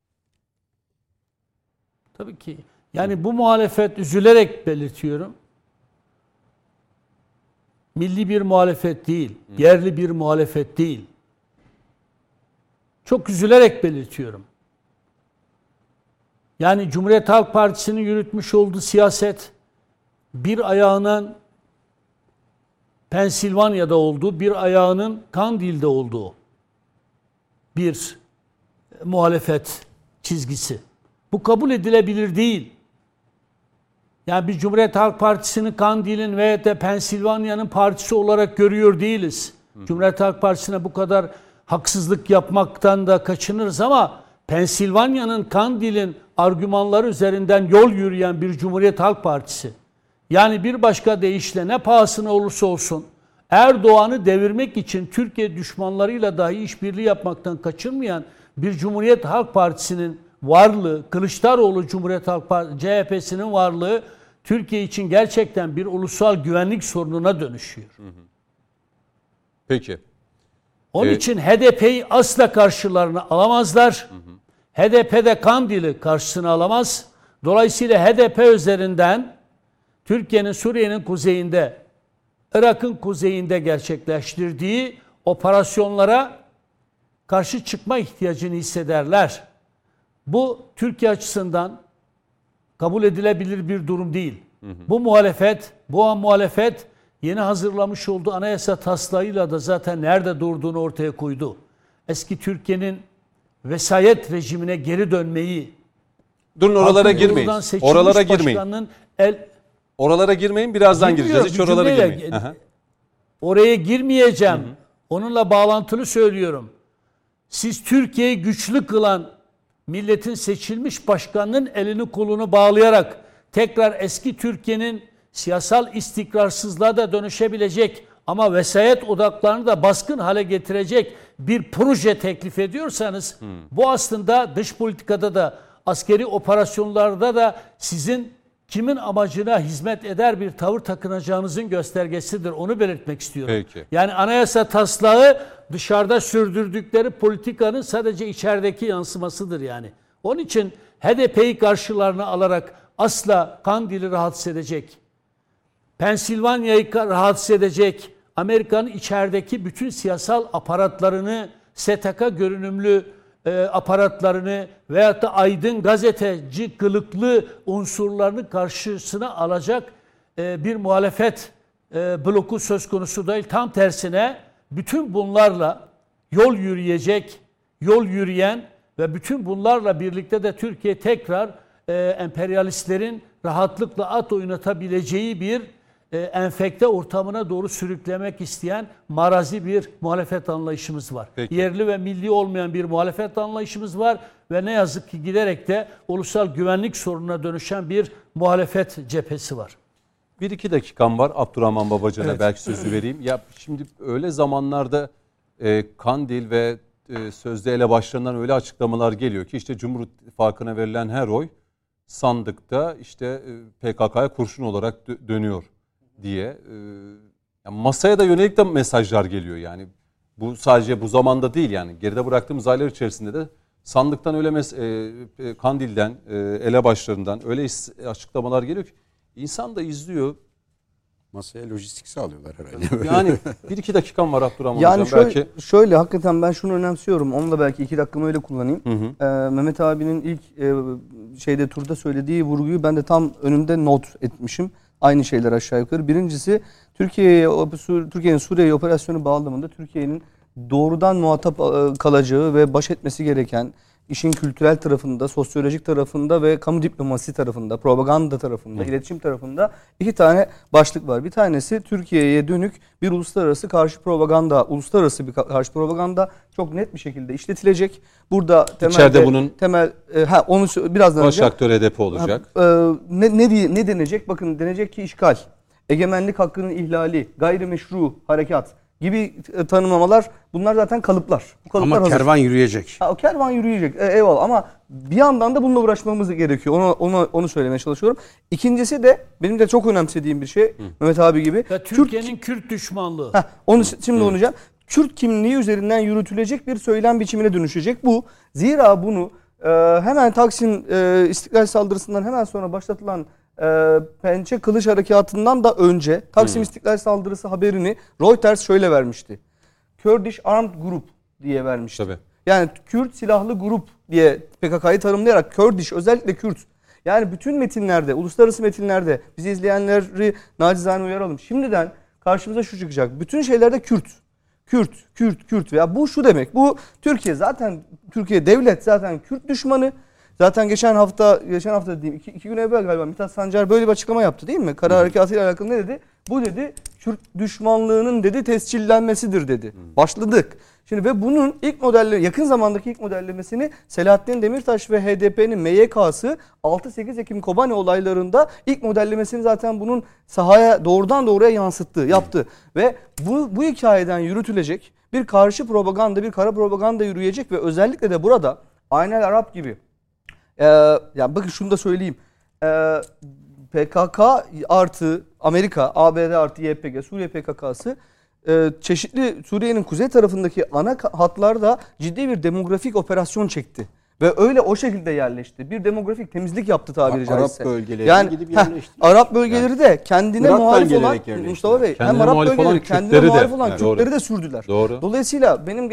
Tabii ki. Yani bu muhalefet, üzülerek belirtiyorum, milli bir muhalefet değil, yerli bir muhalefet değil. Çok üzülerek belirtiyorum. Yani Cumhuriyet Halk Partisi'nin yürütmüş olduğu siyaset, bir ayağının Pensilvanya'da olduğu, bir ayağının Kandil'de olduğu bir muhalefet çizgisi. Bu kabul edilebilir değil. Yani biz Cumhuriyet Halk Partisi'ni Kandil'in ve de Pensilvanya'nın partisi olarak görüyor değiliz. Cumhuriyet Halk Partisi'ne bu kadar haksızlık yapmaktan da kaçınırız ama Pensilvanya'nın Kandil'in argümanları üzerinden yol yürüyen bir Cumhuriyet Halk Partisi. Yani bir başka deyişle ne pahasına olursa olsun Erdoğan'ı devirmek için Türkiye düşmanlarıyla dahi işbirliği yapmaktan kaçınmayan bir Cumhuriyet Halk Partisi'nin varlığı, Kılıçdaroğlu Cumhuriyet Halk Partisi, CHP'sinin varlığı Türkiye için gerçekten bir ulusal güvenlik sorununa dönüşüyor. Peki. Onun için HDP'yi asla karşılarına alamazlar. HDP de Kandil'i karşısına alamaz. Dolayısıyla HDP üzerinden Türkiye'nin Suriye'nin kuzeyinde, Irak'ın kuzeyinde gerçekleştirdiği operasyonlara karşı çıkma ihtiyacını hissederler. Bu Türkiye açısından kabul edilebilir bir durum değil. Bu muhalefet yeni hazırlamış olduğu anayasa taslağıyla da zaten nerede durduğunu ortaya koydu. Eski Türkiye'nin vesayet rejimine geri dönmeyi, durun oralara girmeyin. Oralara girmeyin. Oralara girmeyin, birazdan gireceğiz. Hiç oralara girmeyin. Oraya girmeyeceğim. Onunla bağlantılı söylüyorum. Siz Türkiye'yi güçlü kılan milletin seçilmiş başkanının elini kolunu bağlayarak tekrar eski Türkiye'nin siyasal istikrarsızlığa da dönüşebilecek ama vesayet odaklarını da baskın hale getirecek bir proje teklif ediyorsanız bu aslında dış politikada da askeri operasyonlarda da sizin kimin amacına hizmet eder bir tavır takınacağınızın göstergesidir. Onu belirtmek istiyorum. Peki. Yani anayasa taslağı dışarıda sürdürdükleri politikanın sadece içerideki yansımasıdır yani. Onun için HDP'yi karşılarına alarak asla Kandil'i rahatsız edecek, Pensilvanya'yı rahatsız edecek, Amerika'nın içerideki bütün siyasal aparatlarını, STK görünümlü aparatlarını veyahut da aydın gazeteci kılıklı unsurlarını karşısına alacak bir muhalefet bloku söz konusu değil. Tam tersine bütün bunlarla yol yürüyen ve bütün bunlarla birlikte de Türkiye tekrar emperyalistlerin rahatlıkla at oynatabileceği bir enfekte ortamına doğru sürüklemek isteyen marazi bir muhalefet anlayışımız var. Peki. Yerli ve milli olmayan bir muhalefet anlayışımız var ve ne yazık ki giderek de ulusal güvenlik sorununa dönüşen bir muhalefet cephesi var. 1-2 dakikam var. Abdurrahman Babacan'a belki sözü vereyim. Ya şimdi öyle zamanlarda Kandil ve sözde elebaşlarından öyle açıklamalar geliyor ki işte Cumhur İttifakı'na verilen her oy sandıkta işte PKK'ya kurşun olarak dönüyor diye. Yani masaya da yönelik de mesajlar geliyor yani. Bu sadece bu zamanda değil yani. Geride bıraktığımız aylar içerisinde de sandıktan öyle Kandil'den, elebaşlarından öyle açıklamalar geliyor ki insan da izliyor. Masaya lojistik sağlıyorlar herhalde. Yani 1-2 dakikam var Abdurrahman yani Hocam. Şöyle hakikaten ben şunu önemsiyorum. Onu da belki 2 dakikamı öyle kullanayım. Mehmet abinin ilk turda söylediği vurguyu ben de tam önümde not etmişim. Aynı şeyler aşağı yukarı. Birincisi Türkiye'nin Suriye operasyonu bağlamında Türkiye'nin doğrudan muhatap kalacağı ve baş etmesi gereken işin kültürel tarafında, sosyolojik tarafında ve kamu diplomasi tarafında, propaganda tarafında, iletişim tarafında 2 tane başlık var. Bir tanesi Türkiye'ye dönük bir uluslararası karşı propaganda çok net bir şekilde işletilecek. Burada İçeride bunun onu birazdan baş aktör HDP olacak. Ne denecek? Bakın denecek ki işgal, egemenlik hakkının ihlali, gayrimeşru harekat gibi tanımlamalar, bunlar zaten kalıplar. Bu kalıplar ama kervan yürüyecek. O kervan yürüyecek. Eyvallah ama bir yandan da bununla uğraşmamız gerekiyor. Onu söylemeye çalışıyorum. İkincisi de benim de çok önemsediğim bir şey. Mehmet abi gibi. Türkiye'nin Kürt düşmanlığı. Onu şimdi olacak. Kürt kimliği üzerinden yürütülecek bir söylem biçimine dönüşecek bu. Zira bunu hemen Taksim İstiklal saldırısından hemen sonra başlatılan Pençe Kılıç Harekatı'ndan da önce Taksim İstiklal Saldırısı haberini Reuters şöyle vermişti. Kurdish Armed Group diye vermişti. Tabii. Yani Kürt silahlı grup diye PKK'yı tanımlayarak Kurdish, özellikle Kürt. Yani bütün metinlerde, uluslararası metinlerde bizi izleyenleri nacizane uyaralım. Şimdiden karşımıza şu çıkacak. Bütün şeylerde Kürt. Ya bu şu demek. Bu Türkiye devlet zaten Kürt düşmanı. Zaten geçen hafta diyeyim, iki gün evvel galiba Mithat Sancar böyle bir açıklama yaptı değil mi? Kara harekatıyla alakalı ne dedi? Bu dedi Kürt düşmanlığının dedi tescillenmesidir dedi. Başladık. Şimdi ve bunun ilk modelleri, yakın zamandaki ilk modellemesini Selahattin Demirtaş ve HDP'nin MYK'sı 6-8 Ekim Kobani olaylarında ilk modellemesini zaten bunun sahaya doğrudan doğruya yaptı. Ve bu hikayeden yürütülecek bir karşı propaganda, bir kara propaganda yürüyecek ve özellikle de burada Aynel Arap gibi ya bakın şunu da söyleyeyim. PKK artı Amerika, ABD artı YPG, Suriye PKK'sı çeşitli Suriye'nin kuzey tarafındaki ana hatlarda ciddi bir demografik operasyon çekti. Ve öyle o şekilde yerleşti. Bir demografik temizlik yaptı tabiri caizse. Arap bölgelerine gidip yerleşti. Arap bölgeleri de kendine Irak'tan muhalif olan yerleşti. Mustafa Bey Kendine hem Arap muhalif bölgeleri olan kendine muhalif olan de. Kürtleri Doğru. de sürdüler. Doğru. Dolayısıyla benim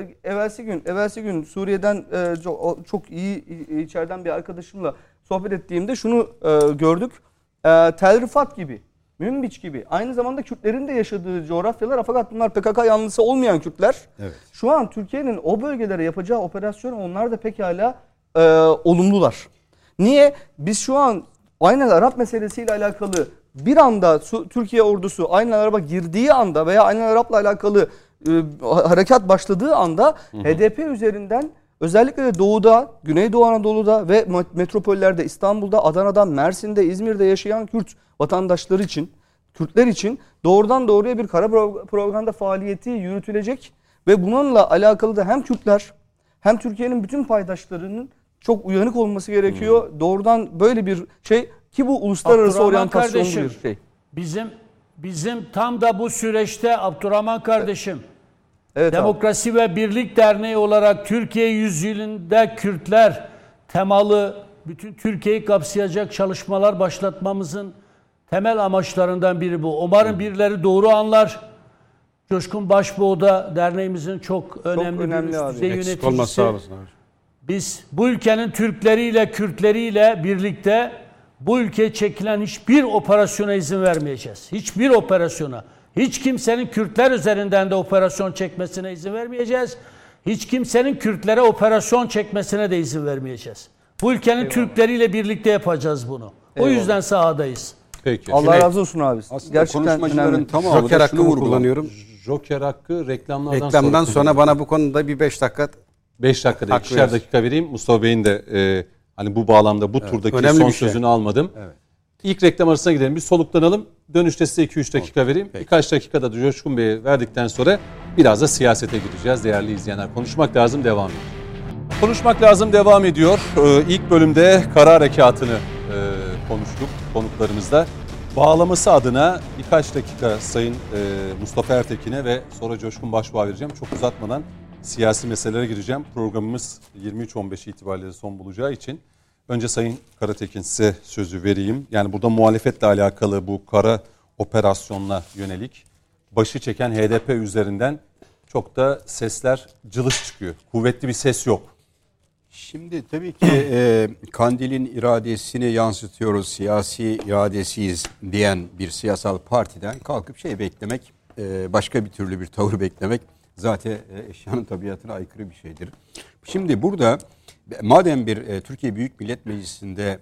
evvelsi gün Suriye'den çok iyi içeriden bir arkadaşımla sohbet ettiğimde şunu gördük. Tel Rifat gibi, Münbiç gibi aynı zamanda Kürtlerin de yaşadığı coğrafyalar, fakat bunlar PKK yanlısı olmayan Kürtler. Evet. Şu an Türkiye'nin o bölgelere yapacağı operasyon onlar da pekala olumlular. Niye? Biz şu an Aynel Arap meselesiyle alakalı bir anda Türkiye ordusu Aynel Arap'a girdiği anda veya Aynel Arap'la alakalı harekat başladığı anda HDP üzerinden özellikle de doğuda, Güneydoğu Anadolu'da ve metropollerde İstanbul'da, Adana'da, Mersin'de, İzmir'de yaşayan Kürt vatandaşları için, Kürtler için doğrudan doğruya bir kara propaganda faaliyeti yürütülecek ve bununla alakalı da hem Kürtler hem Türkiye'nin bütün paydaşlarının çok uyanık olması gerekiyor. Doğrudan böyle bir şey ki bu uluslararası oryantasyonlu bir şey. Bizim tam da bu süreçte Abdurrahman kardeşim, evet, Demokrasi ve Birlik Derneği olarak Türkiye yüzyılında Kürtler temalı bütün Türkiye'yi kapsayacak çalışmalar başlatmamızın temel amaçlarından biri bu. Umarım birileri doğru anlar. Coşkun Başbuğ'da derneğimizin çok önemli bir üst düzey yöneticisi. Biz bu ülkenin Türkleriyle, Kürtleriyle birlikte bu ülkeye çekilen hiçbir operasyona izin vermeyeceğiz. Hiçbir operasyona. Hiç kimsenin Kürtler üzerinden de operasyon çekmesine izin vermeyeceğiz. Hiç kimsenin Kürtlere operasyon çekmesine de izin vermeyeceğiz. Bu ülkenin Türkleriyle birlikte yapacağız bunu. O yüzden sahadayız. Peki. Allah razı olsun abi. Aslında gerçekten konuşmacıların tamamı Joker da şunu hakkımı vurgulamak. kullanıyorum. Joker hakkı Reklamdan sonra bana bu konuda bir 5 dakika 5 dakikada hak 2'şer verir. dakika vereyim. Mustafa Bey'in de hani bu bağlamda bu turdaki önemli son bir şey. sözünü almadım. Evet. İlk reklam arasına gidelim. Bir soluklanalım. Dönüşte size 2-3 dakika vereyim. Peki. Birkaç dakikada da Coşkun Bey'e verdikten sonra biraz da siyasete gireceğiz değerli izleyenler. Konuşmak lazım devam ediyor. Konuşmak lazım devam ediyor. İlk bölümde kara harekatını konuştuk konuklarımızla. Bağlaması adına birkaç dakika Sayın Mustafa Ertekin'e ve sonra Coşkun Başbuğ'a vereceğim. Çok uzatmadan siyasi meselelere gireceğim. Programımız 23.15 itibariyle son bulacağı için önce Sayın Karatekin size sözü vereyim. Yani burada muhalefetle alakalı bu kara operasyonla yönelik başı çeken HDP üzerinden çok da sesler cılız çıkıyor. Kuvvetli bir ses yok. Şimdi tabii ki Kandil'in iradesini yansıtıyoruz, siyasi iradesiyiz diyen bir siyasal partiden kalkıp beklemek, başka bir türlü bir tavır beklemek zaten eşyanın tabiatına aykırı bir şeydir. Şimdi burada madem bir Türkiye Büyük Millet Meclisi'nde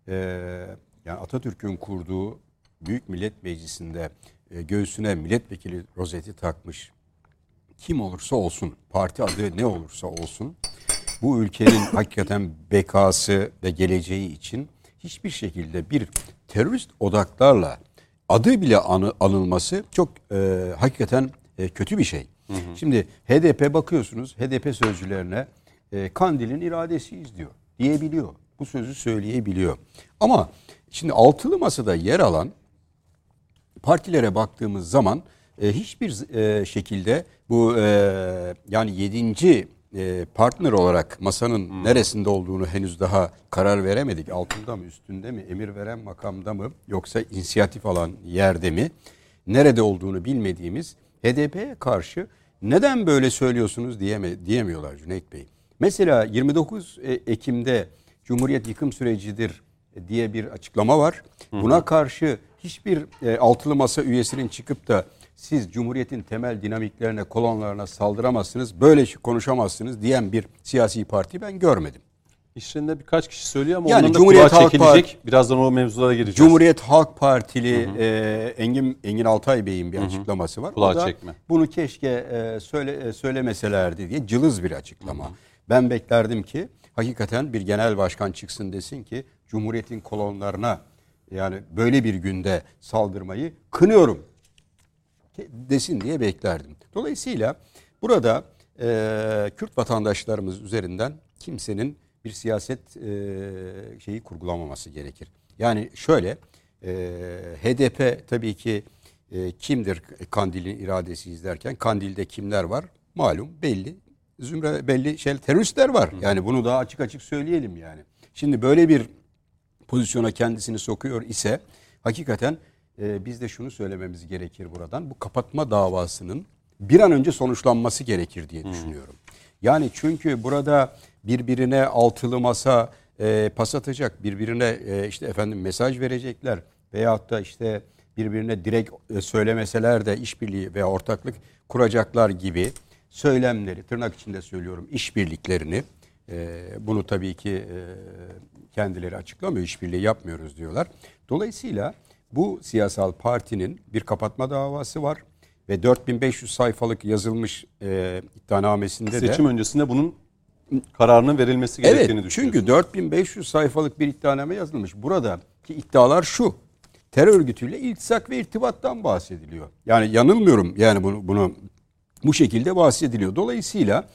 yani Atatürk'ün kurduğu Büyük Millet Meclisi'nde göğsüne milletvekili rozeti takmış kim olursa olsun, parti adı ne olursa olsun, bu ülkenin hakikaten bekası ve geleceği için hiçbir şekilde bir terörist odaklarla adı bile anılması çok hakikaten kötü bir şey. Hı hı. Şimdi HDP bakıyorsunuz, HDP sözcülerine Kandil'in iradesiyiz diyebiliyor. Bu sözü söyleyebiliyor. Ama şimdi altılı masada yer alan partilere baktığımız zaman hiçbir şekilde bu yani 7. partner olarak masanın neresinde olduğunu henüz daha karar veremedik. Altında mı, üstünde mi, emir veren makamda mı, yoksa inisiyatif alan yerde mi, nerede olduğunu bilmediğimiz HDP'ye karşı neden böyle söylüyorsunuz diyemiyorlar Cüneyt Bey. Mesela 29 Ekim'de Cumhuriyet yıkım sürecidir diye bir açıklama var. Buna karşı hiçbir altılı masa üyesinin çıkıp da siz Cumhuriyet'in temel dinamiklerine, kolonlarına saldıramazsınız, böyle konuşamazsınız diyen bir siyasi parti ben görmedim. İşlerinde birkaç kişi söylüyor ama yani onların da Cumhuriyet kulağa Halk çekilecek. Birazdan o mevzulara gireceğiz. Cumhuriyet Halk Partili Engin Altay Bey'in bir açıklaması var. Kulağa o da çekme. Bunu keşke söylemeselerdi diye cılız bir açıklama. Ben beklerdim ki hakikaten bir genel başkan çıksın desin ki Cumhuriyet'in kolonlarına yani böyle bir günde saldırmayı kınıyorum desin diye beklerdim. Dolayısıyla burada Kürt vatandaşlarımız üzerinden kimsenin bir siyaset şeyi kurgulamaması gerekir. Yani şöyle HDP tabii ki kimdir Kandil'in iradesi izlerken Kandil'de kimler var? Malum belli. Belli teröristler var. Yani bunu daha açık açık söyleyelim yani. Şimdi böyle bir pozisyona kendisini sokuyor ise hakikaten biz de şunu söylememiz gerekir buradan. Bu kapatma davasının bir an önce sonuçlanması gerekir diye düşünüyorum. Yani çünkü burada birbirine altılı masa pas atacak, birbirine işte efendim mesaj verecekler veyahut da işte birbirine direkt söylemeseler de işbirliği veya ortaklık kuracaklar gibi söylemleri, tırnak içinde söylüyorum, işbirliklerini, bunu tabii ki kendileri açıklamıyor, işbirliği yapmıyoruz diyorlar. Dolayısıyla bu siyasal partinin bir kapatma davası var ve 4500 sayfalık yazılmış iddianamesinde de seçim öncesinde bunun kararının verilmesi gerektiğini düşünüyorsunuz. Çünkü 4500 sayfalık bir iddianame yazılmış. Buradaki iddialar şu: terör örgütüyle iltisak ve irtibattan bahsediliyor. Yani yanılmıyorum, yani bunu bu şekilde bahsediliyor. Dolayısıyla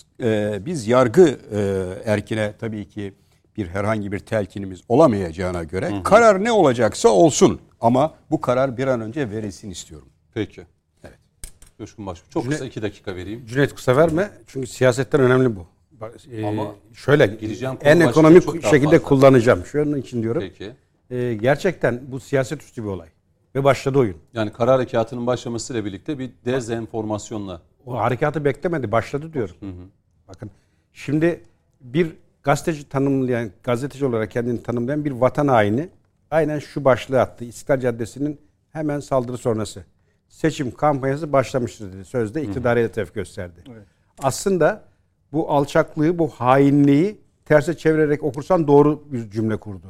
biz yargı erkine tabii ki herhangi bir telkinimiz olamayacağına göre karar ne olacaksa olsun ama bu karar bir an önce verilsin istiyorum. Peki. Evet. Coşkun Başbuğ. Çok kısa 2 dakika vereyim. Cüneyt kısa verme çünkü siyasetten önemli bu. Ama şöyle en ekonomik şekilde kullanacağım. Şunun için diyorum. Peki. Gerçekten bu siyaset üstü bir olay. Ve başladı oyun. Yani karar harekatının başlamasıyla birlikte bir dezenformasyonla. O harekatı beklemedi, başladı diyorum. Bakın şimdi bir gazeteci tanımlayan, gazeteci olarak kendini tanımlayan bir vatan haini aynen şu başlığı attı. İstiklal Caddesi'nin hemen saldırı sonrası. Seçim kampanyası başlamıştır dedi. Sözde iktidara hedef gösterdi. Evet. Aslında bu alçaklığı, bu hainliği terse çevirerek okursan doğru bir cümle kurdu.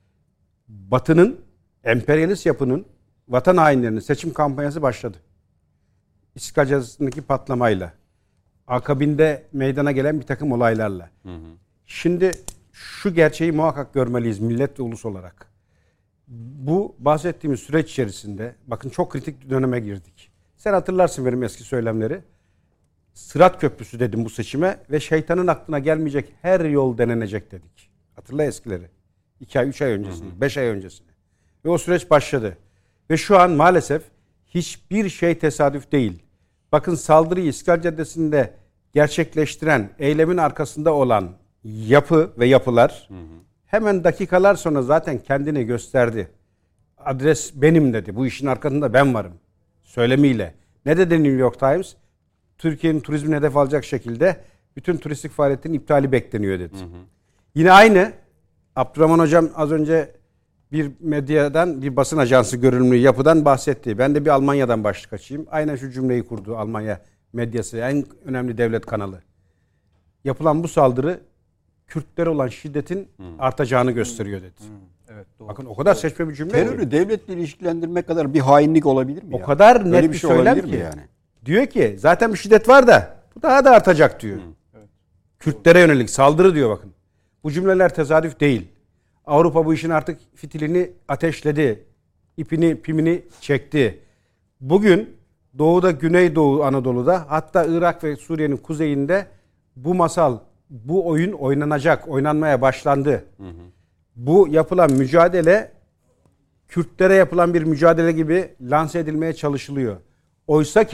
Batı'nın, emperyalist yapının vatan hainlerinin seçim kampanyası başladı. İstiklal Caddesi'ndeki patlamayla. Akabinde meydana gelen bir takım olaylarla. Şimdi şu gerçeği muhakkak görmeliyiz millet ve ulus olarak. Bu bahsettiğimiz süreç içerisinde bakın çok kritik bir döneme girdik. Sen hatırlarsın benim eski söylemleri. Sırat Köprüsü dedim bu seçime ve şeytanın aklına gelmeyecek her yol denenecek dedik. Hatırla eskileri. 2 ay, 3 ay öncesini, 5 ay öncesini. Ve o süreç başladı. Ve şu an maalesef hiçbir şey tesadüf değil. Bakın saldırıyı İstiklal Caddesi'nde gerçekleştiren, eylemin arkasında olan yapı ve yapılar hemen dakikalar sonra zaten kendini gösterdi. Adres benim dedi. Bu işin arkasında ben varım. Söylemiyle. Ne dedi New York Times? Türkiye'nin turizmini hedef alacak şekilde bütün turistik faaliyetin iptali bekleniyor dedi. Yine aynı Abdurrahman Hocam az önce bir medyadan, bir basın ajansı görünümlü yapıdan bahsetti. Ben de bir Almanya'dan başlık açayım. Aynen şu cümleyi kurdu Almanya medyası, en önemli devlet kanalı. Yapılan bu saldırı Kürtlere olan şiddetin artacağını gösteriyor dedi. Evet, doğru. Bakın o kadar seçme bir cümle. Terörü devletle ilişkilendirmek kadar bir hainlik olabilir mi? O kadar net bir söylem ki. Yani? Diyor ki zaten bir şiddet var da bu daha da artacak diyor. Evet. Kürtlere yönelik saldırı diyor bakın. Bu cümleler tesadüf değil. Avrupa bu işin artık fitilini ateşledi. İpini, pimini çekti. Bugün Doğu'da, Güneydoğu Anadolu'da, hatta Irak ve Suriye'nin kuzeyinde bu masal, bu oyun oynanacak, oynanmaya başlandı. Bu yapılan mücadele Kürtlere yapılan bir mücadele gibi lanse edilmeye çalışılıyor. Oysa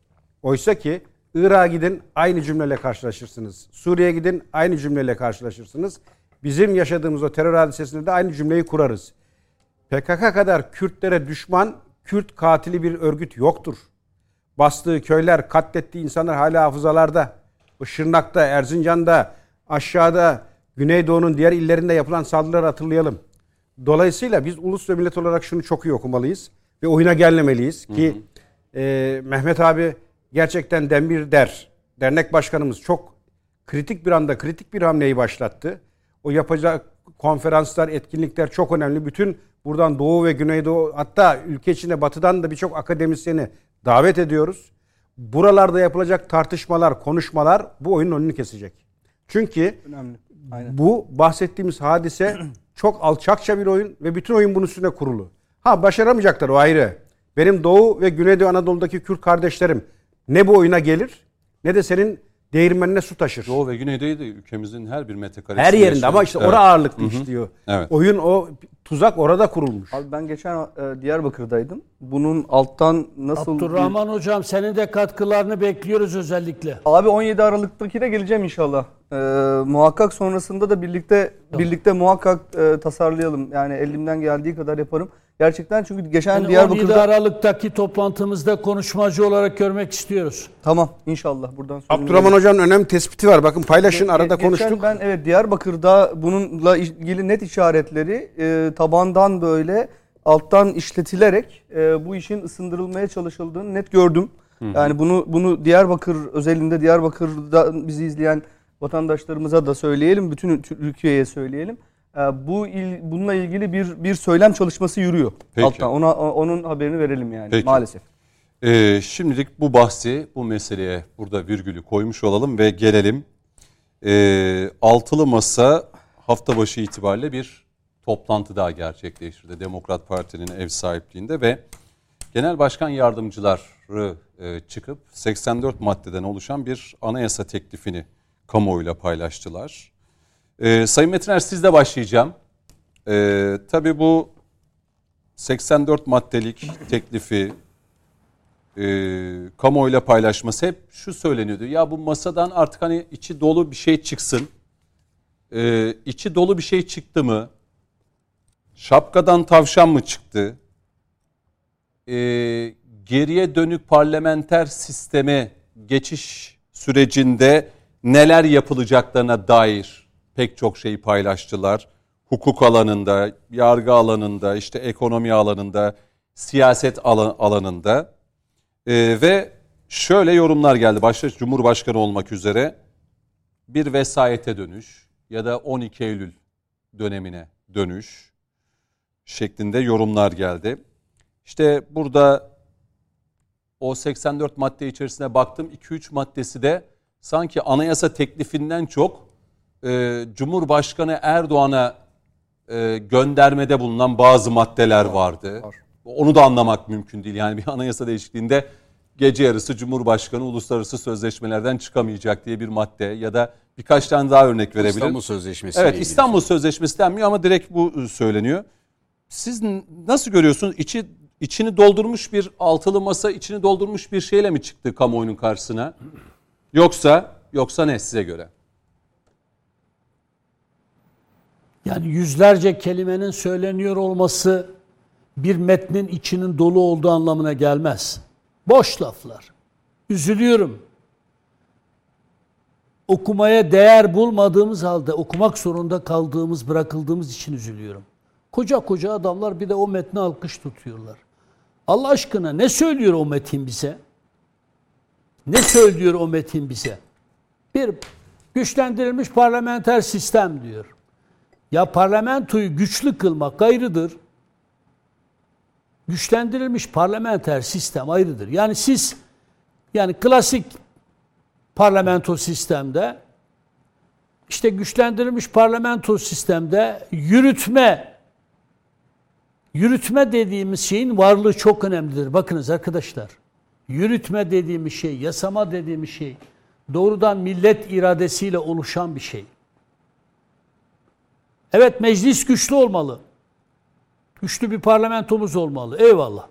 ki Irak'a gidin aynı cümleyle karşılaşırsınız. Suriye'ye gidin aynı cümleyle karşılaşırsınız. Bizim yaşadığımız o terör hadisesinde de aynı cümleyi kurarız. PKK kadar Kürtlere düşman, Kürt katili bir örgüt yoktur. Bastığı köyler, katlettiği insanlar hala hafızalarda. O Şırnak'ta, Erzincan'da, aşağıda, Güneydoğu'nun diğer illerinde yapılan saldırıları hatırlayalım. Dolayısıyla biz ulus ve millet olarak şunu çok iyi okumalıyız ve oyuna gelmemeliyiz ki Mehmet abi gerçekten Dembir dernek başkanımız çok kritik bir anda kritik bir hamleyi başlattı. O yapacak konferanslar, etkinlikler çok önemli. Bütün buradan Doğu ve Güneydoğu, hatta ülke içinde batıdan da birçok akademisyeni davet ediyoruz. Buralarda yapılacak tartışmalar, konuşmalar bu oyunun önünü kesecek. Çünkü Önemli. Aynen. bu bahsettiğimiz hadise çok alçakça bir oyun ve bütün oyun bunun üstüne kurulu. Ha, başaramayacaklar, o ayrı. Benim Doğu ve Güneydoğu Anadolu'daki Kürt kardeşlerim ne bu oyuna gelir ne de senin değirmenine su taşır. Doğu ve Güneydoğu da ülkemizin her bir metrekaresi. Her yerinde ama işte orada ağırlıklı işliyor. Evet. Oyun, o tuzak orada kurulmuş. Abi ben geçen Diyarbakır'daydım. Bunun alttan nasıl... Abdurrahman Hocam, senin de katkılarını bekliyoruz özellikle. Abi 17 Aralık'takine geleceğim inşallah. Muhakkak sonrasında da birlikte muhakkak tasarlayalım. Yani elimden geldiği kadar yaparım. Gerçekten, çünkü geçen Yani Diyarbakır'da... 17 Aralık'taki toplantımızda konuşmacı olarak görmek istiyoruz. Tamam, inşallah buradan sonra. Abdurrahman Hoca'nın önemli tespiti var. Bakın paylaşın, arada konuştuk. Ben Diyarbakır'da bununla ilgili net işaretleri tabandan böyle alttan işletilerek bu işin ısındırılmaya çalışıldığını net gördüm. Yani bunu Diyarbakır özelinde, Diyarbakır'da bizi izleyen vatandaşlarımıza da söyleyelim, bütün Türkiye'ye söyleyelim. Bununla ilgili bir söylem çalışması yürüyor. Peki. Alttan onun haberini verelim yani. Peki. Maalesef. Şimdilik bu bahsi, bu meseleye burada virgülü koymuş olalım ve gelelim. Altılı Masa hafta başı itibariyle bir toplantı daha gerçekleştirdi. Demokrat Parti'nin ev sahipliğinde ve genel başkan yardımcıları çıkıp 84 maddeden oluşan bir anayasa teklifini kamuoyuyla paylaştılar. Sayın Metiner, sizle başlayacağım. Tabii bu 84 maddelik teklifi kamuoyuyla paylaşması, hep şu söyleniyordu. Ya bu masadan artık hani içi dolu bir şey çıksın. İçi dolu bir şey çıktı mı? Şapkadan tavşan mı çıktı? Geriye dönük parlamenter sisteme geçiş sürecinde neler yapılacaklarına dair pek çok şeyi paylaştılar. Hukuk alanında, yargı alanında, işte ekonomi alanında, siyaset alanında. Ve şöyle yorumlar geldi. Başta Cumhurbaşkanı olmak üzere bir vesayete dönüş ya da 12 Eylül dönemine dönüş şeklinde yorumlar geldi. İşte burada o 84 madde içerisine baktım. 2-3 maddesi de sanki anayasa teklifinden çok Cumhurbaşkanı Erdoğan'a göndermede bulunan bazı maddeler vardı. Onu da anlamak mümkün değil. Yani bir anayasa değişikliğinde gece yarısı Cumhurbaşkanı uluslararası sözleşmelerden çıkamayacak diye bir madde ya da birkaç tane daha örnek verebilirim. İstanbul Sözleşmesi. Evet, İstanbul Sözleşmesi denmiyor ama direkt bu söyleniyor. Siz nasıl görüyorsunuz? İçini doldurmuş bir altılı masa, içini doldurmuş bir şeyle mi çıktı kamuoyunun karşısına? Yoksa ne size göre? Yani yüzlerce kelimenin söyleniyor olması bir metnin içinin dolu olduğu anlamına gelmez. Boş laflar. Üzülüyorum. Okumaya değer bulmadığımız halde okumak zorunda bırakıldığımız için üzülüyorum. Koca koca adamlar bir de o metne alkış tutuyorlar. Allah aşkına ne söylüyor o metin bize? Ne söylüyor o metin bize? Bir güçlendirilmiş parlamenter sistem diyor. Ya parlamentoyu güçlü kılmak ayrıdır. Güçlendirilmiş parlamenter sistem ayrıdır. Yani siz, yani klasik parlamento sistemde, işte güçlendirilmiş parlamento sistemde yürütme dediğimiz şeyin varlığı çok önemlidir. Bakınız arkadaşlar, yürütme dediğimiz şey, yasama dediğimiz şey doğrudan millet iradesiyle oluşan bir şey. Evet, meclis güçlü olmalı. Güçlü bir parlamentomuz olmalı. Eyvallah.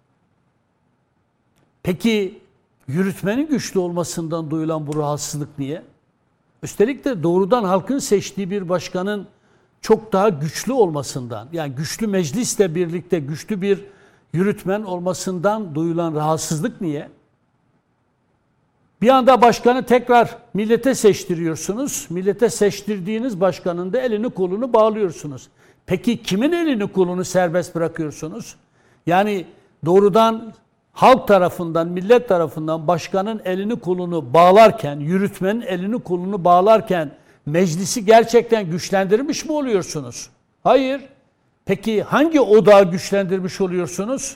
Peki yürütmenin güçlü olmasından duyulan bu rahatsızlık niye? Üstelik de doğrudan halkın seçtiği bir başkanın çok daha güçlü olmasından, yani güçlü meclisle birlikte güçlü bir yürütmen olmasından duyulan rahatsızlık niye? Bir anda başkanı tekrar millete seçtiriyorsunuz. Millete seçtirdiğiniz başkanın da elini kolunu bağlıyorsunuz. Peki kimin elini kolunu serbest bırakıyorsunuz? Yani doğrudan halk tarafından, millet tarafından başkanın elini kolunu bağlarken, yürütmenin elini kolunu bağlarken meclisi gerçekten güçlendirmiş mi oluyorsunuz? Hayır. Peki hangi odağı güçlendirmiş oluyorsunuz?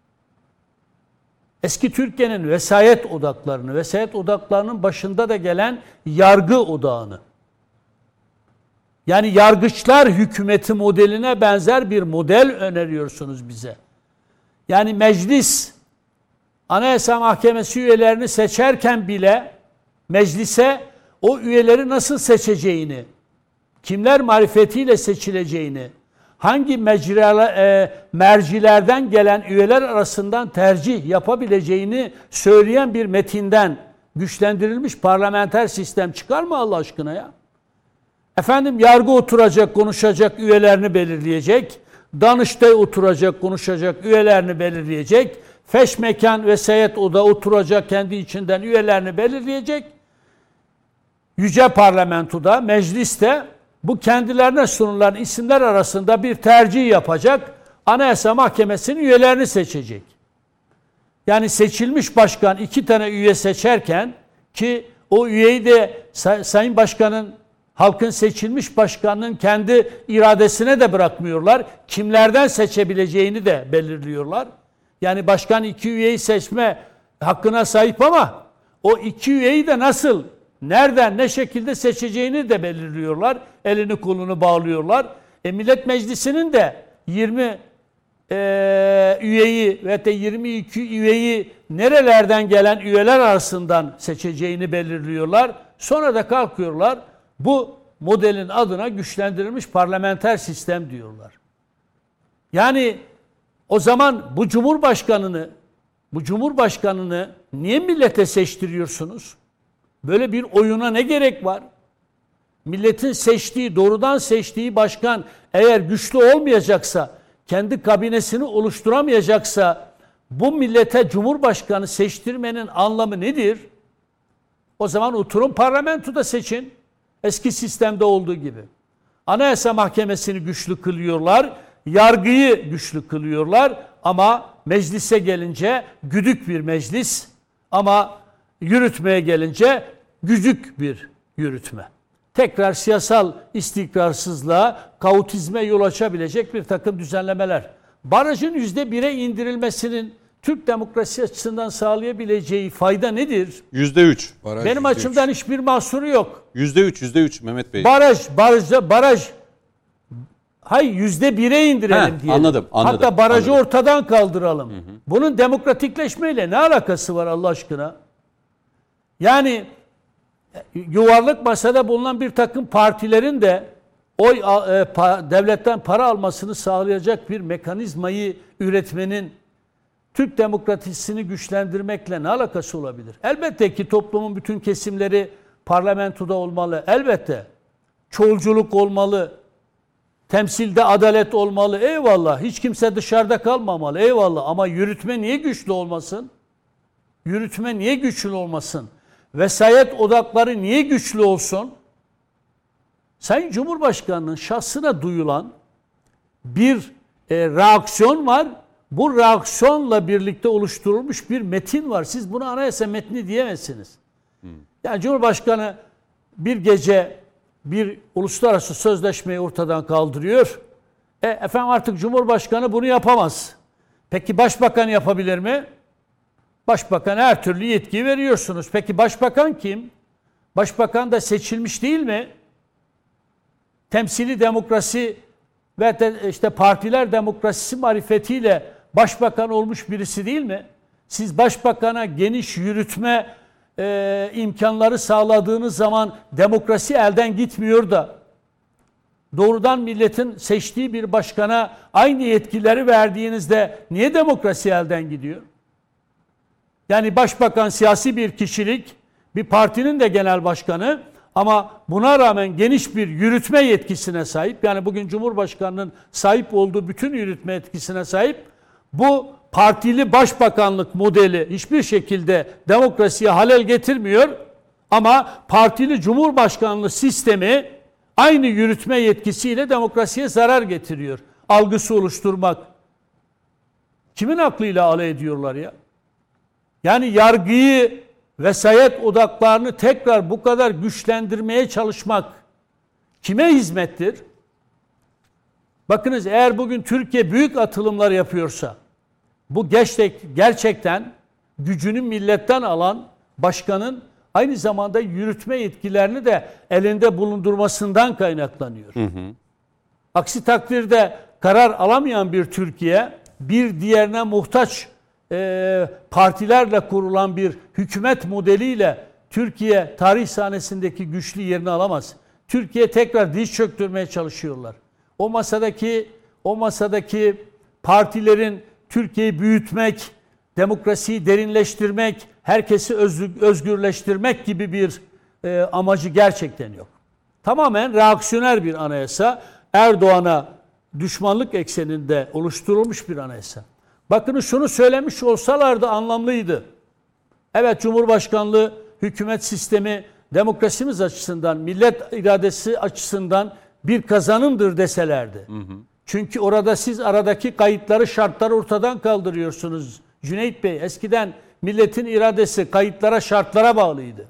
Eski Türkiye'nin vesayet odaklarının başında da gelen yargı odağını. Yani yargıçlar hükümeti modeline benzer bir model öneriyorsunuz bize. Yani meclis Anayasa Mahkemesi üyelerini seçerken bile meclise o üyeleri nasıl seçeceğini, kimler marifetiyle seçileceğini, hangi mercilerden gelen üyeler arasından tercih yapabileceğini söyleyen bir metinden güçlendirilmiş parlamenter sistem çıkar mı Allah aşkına ya? Efendim yargı oturacak, konuşacak, üyelerini belirleyecek. Danıştay oturacak, konuşacak, üyelerini belirleyecek. Feşmekan vesayet oda oturacak, kendi içinden üyelerini belirleyecek. Yüce Parlamentoda, mecliste bu kendilerine sunulan isimler arasında bir tercih yapacak. Anayasa Mahkemesi'nin üyelerini seçecek. Yani seçilmiş başkan 2 tane üye seçerken ki o üyeyi de Sayın Başkan'ın, halkın seçilmiş başkanının kendi iradesine de bırakmıyorlar. Kimlerden seçebileceğini de belirliyorlar. Yani başkan 2 üyeyi seçme hakkına sahip ama o 2 üyeyi de nasıl, nereden, ne şekilde seçeceğini de belirliyorlar. Elini kolunu bağlıyorlar. Millet Meclisi'nin de 20 üyeyi ve de 22 üyeyi nerelerden gelen üyeler arasından seçeceğini belirliyorlar. Sonra da kalkıyorlar. Bu modelin adına güçlendirilmiş parlamenter sistem diyorlar. Yani o zaman bu Cumhurbaşkanını niye millete seçtiriyorsunuz? Böyle bir oyuna ne gerek var? Milletin seçtiği, doğrudan seçtiği başkan eğer güçlü olmayacaksa, kendi kabinesini oluşturamayacaksa bu millete Cumhurbaşkanı seçtirmenin anlamı nedir? O zaman oturun parlamentoda seçin. Eski sistemde olduğu gibi. Anayasa Mahkemesi'ni güçlü kılıyorlar, yargıyı güçlü kılıyorlar ama meclise gelince güdük bir meclis ama yürütmeye gelince gücük bir yürütme. Tekrar siyasal istikrarsızlığa, kaotizme yol açabilecek bir takım düzenlemeler. Barajın %1'e indirilmesinin Türk demokrasi açısından sağlayabileceği fayda nedir? %3. Benim açımdan hiçbir mahsuru yok. %3 Mehmet Bey. Baraj. Hayır, %1'e indirelim diyelim. Anladım. Hatta barajı ortadan kaldıralım. Bunun demokratikleşmeyle ne alakası var Allah aşkına? Yani yuvarlak masada bulunan bir takım partilerin de devletten para almasını sağlayacak bir mekanizmayı üretmenin Türk demokrasisini güçlendirmekle ne alakası olabilir? Elbette ki toplumun bütün kesimleri parlamentoda olmalı. Elbette. Çoğulculuk olmalı. Temsilde adalet olmalı. Eyvallah. Hiç kimse dışarıda kalmamalı. Eyvallah. Ama yürütme niye güçlü olmasın? Yürütme niye güçlü olmasın? Vesayet odakları niye güçlü olsun? Sayın Cumhurbaşkanı'nın şahsına duyulan bir reaksiyon var. Bu reaksiyonla birlikte oluşturulmuş bir metin var. Siz buna anayasa metni diyemezsiniz. Yani Cumhurbaşkanı bir gece bir uluslararası sözleşmeyi ortadan kaldırıyor. Efendim artık Cumhurbaşkanı bunu yapamaz. Peki Başbakan yapabilir mi? Başbakan'a her türlü yetkiyi veriyorsunuz. Peki Başbakan kim? Başbakan da seçilmiş değil mi? Temsili demokrasi ve de işte partiler demokrasisi marifetiyle başbakan olmuş birisi değil mi? Siz başbakana geniş yürütme imkanları sağladığınız zaman demokrasi elden gitmiyor da doğrudan milletin seçtiği bir başkana aynı yetkileri verdiğinizde niye demokrasi elden gidiyor? Yani başbakan siyasi bir kişilik, bir partinin de genel başkanı ama buna rağmen geniş bir yürütme yetkisine sahip. Yani bugün Cumhurbaşkanı'nın sahip olduğu bütün yürütme yetkisine sahip. Bu partili başbakanlık modeli hiçbir şekilde demokrasiye halel getirmiyor. Ama partili Cumhurbaşkanlığı sistemi aynı yürütme yetkisiyle demokrasiye zarar getiriyor. Algısı oluşturmak. Kimin aklıyla alay ediyorlar ya? Yani yargıyı, vesayet odaklarını tekrar bu kadar güçlendirmeye çalışmak Kime hizmettir? Bakınız, eğer bugün Türkiye büyük atılımlar yapıyorsa, bu gerçekten gücünü milletten alan başkanın aynı zamanda yürütme yetkilerini de elinde bulundurmasından kaynaklanıyor. Aksi takdirde karar alamayan bir Türkiye, bir diğerine muhtaç partilerle kurulan bir hükümet modeliyle Türkiye tarih sahnesindeki güçlü yerini alamaz. Türkiye tekrar diz çöktürmeye çalışıyorlar. O masadaki partilerin Türkiye'yi büyütmek, demokrasiyi derinleştirmek, herkesi özgürleştirmek gibi bir amacı gerçekten yok. Tamamen reaksiyoner bir anayasa, Erdoğan'a düşmanlık ekseninde oluşturulmuş bir anayasa. Bakın, şunu söylemiş olsalardı anlamlıydı. Evet, Cumhurbaşkanlığı hükümet sistemi demokrasimiz açısından, millet iradesi açısından bir kazanımdır deselerdi. Çünkü orada siz aradaki kayıtları, şartları ortadan kaldırıyorsunuz. Cüneyt Bey, eskiden milletin iradesi kayıtlara, şartlara bağlıydı.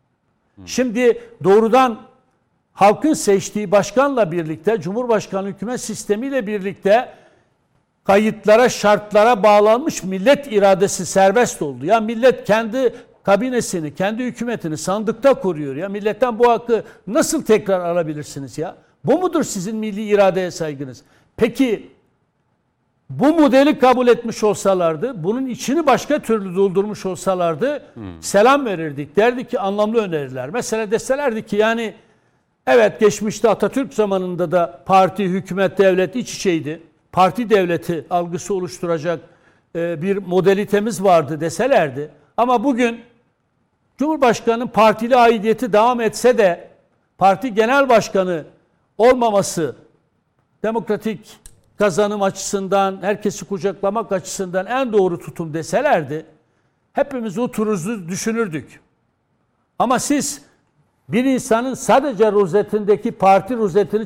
Şimdi doğrudan halkın seçtiği başkanla birlikte, Cumhurbaşkanlığı hükümet sistemiyle birlikte kayıtlara, şartlara bağlanmış millet iradesi serbest oldu. Ya millet kendi kabinesini, kendi hükümetini sandıkta kuruyor. Ya milletten bu hakkı nasıl tekrar alabilirsiniz ya? Bu mudur sizin milli iradeye saygınız? Peki bu modeli kabul etmiş olsalardı, bunun içini başka türlü doldurmuş olsalardı selam verirdik. Derdik ki anlamlı öneriler. Mesela deselerdi ki yani evet, geçmişte Atatürk zamanında da parti, hükümet, devlet iç içeydi. Parti devleti algısı oluşturacak bir modalitemiz vardı deselerdi. Ama bugün Cumhurbaşkanı'nın partili aidiyeti devam etse de parti genel başkanı olmaması demokratik kazanım açısından, herkesi kucaklamak açısından en doğru tutum deselerdi hepimiz otururuz, düşünürdük. Ama siz bir insanın sadece rozetindeki parti rozetini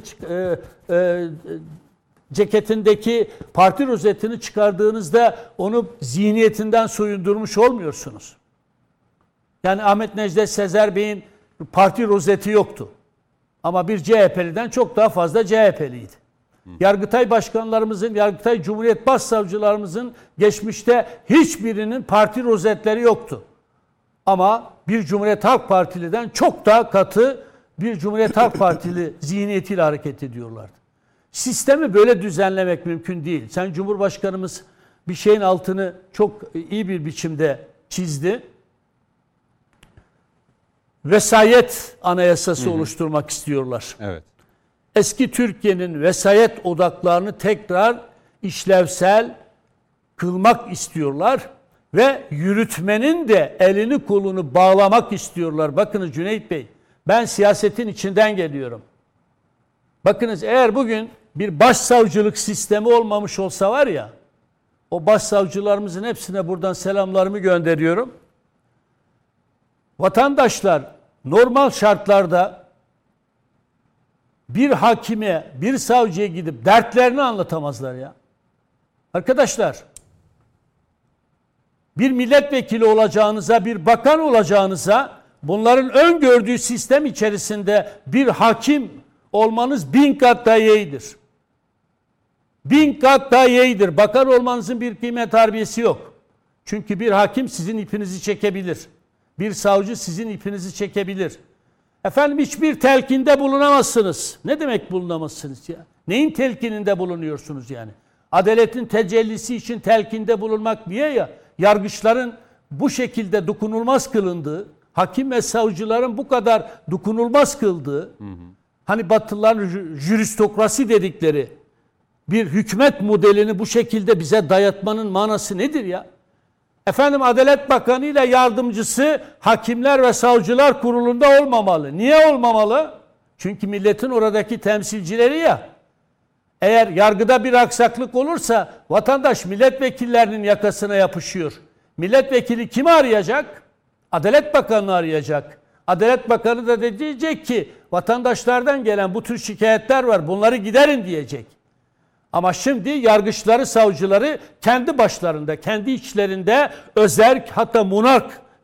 ceketindeki parti rozetini çıkardığınızda onu zihniyetinden soyundurmuş olmuyorsunuz. Yani Ahmet Necdet Sezer Bey'in parti rozeti yoktu. Ama bir CHP'liden çok daha fazla CHP'liydi. Yargıtay başkanlarımızın, Yargıtay Cumhuriyet Başsavcılarımızın geçmişte hiçbirinin parti rozetleri yoktu. Ama bir Cumhuriyet Halk Partili'den çok daha katı bir Cumhuriyet Halk Partili zihniyetiyle hareket ediyorlardı. Sistemi böyle düzenlemek mümkün değil. Sen Cumhurbaşkanımız bir şeyin altını çok iyi bir biçimde çizdi. Vesayet anayasası oluşturmak istiyorlar. Evet. Eski Türkiye'nin vesayet odaklarını tekrar işlevsel kılmak istiyorlar ve yürütmenin de elini kolunu bağlamak istiyorlar. Bakınız Cüneyt Bey, ben siyasetin içinden geliyorum. Bakınız, eğer bugün bir başsavcılık sistemi olmamış olsa var ya, o başsavcılarımızın hepsine buradan selamlarımı gönderiyorum. Vatandaşlar normal şartlarda bir hakime, bir savcıya gidip dertlerini anlatamazlar ya. Arkadaşlar, bir milletvekili olacağınıza, bir bakan olacağınıza bunların öngördüğü sistem içerisinde bir hakim olmanız 1000 kat daha iyidir. 1000 kat daha iyidir. Bakan olmanızın bir kıymet harbiyesi yok. Çünkü bir hakim sizin ipinizi çekebilir. Bir savcı sizin ipinizi çekebilir. Efendim, hiçbir telkinde bulunamazsınız. Ne demek bulunamazsınız ya? Neyin telkininde bulunuyorsunuz yani? Adaletin tecellisi için telkinde bulunmak niye ya? Yargıçların bu şekilde dokunulmaz kılındığı, hakim ve savcıların bu kadar dokunulmaz kıldığı, hani Batılıların jüristokrasi dedikleri bir hükümet modelini bu şekilde bize dayatmanın manası nedir ya? Efendim, Adalet Bakanı ile yardımcısı Hakimler ve Savcılar Kurulu'nda olmamalı. Niye olmamalı? Çünkü milletin oradaki temsilcileri ya. Eğer yargıda bir aksaklık olursa vatandaş milletvekillerinin yakasına yapışıyor. Milletvekili kimi arayacak? Adalet Bakanı'nı arayacak. Adalet Bakanı da diyecek ki vatandaşlardan gelen bu tür şikayetler var, bunları giderin diyecek. Ama şimdi yargıçları, savcıları kendi başlarında, kendi içlerinde özerk, hatta monark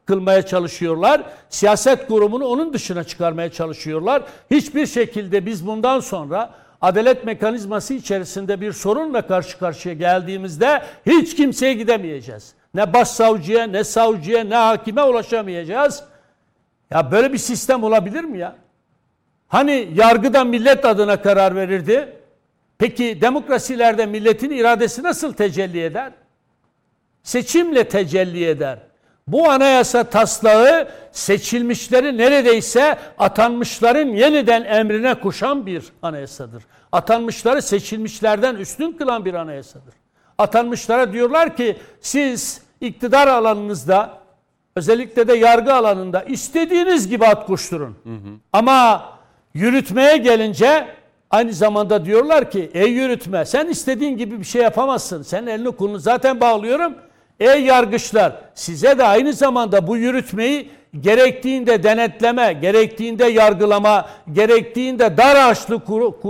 kılmaya çalışıyorlar. Siyaset kurumunu onun dışına çıkarmaya çalışıyorlar. Hiçbir şekilde biz bundan sonra adalet mekanizması içerisinde bir sorunla karşı karşıya geldiğimizde hiç kimseye gidemeyeceğiz. Ne başsavcıya, ne savcıya, ne hakime ulaşamayacağız. Ya böyle bir sistem olabilir mi ya? Hani yargıda millet adına karar verirdi. Peki demokrasilerde milletin iradesi nasıl tecelli eder? Seçimle tecelli eder. Bu anayasa taslağı seçilmişleri neredeyse atanmışların yeniden emrine koşan bir anayasadır. Atanmışları seçilmişlerden üstün kılan bir anayasadır. Atanmışlara diyorlar ki siz iktidar alanınızda, özellikle de yargı alanında istediğiniz gibi at koşturun. Ama yürütmeye gelince aynı zamanda diyorlar ki ey yürütme sen istediğin gibi bir şey yapamazsın. Sen elini kolunu zaten bağlıyorum. Ey yargıçlar size de aynı zamanda bu yürütmeyi gerektiğinde denetleme, gerektiğinde yargılama, gerektiğinde dar ağaçlı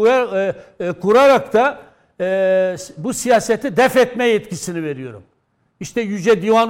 kurarak da bu siyaseti def etme yetkisini veriyorum. İşte Yüce Divan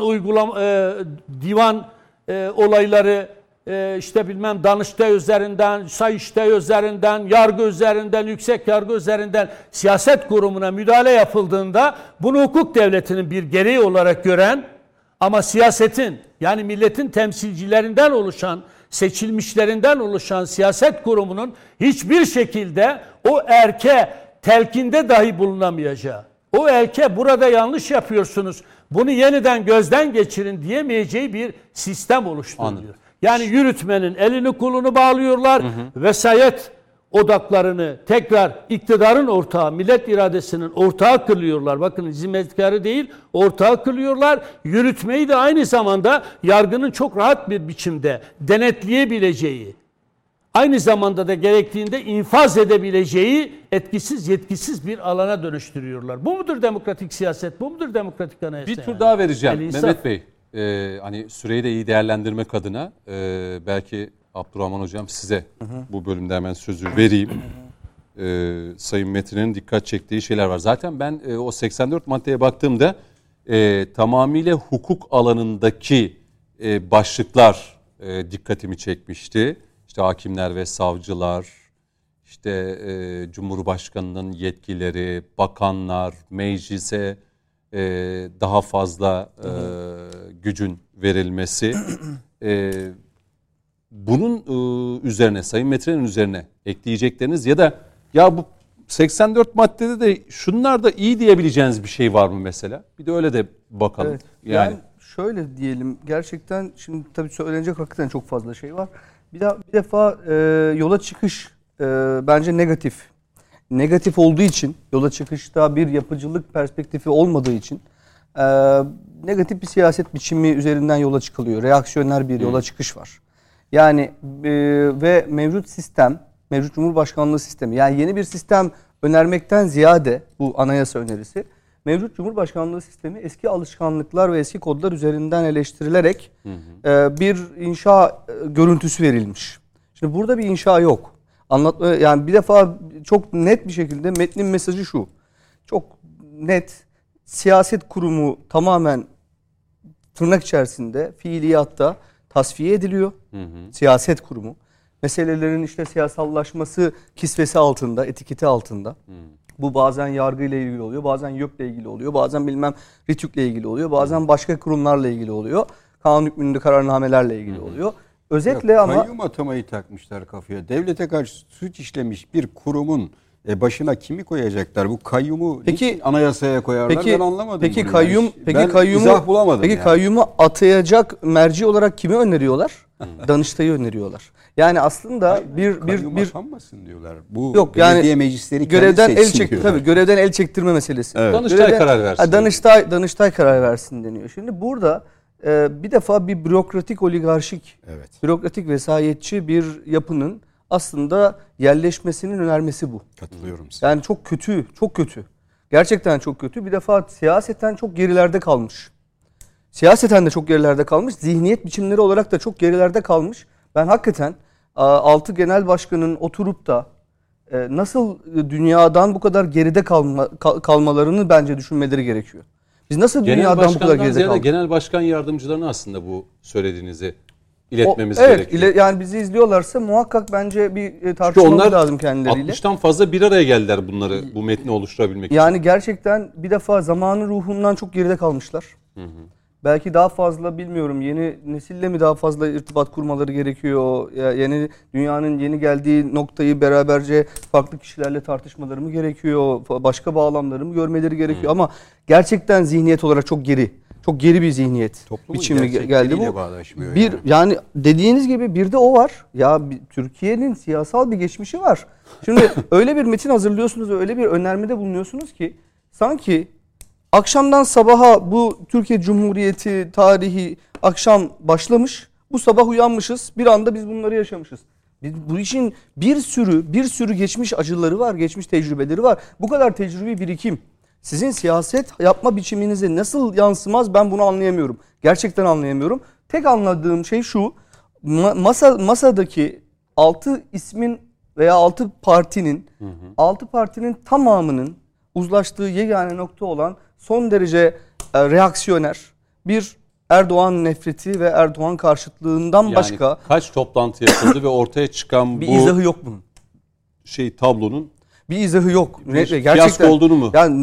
divan olayları işte bilmem Danıştay üzerinden, Sayıştay üzerinden, yargı üzerinden, yüksek yargı üzerinden siyaset kurumuna müdahale yapıldığında bunu hukuk devletinin bir gereği olarak gören ama siyasetin yani milletin temsilcilerinden oluşan, seçilmişlerinden oluşan siyaset kurumunun hiçbir şekilde o erke telkinde dahi bulunamayacağı, o erke burada yanlış yapıyorsunuz, bunu yeniden gözden geçirin diyemeyeceği bir sistem oluşturuluyor. Yani yürütmenin elini kolunu bağlıyorlar, vesayet odaklarını tekrar iktidarın ortağı, millet iradesinin ortağı kılıyorlar. Bakın hizmetkarı değil, ortağı kılıyorlar. Yürütmeyi de aynı zamanda yargının çok rahat bir biçimde denetleyebileceği, aynı zamanda da gerektiğinde infaz edebileceği etkisiz, yetkisiz bir alana dönüştürüyorlar. Bu mudur demokratik siyaset? Bu mudur demokratik anayasa? Bir tur daha vereceğim Mehmet Bey. Hani süreyi de iyi değerlendirmek adına belki Abdurrahman Hocam size bu bölümde hemen sözü vereyim. Sayın Metin'in dikkat çektiği şeyler var. Zaten ben o 84 maddeye baktığımda tamamıyla hukuk alanındaki başlıklar dikkatimi çekmişti. İşte hakimler ve savcılar, işte Cumhurbaşkanı'nın yetkileri, bakanlar, meclise daha fazla gücün verilmesi. Bunun üzerine, Sayın Metin'in üzerine ekleyecekleriniz ya da ya bu 84 maddede de şunlar da iyi diyebileceğiniz bir şey var mı mesela? Bir de öyle de bakalım. Evet, yani şöyle diyelim, gerçekten şimdi tabii söylenecek hakikaten çok fazla şey var. Bir defa yola çıkış bence negatif. Negatif olduğu için, yola çıkışta bir yapıcılık perspektifi olmadığı için negatif bir siyaset biçimi üzerinden yola çıkılıyor. Reaksiyoner bir yola çıkış var. Yani ve mevcut sistem, mevcut Cumhurbaşkanlığı sistemi, yani yeni bir sistem önermekten ziyade bu anayasa önerisi, mevcut Cumhurbaşkanlığı sistemi eski alışkanlıklar ve eski kodlar üzerinden eleştirilerek bir inşa görüntüsü verilmiş. Şimdi burada bir inşa yok. Yani bir defa çok net bir şekilde metnin mesajı şu. Çok net, siyaset kurumu tamamen tırnak içerisinde fiiliyatta tasfiye ediliyor. Siyaset kurumu. Meselelerin işte siyasallaşması kisvesi altında, etiketi altında. Bu bazen yargıyla ilgili oluyor, bazen YÖK'le ilgili oluyor, bazen bilmem RİTÜK'le ilgili oluyor, bazen başka kurumlarla ilgili oluyor. Kanun hükmünde kararnamelerle ilgili oluyor. Özetle ya, ama... Kayyum atamayı takmışlar kafaya. Devlete karşı suç işlemiş bir kurumun başına kimi koyacaklar? Bu kayyumu anayasaya koyarlar, ben anlamadım. Peki kayyumu izah bulamadım. Peki kayyumu atayacak merci olarak kimi öneriyorlar? Danıştay'ı öneriyorlar. Yani aslında kayyum atanmasın diyorlar. Bu yok, belediye yani meclisleri görevden görevden el çektirme meselesi. Evet. Danıştay karar versin. Danıştay karar versin deniyor. Şimdi burada bir defa bir bürokratik oligarşik, bürokratik vesayetçi bir yapının aslında yerleşmesinin önermesi bu. Katılıyorum size. Yani çok kötü, çok kötü. Gerçekten çok kötü. Bir defa siyaseten çok gerilerde kalmış. Siyaseten de çok gerilerde kalmış. Zihniyet biçimleri olarak da çok gerilerde kalmış. Ben hakikaten 6 genel başkanın oturup da nasıl dünyadan bu kadar geride kalmalarını bence düşünmeleri gerekiyor. Biz nasıl dünyadan bu kadar geride kaldık? Genel başkan yardımcılarına aslında bu söylediğinizi iletmemiz evet, gerekiyor. yani bizi izliyorlarsa muhakkak bence bir tartışmamız lazım kendileriyle. 60'tan fazla bir araya geldiler bu metni oluşturabilmek için. Yani gerçekten bir defa zamanın ruhundan çok geride kalmışlar. Belki daha fazla bilmiyorum, yeni nesille mi daha fazla irtibat kurmaları gerekiyor? Yeni dünyanın yeni geldiği noktayı beraberce farklı kişilerle tartışmaları mı gerekiyor? Başka bağlamları mı görmeleri gerekiyor? Ama gerçekten zihniyet olarak çok geri. Çok geri bir zihniyet biçimi geldi bu. Yani dediğiniz gibi bir de o var. Ya Türkiye'nin siyasal bir geçmişi var. Şimdi öyle bir metin hazırlıyorsunuz, öyle bir önermede bulunuyorsunuz ki sanki akşamdan sabaha bu Türkiye Cumhuriyeti tarihi akşam başlamış. Bu sabah uyanmışız. Bir anda biz bunları yaşamışız. Bu işin bir sürü geçmiş acıları var, geçmiş tecrübeleri var. Bu kadar tecrübi birikim sizin siyaset yapma biçiminize nasıl yansımaz, ben bunu anlayamıyorum. Gerçekten anlayamıyorum. Tek anladığım şey şu: masadaki 6 ismin veya 6 partinin tamamının uzlaştığı yegane nokta olan son derece reaksiyoner bir Erdoğan nefreti ve Erdoğan karşıtlığından yani başka kaç toplantı yapıldı ve ortaya çıkan bir izahı yok bunun. Tablonun bir izahı yok. Gerçekten fiyasko olduğunu mu? Yani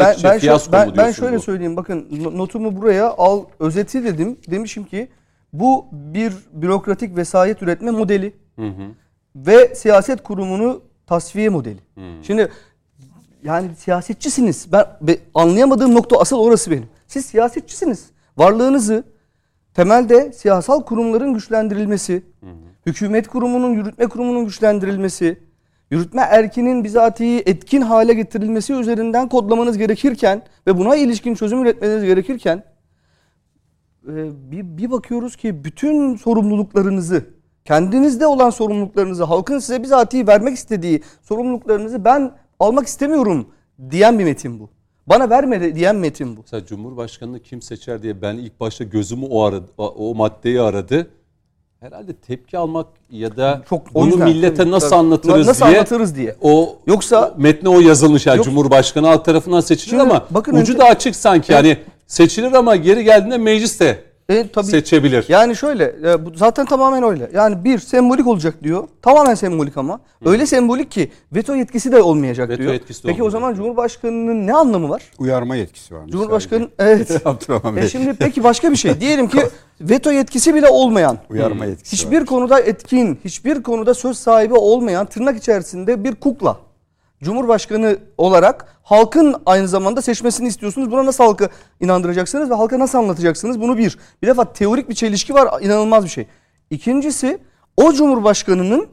ben şöyle söyleyeyim, bakın notumu buraya al, özeti dedim. Demişim ki bu bir bürokratik vesayet üretme modeli ve siyaset kurumunu tasfiye modeli. Şimdi yani siyasetçisiniz. Ben anlayamadığım nokta asıl orası benim. Siz siyasetçisiniz. Varlığınızı temelde siyasal kurumların güçlendirilmesi, hükümet kurumunun, yürütme kurumunun güçlendirilmesi, yürütme erkinin bizatihi etkin hale getirilmesi üzerinden kodlamanız gerekirken ve buna ilişkin çözüm üretmeniz gerekirken bir bakıyoruz ki bütün sorumluluklarınızı, kendinizde olan sorumluluklarınızı, halkın size bizatihi vermek istediği sorumluluklarınızı ben almak istemiyorum diyen bir metin bu. Bana verme diyen metin bu. Mesela Cumhurbaşkanını kim seçer diye ben ilk başta gözümü o maddeyi aradı. Herhalde tepki almak ya da bunu millete nasıl anlatırız diye. Yoksa metne o yazılmış yani Cumhurbaşkanı halk tarafından seçilir ama ucu da açık sanki. Yani seçilir ama geri geldiğinde meclis de seçebilir. Yani şöyle, zaten tamamen öyle. Yani bir sembolik olacak diyor. Tamamen sembolik ama. Öyle sembolik ki veto yetkisi de olmayacak diyor. Peki o zaman Cumhurbaşkanı'nın ne anlamı var? Uyarma yetkisi var. Cumhurbaşkanı evet. Şimdi peki başka bir şey. Diyelim ki veto yetkisi bile olmayan, uyarma yetkisi hiçbir konuda etkin, hiçbir konuda söz sahibi olmayan, tırnak içerisinde bir kukla. Cumhurbaşkanı olarak halkın aynı zamanda seçmesini istiyorsunuz. Buna nasıl halkı inandıracaksınız ve halka nasıl anlatacaksınız? Bunu bir defa teorik bir çelişki var, inanılmaz bir şey. İkincisi, o Cumhurbaşkanı'nın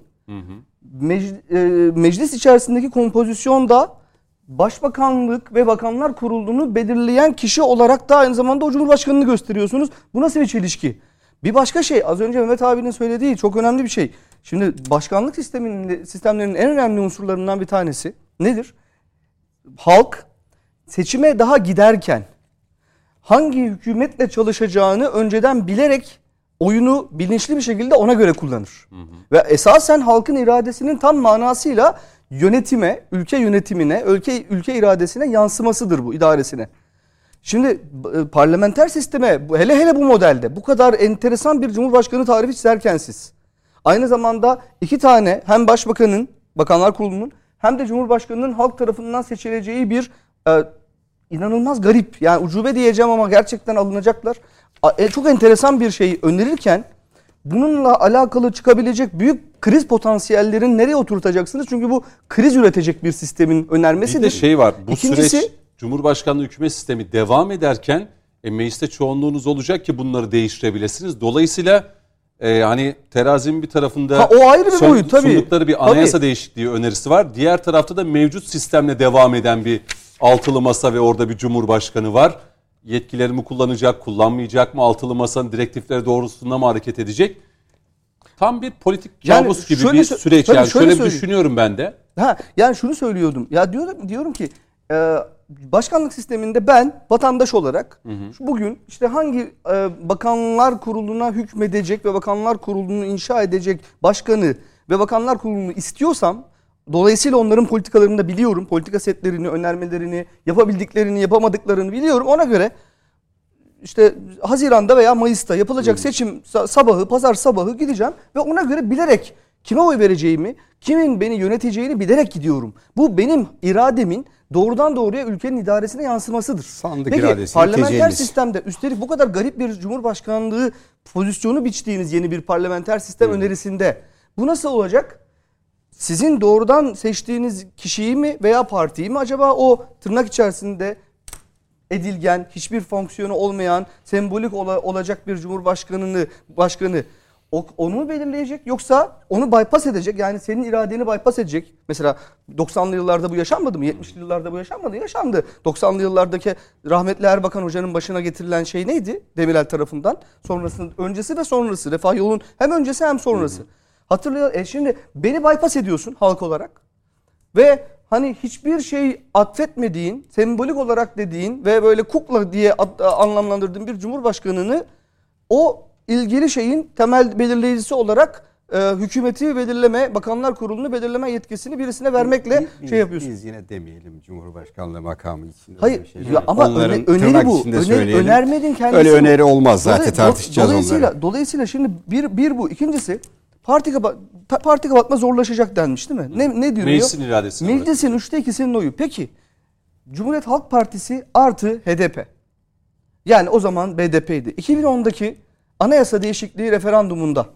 meclis içerisindeki kompozisyonda Başbakanlık ve Bakanlar Kurulu'nu belirleyen kişi olarak da aynı zamanda o Cumhurbaşkanı'nı gösteriyorsunuz. Bu nasıl bir çelişki? Bir başka şey, az önce Mehmet abinin söylediği çok önemli bir şey. Şimdi başkanlık sistemlerinin en önemli unsurlarından bir tanesi nedir? Halk seçime daha giderken hangi hükümetle çalışacağını önceden bilerek oyunu bilinçli bir şekilde ona göre kullanır. Ve esasen halkın iradesinin tam manasıyla yönetime, ülke yönetimine, ülke iradesine yansımasıdır bu, idaresine. Şimdi parlamenter sisteme, hele bu modelde bu kadar enteresan bir Cumhurbaşkanı tarifi çizerken siz aynı zamanda iki tane hem Başbakanın, Bakanlar Kurulu'nun hem de Cumhurbaşkanı'nın halk tarafından seçileceği bir inanılmaz garip, yani ucube diyeceğim ama gerçekten alınacaklar. Çok enteresan bir şey önerirken bununla alakalı çıkabilecek büyük kriz potansiyellerini nereye oturtacaksınız? Çünkü bu kriz üretecek bir sistemin önermesidir. Bir de şey var, bu süreç Cumhurbaşkanlığı hükümet sistemi devam ederken mecliste çoğunluğunuz olacak ki bunları değiştirebilirsiniz. Dolayısıyla hani terazinin bir tarafında o ayrı bir boyut, tabii. Sundukları bir anayasa değişikliği önerisi var. Diğer tarafta da mevcut sistemle devam eden bir altılı masa ve orada bir cumhurbaşkanı var. Yetkilerimi kullanacak, kullanmayacak mı? Altılı masanın direktifleri doğrultusunda mı hareket edecek? Tam bir politik kabus gibi bir süreç. Yani şöyle bir düşünüyorum ben de. Yani şunu söylüyordum. Ya diyorum ki başkanlık sisteminde ben vatandaş olarak bugün işte hangi bakanlar kuruluna hükmedecek ve bakanlar kurulunu inşa edecek başkanı ve bakanlar kurulunu istiyorsam Dolayısıyla onların politikalarını da biliyorum. Politika setlerini, önermelerini, yapabildiklerini, yapamadıklarını biliyorum. Ona göre işte Haziran'da veya Mayıs'ta yapılacak seçim sabahı, pazar sabahı gideceğim ve ona göre bilerek kime oy vereceğimi, kimin beni yöneteceğini bilerek gidiyorum. Bu benim irademin doğrudan doğruya ülkenin idaresine yansımasıdır. Sandık Peki iradesi, parlamenter tecellisi. sistemde üstelik bu kadar garip bir cumhurbaşkanlığı pozisyonu biçtiğiniz yeni bir parlamenter sistem önerisinde bu nasıl olacak? Sizin doğrudan seçtiğiniz kişiyi mi veya partiyi mi acaba o tırnak içerisinde edilgen, hiçbir fonksiyonu olmayan, sembolik olacak bir başkanı onu mu belirleyecek yoksa onu bypass edecek, yani senin iradeni bypass edecek. Mesela 90'lı yıllarda bu yaşanmadı mı? 70'li yıllarda bu yaşanmadı. Yaşandı. 90'lı yıllardaki rahmetli Erbakan Hoca'nın başına getirilen şey neydi? Demirel tarafından. Sonrasında, öncesi ve sonrası. Refah Yol'un hem öncesi hem sonrası. Hatırlıyor. Şimdi beni bypass ediyorsun halk olarak. Ve hani hiçbir şey atfetmediğin, sembolik olarak dediğin ve böyle kukla diye anlamlandırdığın bir cumhurbaşkanını o ilgili şeyin temel belirleyicisi olarak hükümeti belirleme, bakanlar kurulunu belirleme yetkisini birisine vermekle şey yapıyorsun. Biz yine demeyelim Cumhurbaşkanlığı makamı için. Hayır Şey ama öneri bu. Önermedin kendisi. Öyle öneri olmaz zaten, tartışacağız onları. Dolayısıyla şimdi bir bu. İkincisi parti kapatma zorlaşacak denmiş değil mi? Ne diyor? Meclisin iradesi. Meclisin 2/3'ünün oyu. Peki Cumhuriyet Halk Partisi artı HDP. Yani o zaman BDP'ydi. 2010'daki anayasa değişikliği referandumunda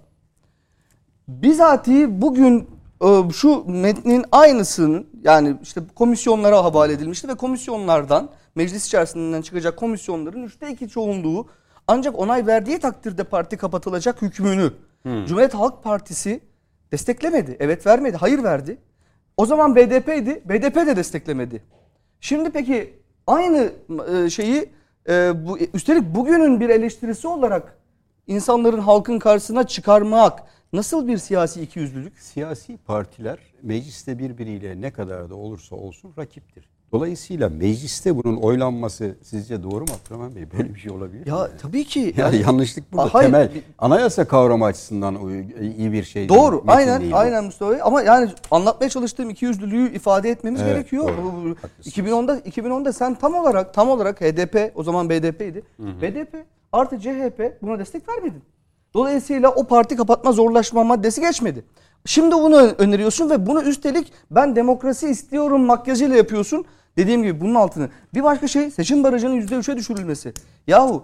bizatihi bugün şu metnin aynısının, yani işte komisyonlara havale edilmişti ve komisyonlardan, meclis içerisinden çıkacak komisyonların 2/3 çoğunluğu ancak onay verdiği takdirde parti kapatılacak hükmünü Cumhuriyet Halk Partisi desteklemedi. Evet vermedi, hayır verdi. O zaman BDP'ydi, BDP de desteklemedi. Şimdi peki aynı şeyi üstelik bugünün bir eleştirisi olarak insanların halkın karşısına çıkarmak nasıl bir siyasi ikiyüzlülük? Siyasi partiler mecliste birbiriyle ne kadar da olursa olsun rakiptir. Dolayısıyla mecliste bunun oylanması sizce doğru mu Abdurrahman Bey? Böyle bir şey olabilir mi? Ya tabii ki. Yani yanlışlık burada. Hayır, temel anayasa kavramı açısından iyi bir şey doğru, değil. Metin değil aynen Mustafa Bey. Ama yani anlatmaya çalıştığım ikiyüzlülüğü ifade etmemiz gerekiyor. Doğru. 2010'da sen tam olarak HDP, o zaman BDP'ydi. BDP artı CHP buna destek vermedin. Dolayısıyla o parti kapatma zorlaşma maddesi geçmedi. Şimdi bunu öneriyorsun ve bunu üstelik ben demokrasi istiyorum makyajıyla yapıyorsun. Dediğim gibi bunun altını. Bir başka şey, seçim barajının %3'e düşürülmesi. Yahu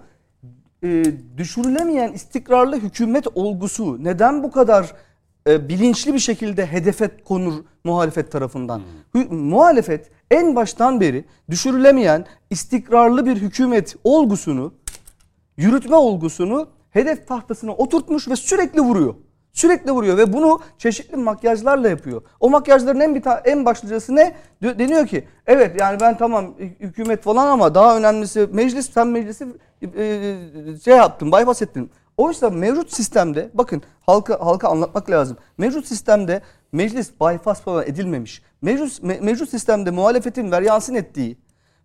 düşürülemeyen istikrarlı hükümet olgusu neden bu kadar bilinçli bir şekilde hedefe konur muhalefet tarafından? Muhalefet en baştan beri düşürülemeyen istikrarlı bir hükümet olgusunu, yürütme olgusunu hedef tahtasına oturtmuş ve sürekli vuruyor. Sürekli vuruyor ve bunu çeşitli makyajlarla yapıyor. O makyajların en başlıcası ne? Deniyor ki evet yani ben tamam hükümet falan ama daha önemlisi meclis, sen meclisi şey yaptın, bypass ettin. Oysa mevcut sistemde bakın halka anlatmak lazım. Mevcut sistemde meclis bypass falan edilmemiş. Mevcut sistemde muhalefetin veryansın ettiği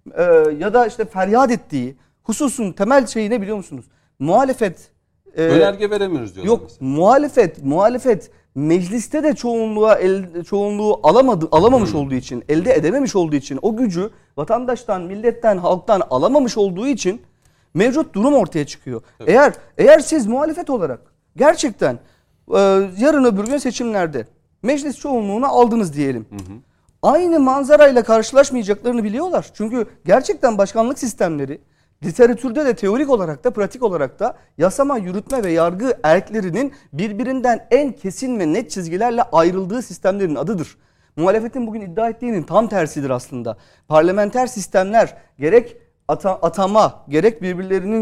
ya da işte feryat ettiği hususun temel şeyi ne biliyor musunuz? Muhalefet önerge veremiyoruz diyorlar. Yok mesela. Muhalefet mecliste de çoğunluğu alamamış olduğu için, elde edememiş olduğu için, o gücü vatandaştan, milletten, halktan alamamış olduğu için mevcut durum ortaya çıkıyor. Evet. Eğer siz muhalefet olarak gerçekten yarın öbür gün seçimlerde meclis çoğunluğunu aldınız diyelim. Aynı manzarayla karşılaşmayacaklarını biliyorlar. Çünkü gerçekten başkanlık sistemleri literatürde de teorik olarak da pratik olarak da yasama, yürütme ve yargı erklerinin birbirinden en kesin ve net çizgilerle ayrıldığı sistemlerin adıdır. Muhalefetin bugün iddia ettiğinin tam tersidir aslında. Parlamenter sistemler gerek atama, gerek birbirlerinin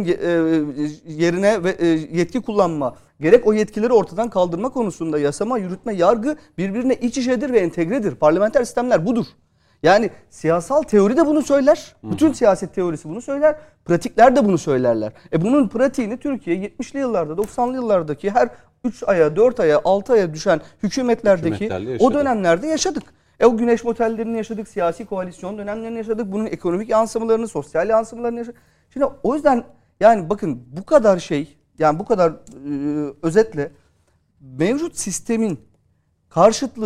yerine yetki kullanma, gerek o yetkileri ortadan kaldırma konusunda yasama, yürütme, yargı birbirine iç içedir ve entegredir. Parlamenter sistemler budur. Yani siyasal teori de bunu söyler. Bütün siyaset teorisi bunu söyler. Pratikler de bunu söylerler. Bunun pratiğini Türkiye 70'li yıllarda, 90'lı yıllardaki her 3 aya, 4 aya, 6 aya düşen hükümetlerdeki o dönemlerde yaşadık. O güneş motellerini yaşadık, siyasi koalisyon dönemlerini yaşadık. Bunun ekonomik yansımalarını, sosyal yansımalarını yaşadık. Şimdi o yüzden yani bakın bu kadar şey, yani bu kadar özetle mevcut sistemin karşıtlığının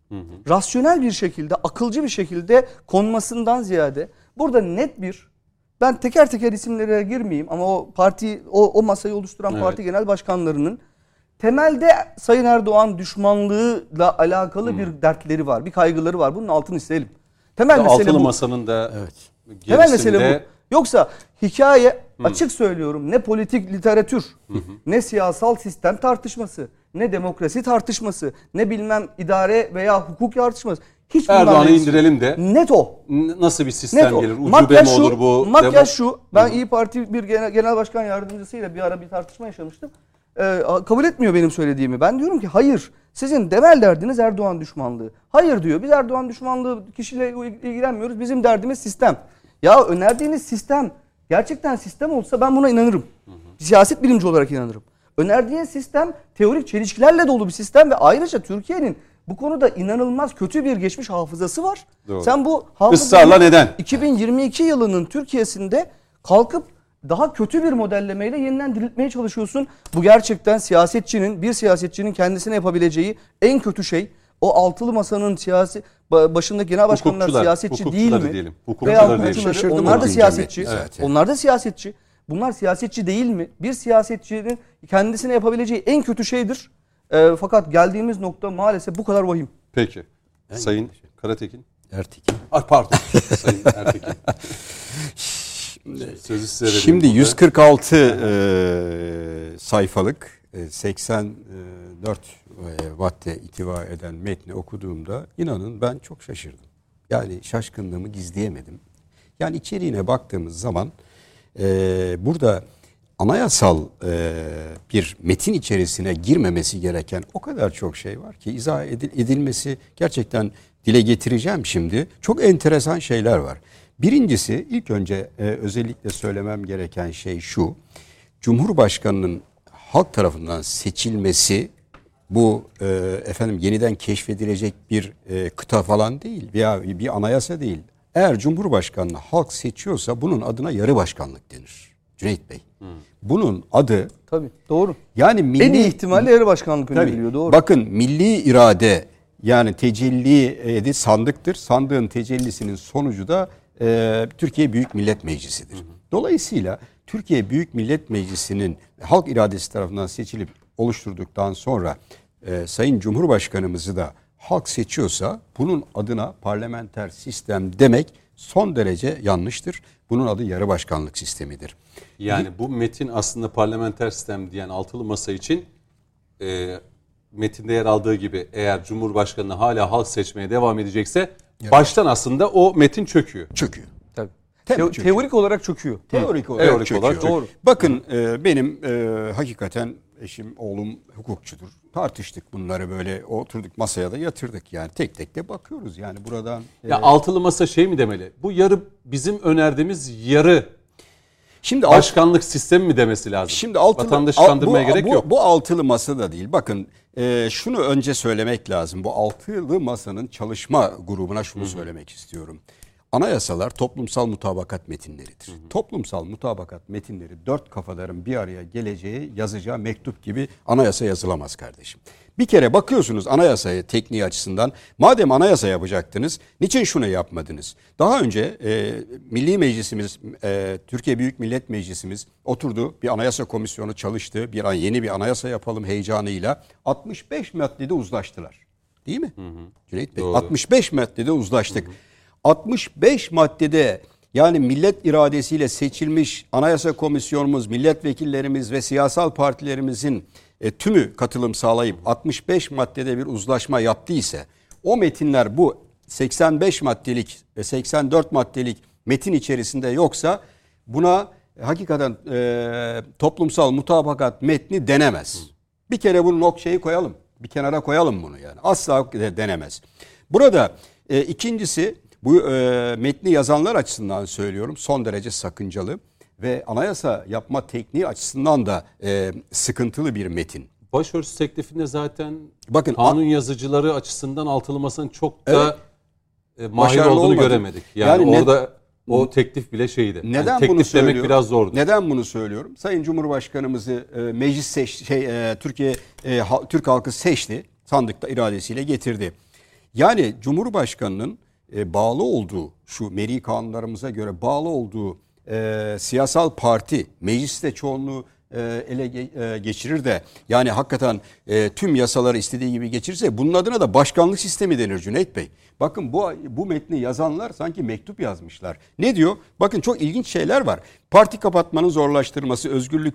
Rasyonel bir şekilde, akılcı bir şekilde konmasından ziyade burada net bir, ben teker teker isimlere girmeyeyim ama o parti, o masayı oluşturan parti genel başkanlarının temelde Sayın Erdoğan düşmanlığıyla alakalı bir dertleri var, bir kaygıları var. Bunun altını isteyelim. Temel mesele Altılı bu. Masanın da temel mesele bu. Yoksa hikaye, açık söylüyorum, ne politik literatür, ne siyasal sistem tartışması, ne demokrasi tartışması, ne bilmem idare veya hukuk tartışması. Hiç Erdoğan'ı indirelim de. Net o. Nasıl bir sistem gelir? Ucube Makyaj mi olur bu? Makyaj şu. Ben İyi Parti bir genel başkan yardımcısıyla bir ara bir tartışma yaşamıştım. Kabul etmiyor benim söylediğimi. Ben diyorum ki hayır. Sizin temel derdiniz Erdoğan düşmanlığı. Hayır diyor. Biz Erdoğan düşmanlığı kişiyle ilgilenmiyoruz. Bizim derdimiz sistem. Ya önerdiğiniz sistem gerçekten sistem olsa ben buna inanırım. Siyaset bilimci olarak inanırım. Önerdiğiniz sistem teorik çelişkilerle dolu bir sistem ve ayrıca Türkiye'nin bu konuda inanılmaz kötü bir geçmiş hafızası var. Doğru. Sen bu ısrarla neden? 2022 yılının Türkiye'sinde kalkıp daha kötü bir modellemeyle yeniden diriltmeye çalışıyorsun. Bu gerçekten bir siyasetçinin kendisine yapabileceği en kötü şey. O altılı masanın başındaki genel başkanlar siyasetçi değil mi? Diyelim. Onlar da siyasetçi. Evet. Onlar da siyasetçi. Bunlar siyasetçi değil mi? Bir siyasetçinin kendisine yapabileceği en kötü şeydir. Fakat geldiğimiz nokta maalesef bu kadar vahim. Peki. Sayın Karatekin. Ertekin. Pardon. Sayın Ertekin. Sözü size vereyim. Şimdi 146 sayfalık 84 madde ihtiva eden metni okuduğumda inanın ben çok şaşırdım. Yani şaşkınlığımı gizleyemedim. Yani içeriğine baktığımız zaman burada anayasal bir metin içerisine girmemesi gereken o kadar çok şey var ki izah edilmesi gerçekten dile getireceğim şimdi. Çok enteresan şeyler var. Birincisi ilk önce özellikle söylemem gereken şey şu. Cumhurbaşkanının halk tarafından seçilmesi bu yeniden keşfedilecek bir kıta falan değil veya bir anayasa değil. Eğer Cumhurbaşkanını halk seçiyorsa bunun adına yarı başkanlık denir. Cüneyt Bey. Bunun adı tabii doğru. Yani en iyi ihtimalle yarı başkanlık öneriliyor. Doğru. Bakın milli irade yani tecelli sandıktır. Sandığın tecellisinin sonucu da Türkiye Büyük Millet Meclisi'dir. Dolayısıyla Türkiye Büyük Millet Meclisi'nin halk iradesi tarafından seçilip oluşturduktan sonra Sayın Cumhurbaşkanımızı da halk seçiyorsa bunun adına parlamenter sistem demek son derece yanlıştır. Bunun adı yarı başkanlık sistemidir. Yani bu metin aslında parlamenter sistem diyen altılı masa için metinde yer aldığı gibi eğer Cumhurbaşkanı hala halk seçmeye devam edecekse baştan aslında o metin çöküyor. Çöküyor. Tabii. Teorik olarak çöküyor. Teorik olarak çöküyor. Doğru. Bakın benim hakikaten eşim, oğlum hukukçudur. Tartıştık bunları böyle oturduk masaya da yatırdık yani tek tek de bakıyoruz yani buradan. Ya altılı masa şey mi demeli? Bu yarı bizim önerdiğimiz yarı şimdi başkanlık sistemi mi demesi lazım? Şimdi vatandaşı kandırmaya gerek yok. Bu altılı masa da değil. Bakın şunu önce söylemek lazım. Bu altılı masanın çalışma grubuna şunu söylemek istiyorum. Anayasalar toplumsal mutabakat metinleridir. Toplumsal mutabakat metinleri dört kafaların bir araya geleceği, yazacağı mektup gibi anayasa yazılamaz kardeşim. Bir kere bakıyorsunuz anayasaya tekniği açısından. Madem anayasa yapacaktınız, niçin şunu yapmadınız? Daha önce Milli Meclisimiz, Türkiye Büyük Millet Meclisimiz oturdu. Bir anayasa komisyonu çalıştı. Yeni bir anayasa yapalım heyecanıyla. 65 maddede uzlaştılar. Değil mi? Cüneyt Bey, doğru. 65 maddede uzlaştık. 65 maddede yani millet iradesiyle seçilmiş anayasa komisyonumuz, milletvekillerimiz ve siyasal partilerimizin tümü katılım sağlayıp 65 maddede bir uzlaşma yaptıysa o metinler bu 85 maddelik ve 84 maddelik metin içerisinde yoksa buna hakikaten toplumsal mutabakat metni denemez. Bir kere bunu koyalım. Bir kenara koyalım bunu yani. Asla denemez. Burada ikincisi bu metni yazanlar açısından söylüyorum son derece sakıncalı ve anayasa yapma tekniği açısından da sıkıntılı bir metin. Başörtüsü teklifinde zaten kanun yazıcıları açısından altılı masanın çok da mahir olduğunu göremedik. Yani orada o teklif bile şeydi. Neden yani teklif bunu demek biraz zordu. Neden bunu söylüyorum? Sayın Cumhurbaşkanımızı Türk halkı seçti. Sandıkta iradesiyle getirdi. Yani Cumhurbaşkanı'nın bağlı olduğu, şu meri kanunlarımıza göre bağlı olduğu siyasal parti mecliste çoğunluğu ele geçirir de yani hakikaten tüm yasaları istediği gibi geçirirse bunun adına da başkanlık sistemi denir Cüneyt Bey. Bakın bu metni yazanlar sanki mektup yazmışlar. Ne diyor? Bakın çok ilginç şeyler var. Parti kapatmanın zorlaştırılması,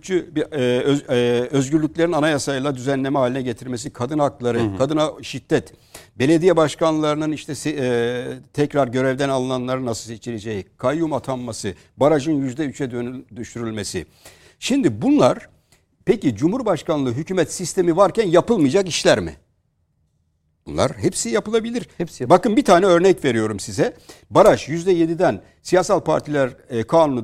özgürlüklerin anayasayla düzenleme haline getirmesi, kadın hakları, kadına şiddet, belediye başkanlarının işte tekrar görevden alınanların nasıl seçileceği, kayyum atanması, barajın %3'e düşürülmesi. Şimdi bunlar peki Cumhurbaşkanlığı hükümet sistemi varken yapılmayacak işler mi? Bunlar hepsi yapılabilir. Bakın bir tane örnek veriyorum size. Baraj %7'den siyasal partiler kanunu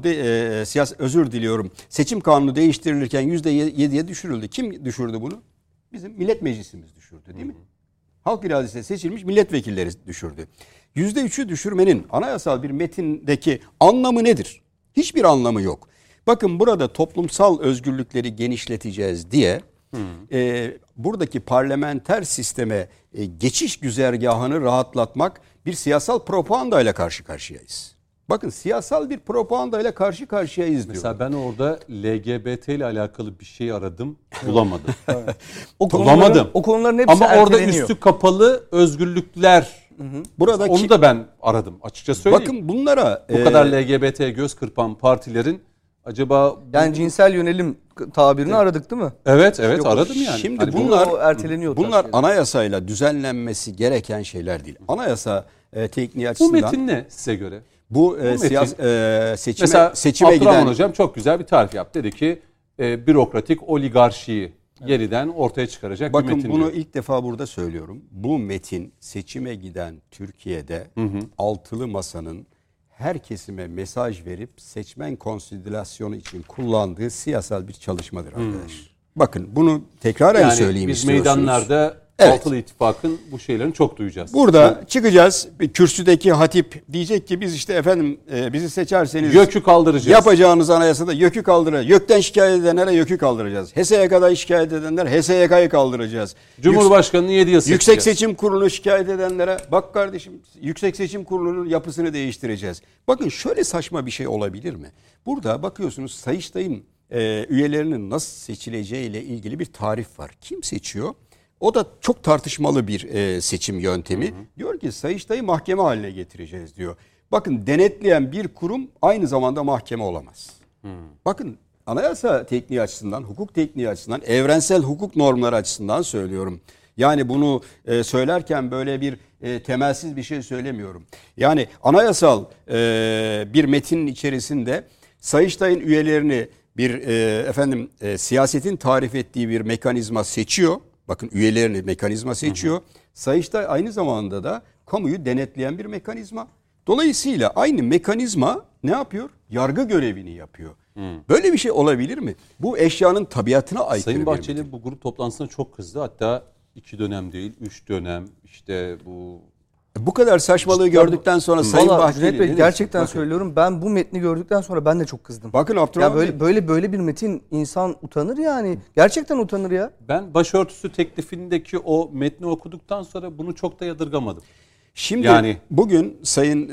seçim kanunu değiştirilirken %7'ye düşürüldü. Kim düşürdü bunu? Bizim Millet Meclisimiz düşürdü değil mi? Halk iradesiyle seçilmiş milletvekilleri düşürdü. %3'ü düşürmenin anayasal bir metindeki anlamı nedir? Hiçbir anlamı yok. Bakın burada toplumsal özgürlükleri genişleteceğiz diye buradaki parlamenter sisteme geçiş güzergahını rahatlatmak bir siyasal propagandayla karşı karşıyayız. Bakın siyasal bir propagandayla karşı karşıyayız diyor. Mesela ben orada LGBT ile alakalı bir şey aradım, bulamadım. Bulamadım. O konuların hepsi ama orada erteleniyor. üstü kapalı özgürlükler. Buradaki, onu da ben aradım açıkça söyleyeyim. Bakın bunlara bu kadar LGBT'ye göz kırpan partilerin acaba yani cinsel yönelim tabirini aradık değil mi? Evet aradım yani. Şimdi hani bunlar erteleniyor. Bunlar anayasayla düzenlenmesi gereken şeyler değil. Anayasa tekniği açısından. Bu metin ne size göre? Bu seçime Abdurrahman giden hocam çok güzel bir tarif yaptı. Dedi ki bürokratik oligarşiyi yeniden ortaya çıkaracak bir metin. Bakın bunu diyor. ilk defa burada söylüyorum. Bu metin seçime giden Türkiye'de altılı masanın her kesime mesaj verip seçmen konsolidasyon için kullandığı siyasal bir çalışmadır arkadaş. Bakın bunu tekraren söyleyeyim biz istiyorsunuz. Meydanlarda Evet. Altılı İttifak'ın bu şeylerini çok duyacağız. Burada çıkacağız. Bir kürsüdeki hatip diyecek ki biz işte efendim bizi seçerseniz YÖK'ü kaldıracağız. Yapacağınız anayasada YÖK'ü kaldıracağız. YÖK'ten şikayet edenlere YÖK'ü kaldıracağız. HSYK'dan şikayet edenler HSYK'yı kaldıracağız. Cumhurbaşkanı'nı 7 yıl seçeceğiz. Yüksek Seçim Kurulu'nu şikayet edenlere bak kardeşim Yüksek Seçim Kurulu'nun yapısını değiştireceğiz. Bakın şöyle saçma bir şey olabilir mi? Burada bakıyorsunuz Sayıştay'ın üyelerinin nasıl seçileceğiyle ilgili bir tarif var. Kim seçiyor? O da çok tartışmalı bir seçim yöntemi. Diyor ki Sayıştay'ı mahkeme haline getireceğiz diyor. Bakın denetleyen bir kurum aynı zamanda mahkeme olamaz. Bakın anayasa tekniği açısından, hukuk tekniği açısından, evrensel hukuk normları açısından söylüyorum. Yani bunu söylerken böyle bir temelsiz bir şey söylemiyorum. Yani anayasal bir metinin içerisinde Sayıştay'ın üyelerini bir siyasetin tarif ettiği bir mekanizma seçiyor. Bakın üyelerini mekanizma seçiyor. Sayıştay aynı zamanda da kamuyu denetleyen bir mekanizma. Dolayısıyla aynı mekanizma ne yapıyor? Yargı görevini yapıyor. Böyle bir şey olabilir mi? Bu eşyanın tabiatına aykırı. Sayın Bahçeli bu grup toplantısında çok kızdı. Hatta 2 dönem değil 3 dönem işte bu kadar saçmalığı gördükten sonra Sayın Bahçeli gerçekten söylüyorum ben bu metni gördükten sonra ben de çok kızdım. Bakın Abdurrahman ya böyle bir metin insan utanır yani. Gerçekten utanır ya. Ben başörtüsü teklifindeki o metni okuduktan sonra bunu çok da yadırgamadım. Şimdi bugün Sayın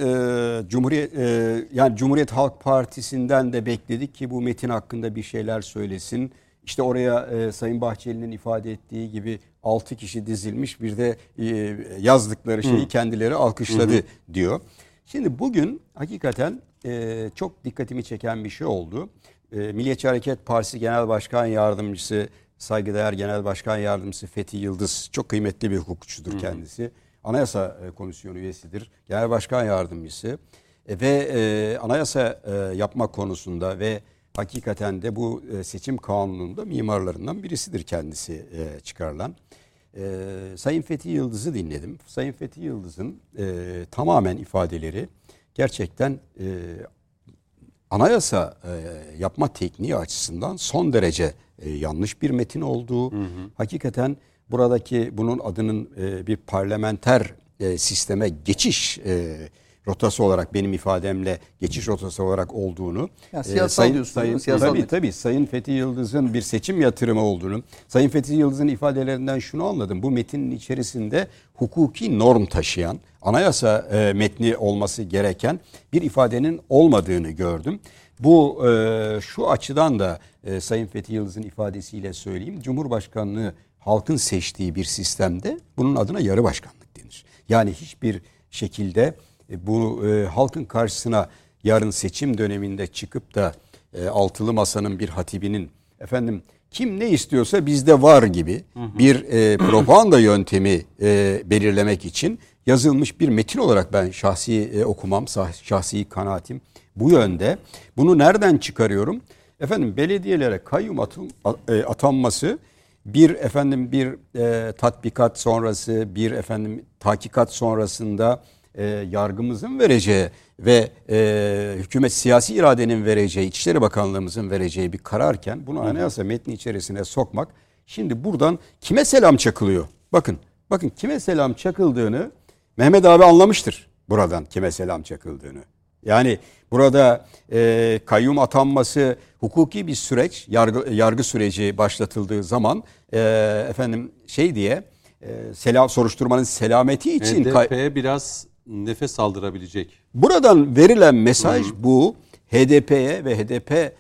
Cumhuriyet Halk Partisi'nden de bekledik ki bu metin hakkında bir şeyler söylesin. İşte oraya Sayın Bahçeli'nin ifade ettiği gibi 6 kişi dizilmiş bir de yazdıkları şeyi kendileri alkışladı diyor. Şimdi bugün hakikaten çok dikkatimi çeken bir şey oldu. Milliyetçi Hareket Partisi Genel Başkan Yardımcısı, saygıdeğer Genel Başkan Yardımcısı Fethi Yıldız çok kıymetli bir hukukçudur kendisi. Anayasa Komisyonu üyesidir, Genel Başkan Yardımcısı ve anayasa yapma konusunda ve hakikaten de bu seçim kanununda mimarlarından birisidir kendisi çıkarılan. Sayın Fethi Yıldız'ı dinledim. Sayın Fethi Yıldız'ın tamamen ifadeleri gerçekten anayasa yapma tekniği açısından son derece yanlış bir metin olduğu, hakikaten buradaki bunun adının bir parlamenter sisteme geçiş rotası olarak benim ifademle geçiş rotası olarak olduğunu, yani siyasal diyorsunuz. Tabii Sayın Fethi Yıldız'ın bir seçim yatırımı olduğunu, Sayın Fethi Yıldız'ın ifadelerinden şunu anladım. Bu metnin içerisinde hukuki norm taşıyan, anayasa metni olması gereken bir ifadenin olmadığını gördüm. Bu şu açıdan da Sayın Fethi Yıldız'ın ifadesiyle söyleyeyim. Cumhurbaşkanlığı halkın seçtiği bir sistemde bunun adına yarı başkanlık denir. Yani hiçbir şekilde bu halkın karşısına yarın seçim döneminde çıkıp da altılı masanın bir hatibinin kim ne istiyorsa bizde var gibi bir propaganda yöntemi belirlemek için yazılmış bir metin olarak ben şahsi okumam, şahsi kanaatim bu yönde. Bunu nereden çıkarıyorum? Belediyelere kayyum atanması bir tatbikat sonrası, bir tahkikat sonrasında yargımızın vereceği ve hükümet siyasi iradenin vereceği, İçişleri Bakanlığımızın vereceği bir kararken bunu anayasa metni içerisine sokmak, şimdi buradan kime selam çakılıyor? Bakın kime selam çakıldığını Mehmet abi anlamıştır, buradan kime selam çakıldığını. Yani burada kayyum atanması hukuki bir süreç, yargı süreci başlatıldığı zaman soruşturmanın selameti için HDP'ye biraz nefes aldırabilecek. Buradan verilen mesaj bu. HDP'ye ve HDP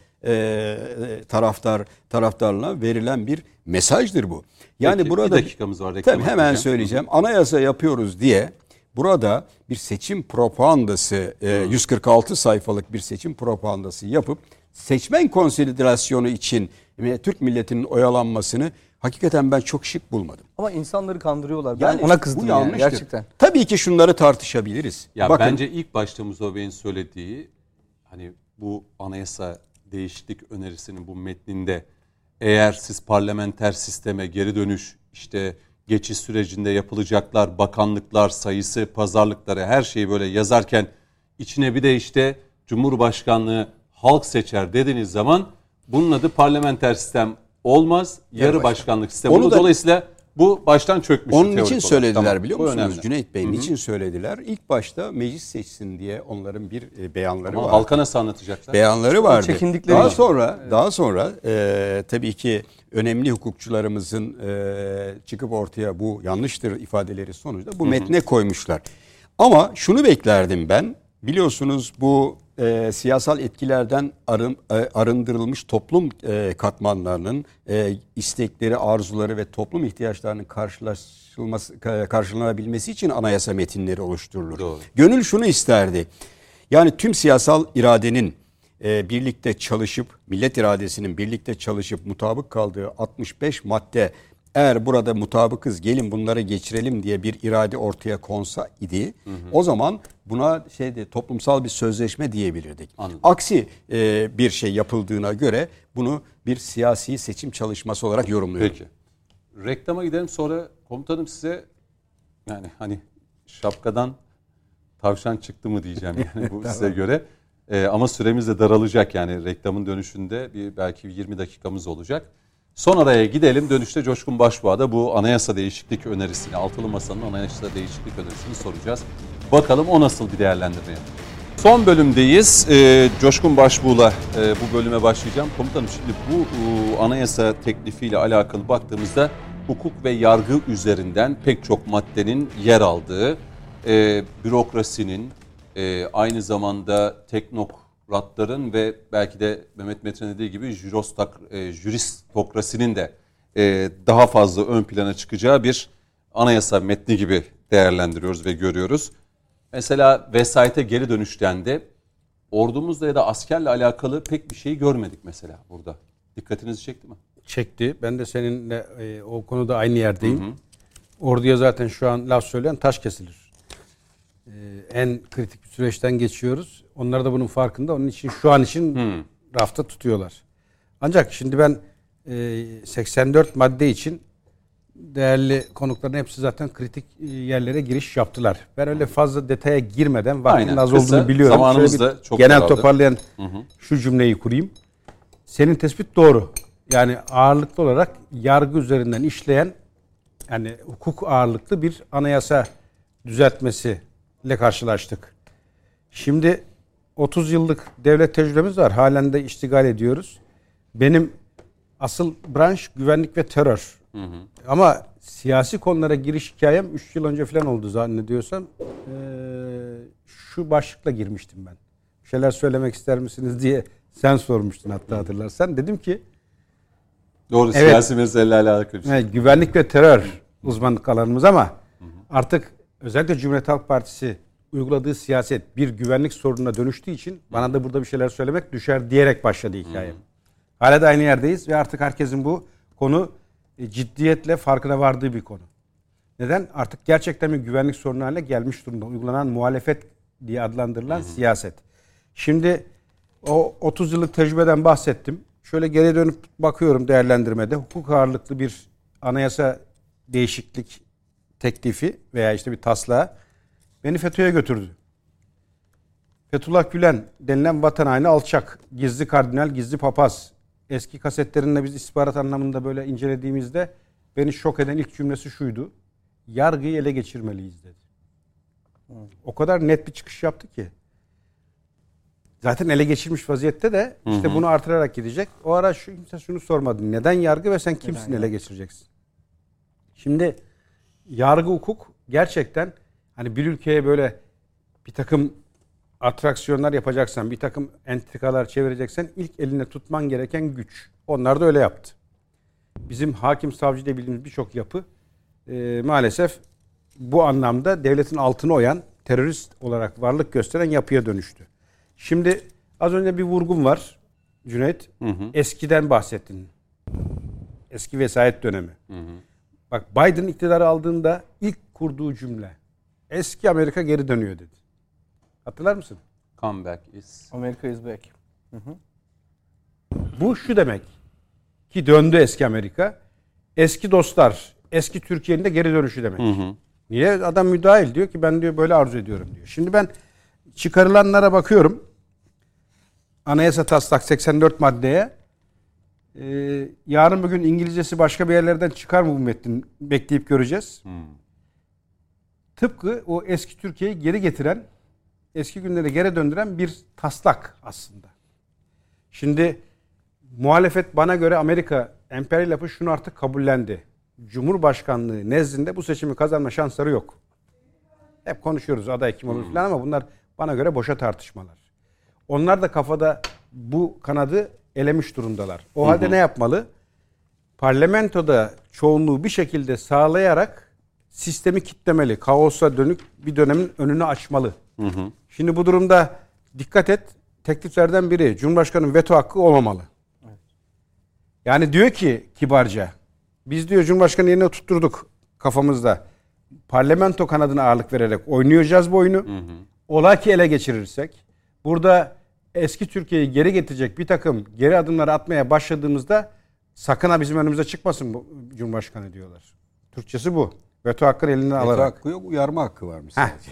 taraftarlarına verilen bir mesajdır bu. Yani peki, burada bir dakikamız var. Tabii hemen söyleyeceğim. Anayasa yapıyoruz diye burada bir seçim propagandası 146 sayfalık bir seçim propagandası yapıp seçmen konsolidasyon için Türk milletinin oyalanmasını hakikaten ben çok şık bulmadım. Ama insanları kandırıyorlar. Yani ben ona kızdım bu yanlıştır. Gerçekten. Tabii ki şunları tartışabiliriz. Ya bakın, bence ilk başta Mustafa Bey'in söylediği, hani bu anayasa değişiklik önerisinin bu metninde, eğer siz parlamenter sisteme geri dönüş, işte geçiş sürecinde yapılacaklar, bakanlıklar sayısı, pazarlıkları, her şeyi böyle yazarken içine bir de işte Cumhurbaşkanlığı halk seçer dediğiniz zaman bunun adı parlamenter sistem olmaz, yarı başkanlık sistemi. Dolayısıyla bu baştan çökmüş. Onun için söylediler, tamam, biliyor musunuz önemli. Cüneyt Bey? Niçin söylediler? İlk başta meclis seçsin diye onların bir beyanları var. Halka nasıl anlatacaklar? Beyanları vardı. Çekindikleri daha sonra tabii ki önemli hukukçularımızın çıkıp ortaya bu yanlıştır ifadeleri sonucunda bu metne koymuşlar. Ama şunu beklerdim ben. Biliyorsunuz bu siyasal etkilerden arındırılmış toplum katmanlarının istekleri, arzuları ve toplum ihtiyaçlarının karşılanabilmesi için anayasa metinleri oluşturulur. Doğru. Gönül şunu isterdi. Yani tüm siyasal iradenin birlikte çalışıp, millet iradesinin birlikte çalışıp mutabık kaldığı 65 madde, eğer burada mutabıkız gelin bunları geçirelim diye bir irade ortaya konsa idi, o zaman buna toplumsal bir sözleşme diyebilirdik. Anladım. Aksi bir şey yapıldığına göre bunu bir siyasi seçim çalışması olarak yorumluyorum. Peki. Reklama gidelim, sonra komutanım size yani hani şapkadan tavşan çıktı mı diyeceğim yani bu size göre. Ama süremiz de daralacak, yani reklamın dönüşünde belki 20 dakikamız olacak. Son araya gidelim. Dönüşte Coşkun Başbuğ'a da bu anayasa değişiklik önerisini, Altılı Masa'nın anayasa değişiklik önerisini soracağız. Bakalım o nasıl bir değerlendirme yapacak. Son bölümdeyiz. Coşkun Başbuğ'la bu bölüme başlayacağım. Komutanım, şimdi bu anayasa teklifiyle alakalı baktığımızda hukuk ve yargı üzerinden pek çok maddenin yer aldığı, bürokrasinin, aynı zamanda teknokratların ve belki de Mehmet Metin dediği gibi juristokrasinin de daha fazla ön plana çıkacağı bir anayasa metni gibi değerlendiriyoruz ve görüyoruz. Mesela vesayete geri dönüşten de ordumuzla ya da askerle alakalı pek bir şey görmedik mesela burada. Dikkatinizi çekti mi? Çekti. Ben de seninle o konuda aynı yerdeyim. Orduya zaten şu an laf söyleyen taş kesilir. En kritik bir süreçten geçiyoruz. Onlar da bunun farkında. Onun için şu an için rafta tutuyorlar. Ancak şimdi ben 84 madde için değerli konukların hepsi zaten kritik yerlere giriş yaptılar. Ben öyle fazla detaya girmeden vaktin az olduğunu biliyorum. Zamanımız da çok genel daraldı. Toparlayan şu cümleyi kurayım. Senin tespit doğru. Yani ağırlıklı olarak yargı üzerinden işleyen, yani hukuk ağırlıklı bir anayasa düzeltmesiyle karşılaştık. Şimdi 30 yıllık devlet tecrübemiz var. Halen de iştigal ediyoruz. Benim asıl branş güvenlik ve terör. Ama siyasi konulara giriş hikayem 3 yıl önce falan oldu zannediyorsam. Şu başlıkla girmiştim ben. Bir şeyler söylemek ister misiniz diye sen sormuştun hatta hatırlarsan. Dedim ki doğru, evet, siyasi meselelerle alakalı. Evet, güvenlik ve terör uzmanlık alanımız ama artık özellikle Cumhuriyet Halk Partisi uyguladığı siyaset bir güvenlik sorununa dönüştüğü için bana da burada bir şeyler söylemek düşer diyerek başladı hikayem. Hala da aynı yerdeyiz ve artık herkesin bu konu ciddiyetle farkına vardığı bir konu. Neden? Artık gerçekten bir güvenlik sorunu haline gelmiş durumda. Uygulanan muhalefet diye adlandırılan siyaset. Şimdi o 30 yıllık tecrübeden bahsettim. Şöyle geriye dönüp bakıyorum değerlendirmede. Hukuk ağırlıklı bir anayasa değişiklik teklifi veya işte bir taslağı beni FETÖ'ye götürdü. Fethullah Gülen denilen vatan haini alçak, gizli kardinal, gizli papaz. Eski kasetlerinde biz istihbarat anlamında böyle incelediğimizde beni şok eden ilk cümlesi şuydu. Yargıyı ele geçirmeliyiz dedi. O kadar net bir çıkış yaptı ki. Zaten ele geçirmiş vaziyette de işte bunu artırarak gidecek. O ara kimse şunu sormadı. Neden yargı ve sen kimsin ele geçireceksin? Şimdi yargı hukuk gerçekten hani bir ülkeye böyle bir takım atraksiyonlar yapacaksan, bir takım entrikalar çevireceksen ilk eline tutman gereken güç. Onlar da öyle yaptı. Bizim hakim savcı diye bildiğimiz birçok yapı maalesef bu anlamda devletin altını oyan, terörist olarak varlık gösteren yapıya dönüştü. Şimdi az önce bir vurgum var Cüneyt. Eskiden bahsettin. Eski vesayet dönemi. Bak Biden iktidarı aldığında ilk kurduğu cümle eski Amerika geri dönüyor dedi. Hatırlar mısın? Comeback is... America is back. Bu şu demek ki döndü eski Amerika. Eski dostlar, eski Türkiye'nin de geri dönüşü demek. Niye? Adam müdahil diyor ki ben diyor böyle arzu ediyorum diyor. Şimdi ben çıkarılanlara bakıyorum. Anayasa taslak 84 maddeye. Yarın bugün İngilizcesi başka bir yerlerden çıkar mı bu metnin? Bekleyip göreceğiz. Tıpkı o eski Türkiye'yi geri getiren, eski günlere geri döndüren bir taslak aslında. Şimdi muhalefet bana göre Amerika emperyal yapı şunu artık kabullendi. Cumhurbaşkanlığı nezdinde bu seçimi kazanma şansları yok. Hep konuşuyoruz aday kim olur falan ama bunlar bana göre boşa tartışmalar. Onlar da kafada bu kanadı elemiş durumdalar. O halde ne yapmalı? Parlamentoda çoğunluğu bir şekilde sağlayarak sistemi kitlemeli. Kaosa dönük bir dönemin önünü açmalı. Şimdi bu durumda dikkat et, tekliflerden biri Cumhurbaşkanı'nın veto hakkı olmamalı. Yani diyor ki kibarca, biz diyor Cumhurbaşkanı yerine tutturduk kafamızda. Parlamento kanadına ağırlık vererek oynayacağız bu oyunu. Ola ki ele geçirirsek, burada eski Türkiye'yi geri getirecek bir takım geri adımlar atmaya başladığımızda sakın ha bizim önümüze çıkmasın bu Cumhurbaşkanı diyorlar. Türkçesi bu. Veto hakkını elinden alarak. Veto hakkı yok, uyarma hakkı varmış sadece.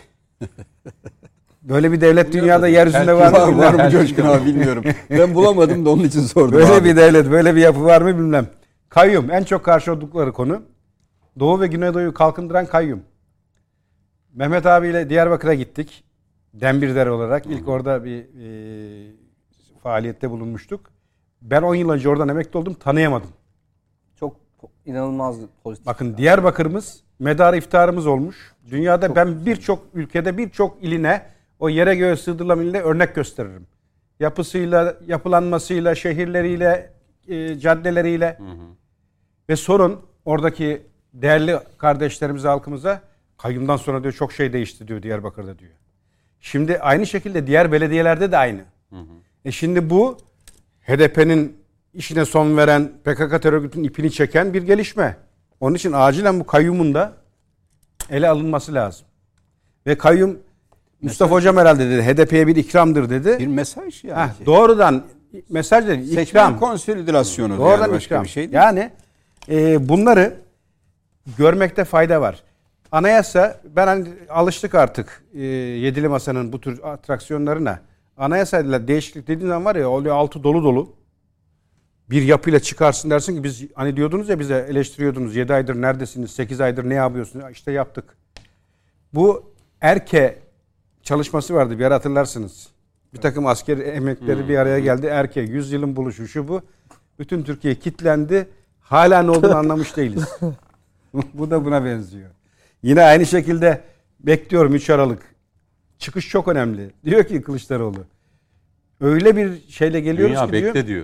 Böyle bir devlet dünyada yeryüzünde var mı Coşkun abi bilmiyorum. Ben bulamadım da onun için sordum. Böyle abi. bir devlet, böyle bir yapı var mı bilmem. Kayyum en çok karşı oldukları konu. Doğu ve Güneydoğu'yu kalkındıran kayyum. Mehmet abiyle Diyarbakır'a gittik. Dembirder olarak. İlk orada bir faaliyette bulunmuştuk. Ben 10 yıl önce oradan emekli oldum. Tanıyamadım. Çok inanılmaz pozitif. Bakın Diyarbakır'ımız medarı iftiharımız olmuş. Dünyada çok ben birçok ülkede birçok iline o yere göğe sığdırılan iline örnek gösteririm. Yapısıyla, yapılanmasıyla, şehirleriyle, caddeleriyle ve sorun oradaki değerli kardeşlerimize, halkımıza kayyumdan sonra diyor çok şey değişti diyor Diyarbakır'da diyor. Şimdi aynı şekilde diğer belediyelerde de aynı. Şimdi bu HDP'nin işine son veren, PKK terör örgütünün ipini çeken bir gelişme. Onun için acilen bu kayyumun da ele alınması lazım. Ve kayyum Mustafa Hocam herhalde dedi HDP'ye bir ikramdır dedi. Bir mesaj yani. Doğrudan mesaj dedi. İkram. Seçmen konsolidasyonu. Doğrudan yani başka ikram. bir şey değil. Yani bunları görmekte fayda var. Anayasa, ben hani alıştık artık Yedili Masa'nın bu tür atraksiyonlarına. Anayasayla değişiklik dediğin zaman var ya oluyor altı dolu dolu. Bir yapıyla çıkarsın dersin ki biz hani diyordunuz ya bize eleştiriyordunuz 7 aydır neredesiniz 8 aydır ne yapıyorsunuz işte yaptık. Bu erke çalışması vardı. Bir ara hatırlarsınız. Bir takım asker emekleri bir araya geldi. Erkeğe 100 yılın buluşu şu bu. Bütün Türkiye kitlendi. Hala ne olduğunu anlamış değiliz. Bu da buna benziyor. Yine aynı şekilde bekliyorum 3 Aralık. Çıkış çok önemli. Diyor ki Kılıçdaroğlu. Öyle bir şeyle geliyoruz Dünya ki bekle diyor.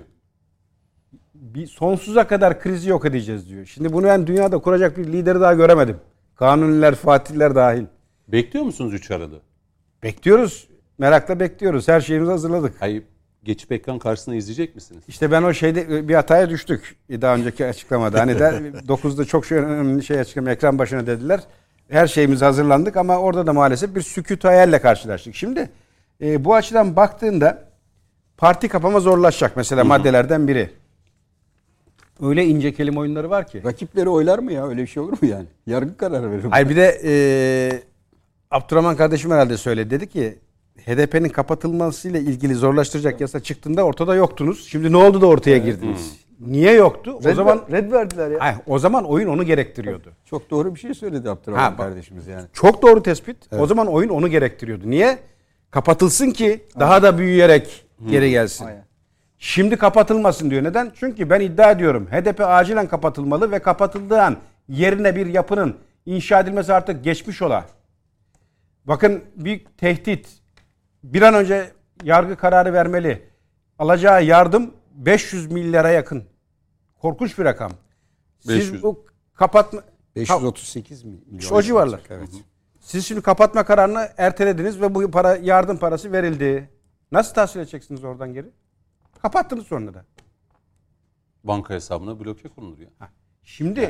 Bir sonsuza kadar krizi yok edeceğiz diyor. Şimdi bunu ben dünyada kuracak bir lideri daha göremedim. Kanuniler, fatihler dahil. Bekliyor musunuz 3 Aralık'ı? Bekliyoruz. Merakla bekliyoruz. Her şeyimizi hazırladık. Hayır, geçip ekran karşısında izleyecek misiniz? İşte ben o şeyde bir hataya düştük. Daha önceki açıklamada. Hani de 9'da çok şey önemli şey açıklama ekran başına dediler. Her şeyimiz hazırlandık ama orada da maalesef bir sükût hayalle karşılaştık. Şimdi bu açıdan baktığında parti kapama zorlaşacak mesela maddelerden biri. Öyle ince kelime oyunları var ki. Rakipleri oylar mı ya? Öyle bir şey olur mu yani? Yargı kararı verir. Hayır bir de Abdurrahman kardeşim herhalde söyledi. Dedi ki HDP'nin kapatılmasıyla ilgili zorlaştıracak yasa çıktığında ortada yoktunuz. Şimdi ne oldu da ortaya girdiniz? Niye yoktu? O zaman red verdiler ya. hayır, o zaman oyun onu gerektiriyordu. Çok doğru bir şey söyledi Abdurrahman kardeşimiz yani. Çok doğru tespit. Evet. O zaman oyun onu gerektiriyordu. Niye? Kapatılsın ki daha da büyüyerek geri gelsin. Aynen. Şimdi kapatılmasın diyor. Neden? Çünkü ben iddia ediyorum. HDP acilen kapatılmalı ve kapatıldığı an yerine bir yapının inşa edilmesi artık geçmiş ola. Bakın bir tehdit. Bir an önce yargı kararı vermeli. Alacağı yardım 500 milyara yakın. Korkunç bir rakam. Siz 500. bu kapatma 538 milyon. İşte o civarlar. Evet. Siz şimdi kapatma kararını ertelediniz ve bu para yardım parası verildi. Nasıl tahsil edeceksiniz oradan geri? Kapattınız sonra da. Banka hesabına bloke konulur ya. Şimdi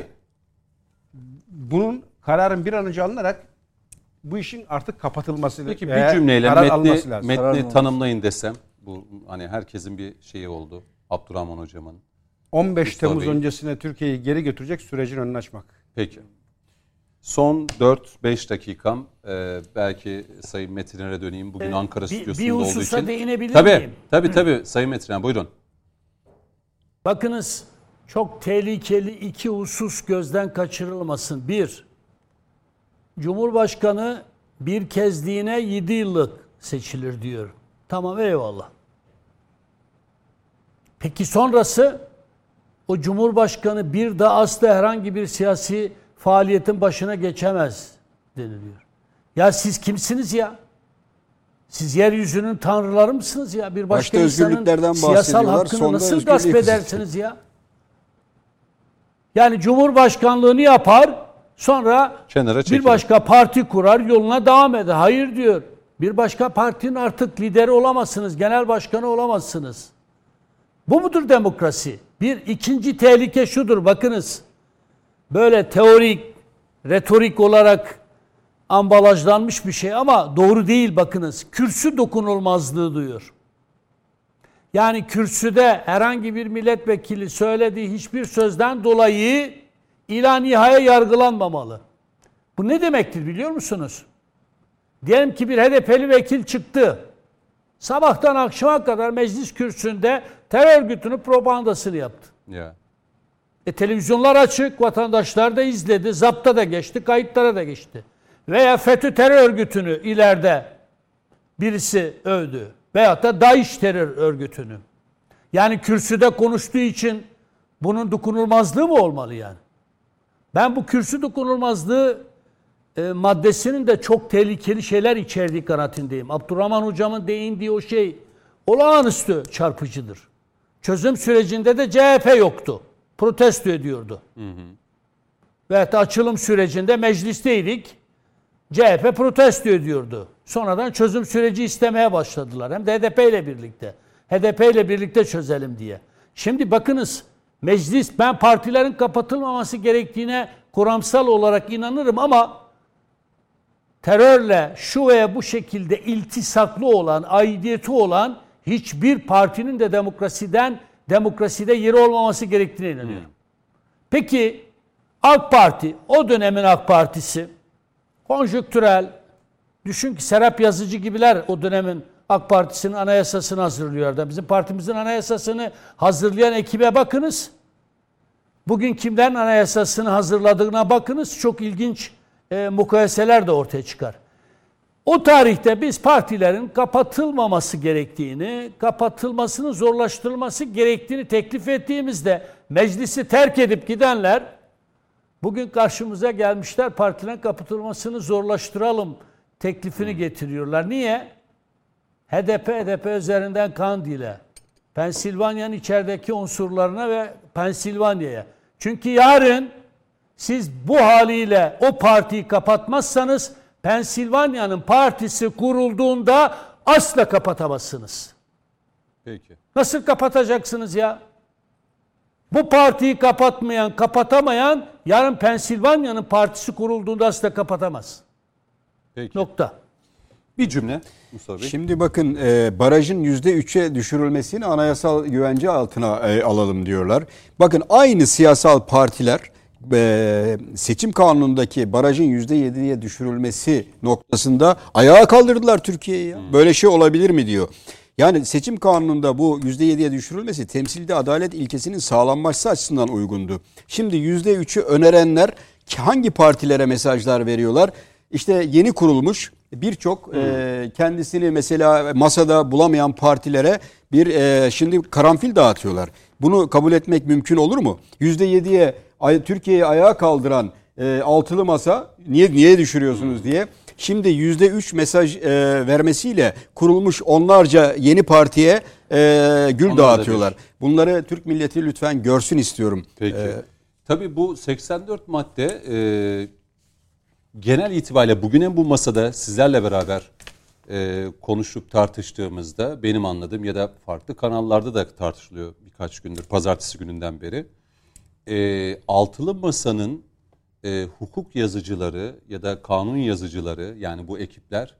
bunun kararın bir an önce alınarak bu işin artık kapatılması Peki bir cümleyle karar alınması lazım. metni tanımlayın desem. Bu hani herkesin bir şeyi oldu. Abdurrahman hocamın. 15 Mustafa Temmuz Bey. öncesine Türkiye'yi geri götürecek sürecin önünü açmak. Peki. Son 4-5 dakikam. Belki Sayın Metiner'e döneyim. Bugün Ankara stüdyosunda bir olduğu hususa için. değinebilir miyim? Tabii Sayın Metiner buyurun. Bakınız çok tehlikeli iki husus gözden kaçırılmasın. Bir, Cumhurbaşkanı bir kezliğine 7 yıllık seçilir diyor. Tamam eyvallah. Peki sonrası o Cumhurbaşkanı bir daha asla herhangi bir siyasi faaliyetin başına geçemez deniliyor. Ya siz kimsiniz ya? Siz yeryüzünün tanrıları mısınız ya? Bir başka insanın siyasal hakkını nasıl gasp edersiniz ya? Yani Cumhurbaşkanlığını yapar, sonra bir başka parti kurar, yoluna devam eder. Hayır diyor. Bir başka partinin artık lideri olamazsınız, genel başkanı olamazsınız. Bu mudur demokrasi? Bir ikinci tehlike şudur, bakınız. Böyle teorik, retorik olarak ambalajlanmış bir şey ama doğru değil bakınız. Kürsü dokunulmazlığı diyor. Yani kürsüde herhangi bir milletvekili söylediği hiçbir sözden dolayı ila nihaya yargılanmamalı. Bu ne demektir biliyor musunuz? Diyelim ki bir HDP'li vekil çıktı. Sabahtan akşama kadar meclis kürsüsünde terör örgütünün propagandasını yaptı. Ya. Televizyonlar açık, vatandaşlar da izledi, zapta da geçti, kayıtlara da geçti. Veya FETÖ terör örgütünü ileride birisi övdü. Veyahut da DAEŞ terör örgütünü. Yani kürsüde konuştuğu için bunun dokunulmazlığı mı olmalı yani? Ben bu kürsü dokunulmazlığı maddesinin de çok tehlikeli şeyler içerdiği kanaatindeyim. Abdurrahman hocamın değindiği o şey olağanüstü çarpıcıdır. Çözüm sürecinde de CHP yoktu. Protesto ediyordu. Veyahut da açılım sürecinde meclisteydik. CHP protesto ediyordu. Sonradan çözüm süreci istemeye başladılar. Hem de HDP ile birlikte. HDP ile birlikte çözelim diye. Şimdi bakınız meclis, ben partilerin kapatılmaması gerektiğine kuramsal olarak inanırım ama terörle şu veya bu şekilde iltisaklı olan, aidiyeti olan hiçbir partinin de demokraside yeri olmaması gerektiğine inanıyorum. Peki AK Parti, o dönemin AK Partisi konjüktürel, düşün ki Serap Yazıcı gibiler o dönemin AK Partisi'nin anayasasını hazırlıyorlar. Bizim partimizin anayasasını hazırlayan ekibe bakınız. Bugün kimlerin anayasasını hazırladığına bakınız. Çok ilginç mukayeseler de ortaya çıkar. O tarihte biz partilerin kapatılmaması gerektiğini, kapatılmasının zorlaştırılması gerektiğini teklif ettiğimizde meclisi terk edip gidenler bugün karşımıza gelmişler, partilerin kapatılmasını zorlaştıralım teklifini getiriyorlar. Niye? HDP üzerinden Kandil'e, Pensilvanya'nın içerideki unsurlarına ve Pensilvanya'ya. Çünkü yarın siz bu haliyle o partiyi kapatmazsanız Pensilvanya'nın partisi kurulduğunda asla kapatamazsınız. Peki. Nasıl kapatacaksınız ya? Bu partiyi kapatamayan yarın Pensilvanya'nın partisi kurulduğunda asla kapatamaz. Peki. Nokta. Bir cümle Mustafa Bey. Şimdi bakın barajın %3'e düşürülmesini anayasal güvence altına alalım diyorlar. Bakın aynı siyasal partiler seçim kanunundaki barajın %7'ye düşürülmesi noktasında ayağa kaldırdılar Türkiye'yi. Böyle şey olabilir mi diyor. Yani seçim kanununda bu %7'ye düşürülmesi temsilde adalet ilkesinin sağlanması açısından uygundu. Şimdi %3'ü önerenler hangi partilere mesajlar veriyorlar? İşte yeni kurulmuş birçok kendisini mesela masada bulamayan partilere şimdi karanfil dağıtıyorlar. Bunu kabul etmek mümkün olur mu? %7'ye Türkiye'yi ayağa kaldıran altılı masa niye düşürüyorsunuz diye. Şimdi %3 mesaj vermesiyle kurulmuş onlarca yeni partiye gül dağıtıyorlar. Bunları Türk milleti lütfen görsün istiyorum. Peki. Tabii bu 84 madde genel itibariyle bugüne bu masada sizlerle beraber konuşup tartıştığımızda benim anladığım ya da farklı kanallarda da tartışılıyor birkaç gündür, pazartesi gününden beri. Altılı masanın hukuk yazıcıları ya da kanun yazıcıları, yani bu ekipler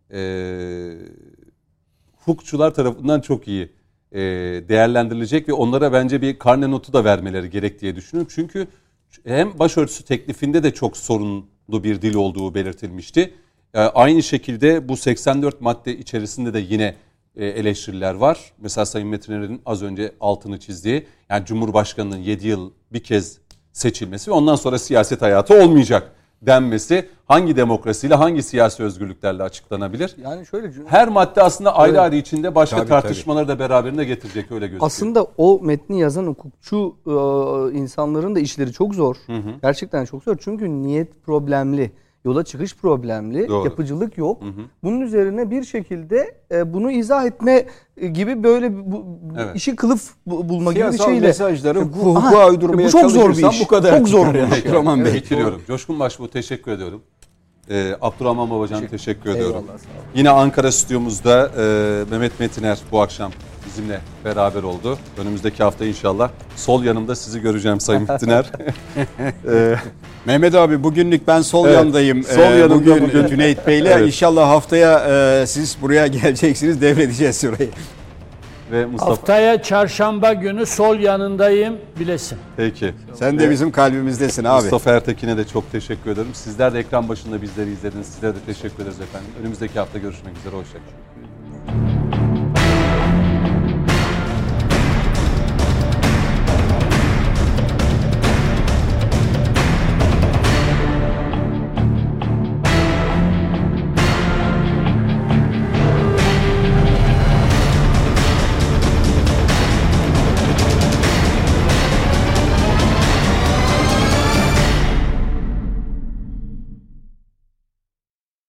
hukukçular tarafından çok iyi değerlendirilecek ve onlara bence bir karne notu da vermeleri gerek diye düşünüyorum. Çünkü hem başörtüsü teklifinde de çok sorunlu bir dil olduğu belirtilmişti. Aynı şekilde bu 84 madde içerisinde de yine eleştiriler var. Mesela Sayın Metiner'in az önce altını çizdiği, yani Cumhurbaşkanı'nın 7 yıl bir kez seçilmesi ve ondan sonra siyaset hayatı olmayacak denmesi hangi demokrasiyle, hangi siyasi özgürlüklerle açıklanabilir? Yani şöyle, her madde aslında ayrı ayrı içinde başka tartışmaları da beraberinde getirecek, öyle gözüküyor. Aslında o metni yazan hukukçu insanların da işleri çok zor. Gerçekten çok zor. Çünkü niyet problemli, yola çıkış problemli, Doğru. yapıcılık yok. Bunun üzerine bir şekilde bunu izah etme gibi böyle işi kılıf bulma gibi bir Siyasal şeyle mesajları hukuka uydurmaya bu çok zor bir çalışırsan iş. bu kadar. Çok zor bir iş. Roman Bey. Bitiriyorum. Coşkun Başbuğ teşekkür ediyorum. Abdurrahman Babacan teşekkür ediyorum. Yine Ankara stüdyomuzda Mehmet Metiner bu akşam bizimle beraber oldu. Önümüzdeki hafta inşallah sol yanımda sizi göreceğim Sayın Metiner. Mehmet abi bugünlük ben sol yandayım. Sol yanımda bugün Cüneyt Bey'le. Evet. İnşallah haftaya siz buraya geleceksiniz, devredeceğiz orayı. Ve Mustafa. Haftaya çarşamba günü sol yanındayım bilesin. Peki. Sen de bizim kalbimizdesin abi. Mustafa Ertekin'e de çok teşekkür ederim. Sizler de ekran başında bizleri izlediniz. Sizlere de teşekkür ederiz efendim. Önümüzdeki hafta görüşmek üzere. Hoşçakalın.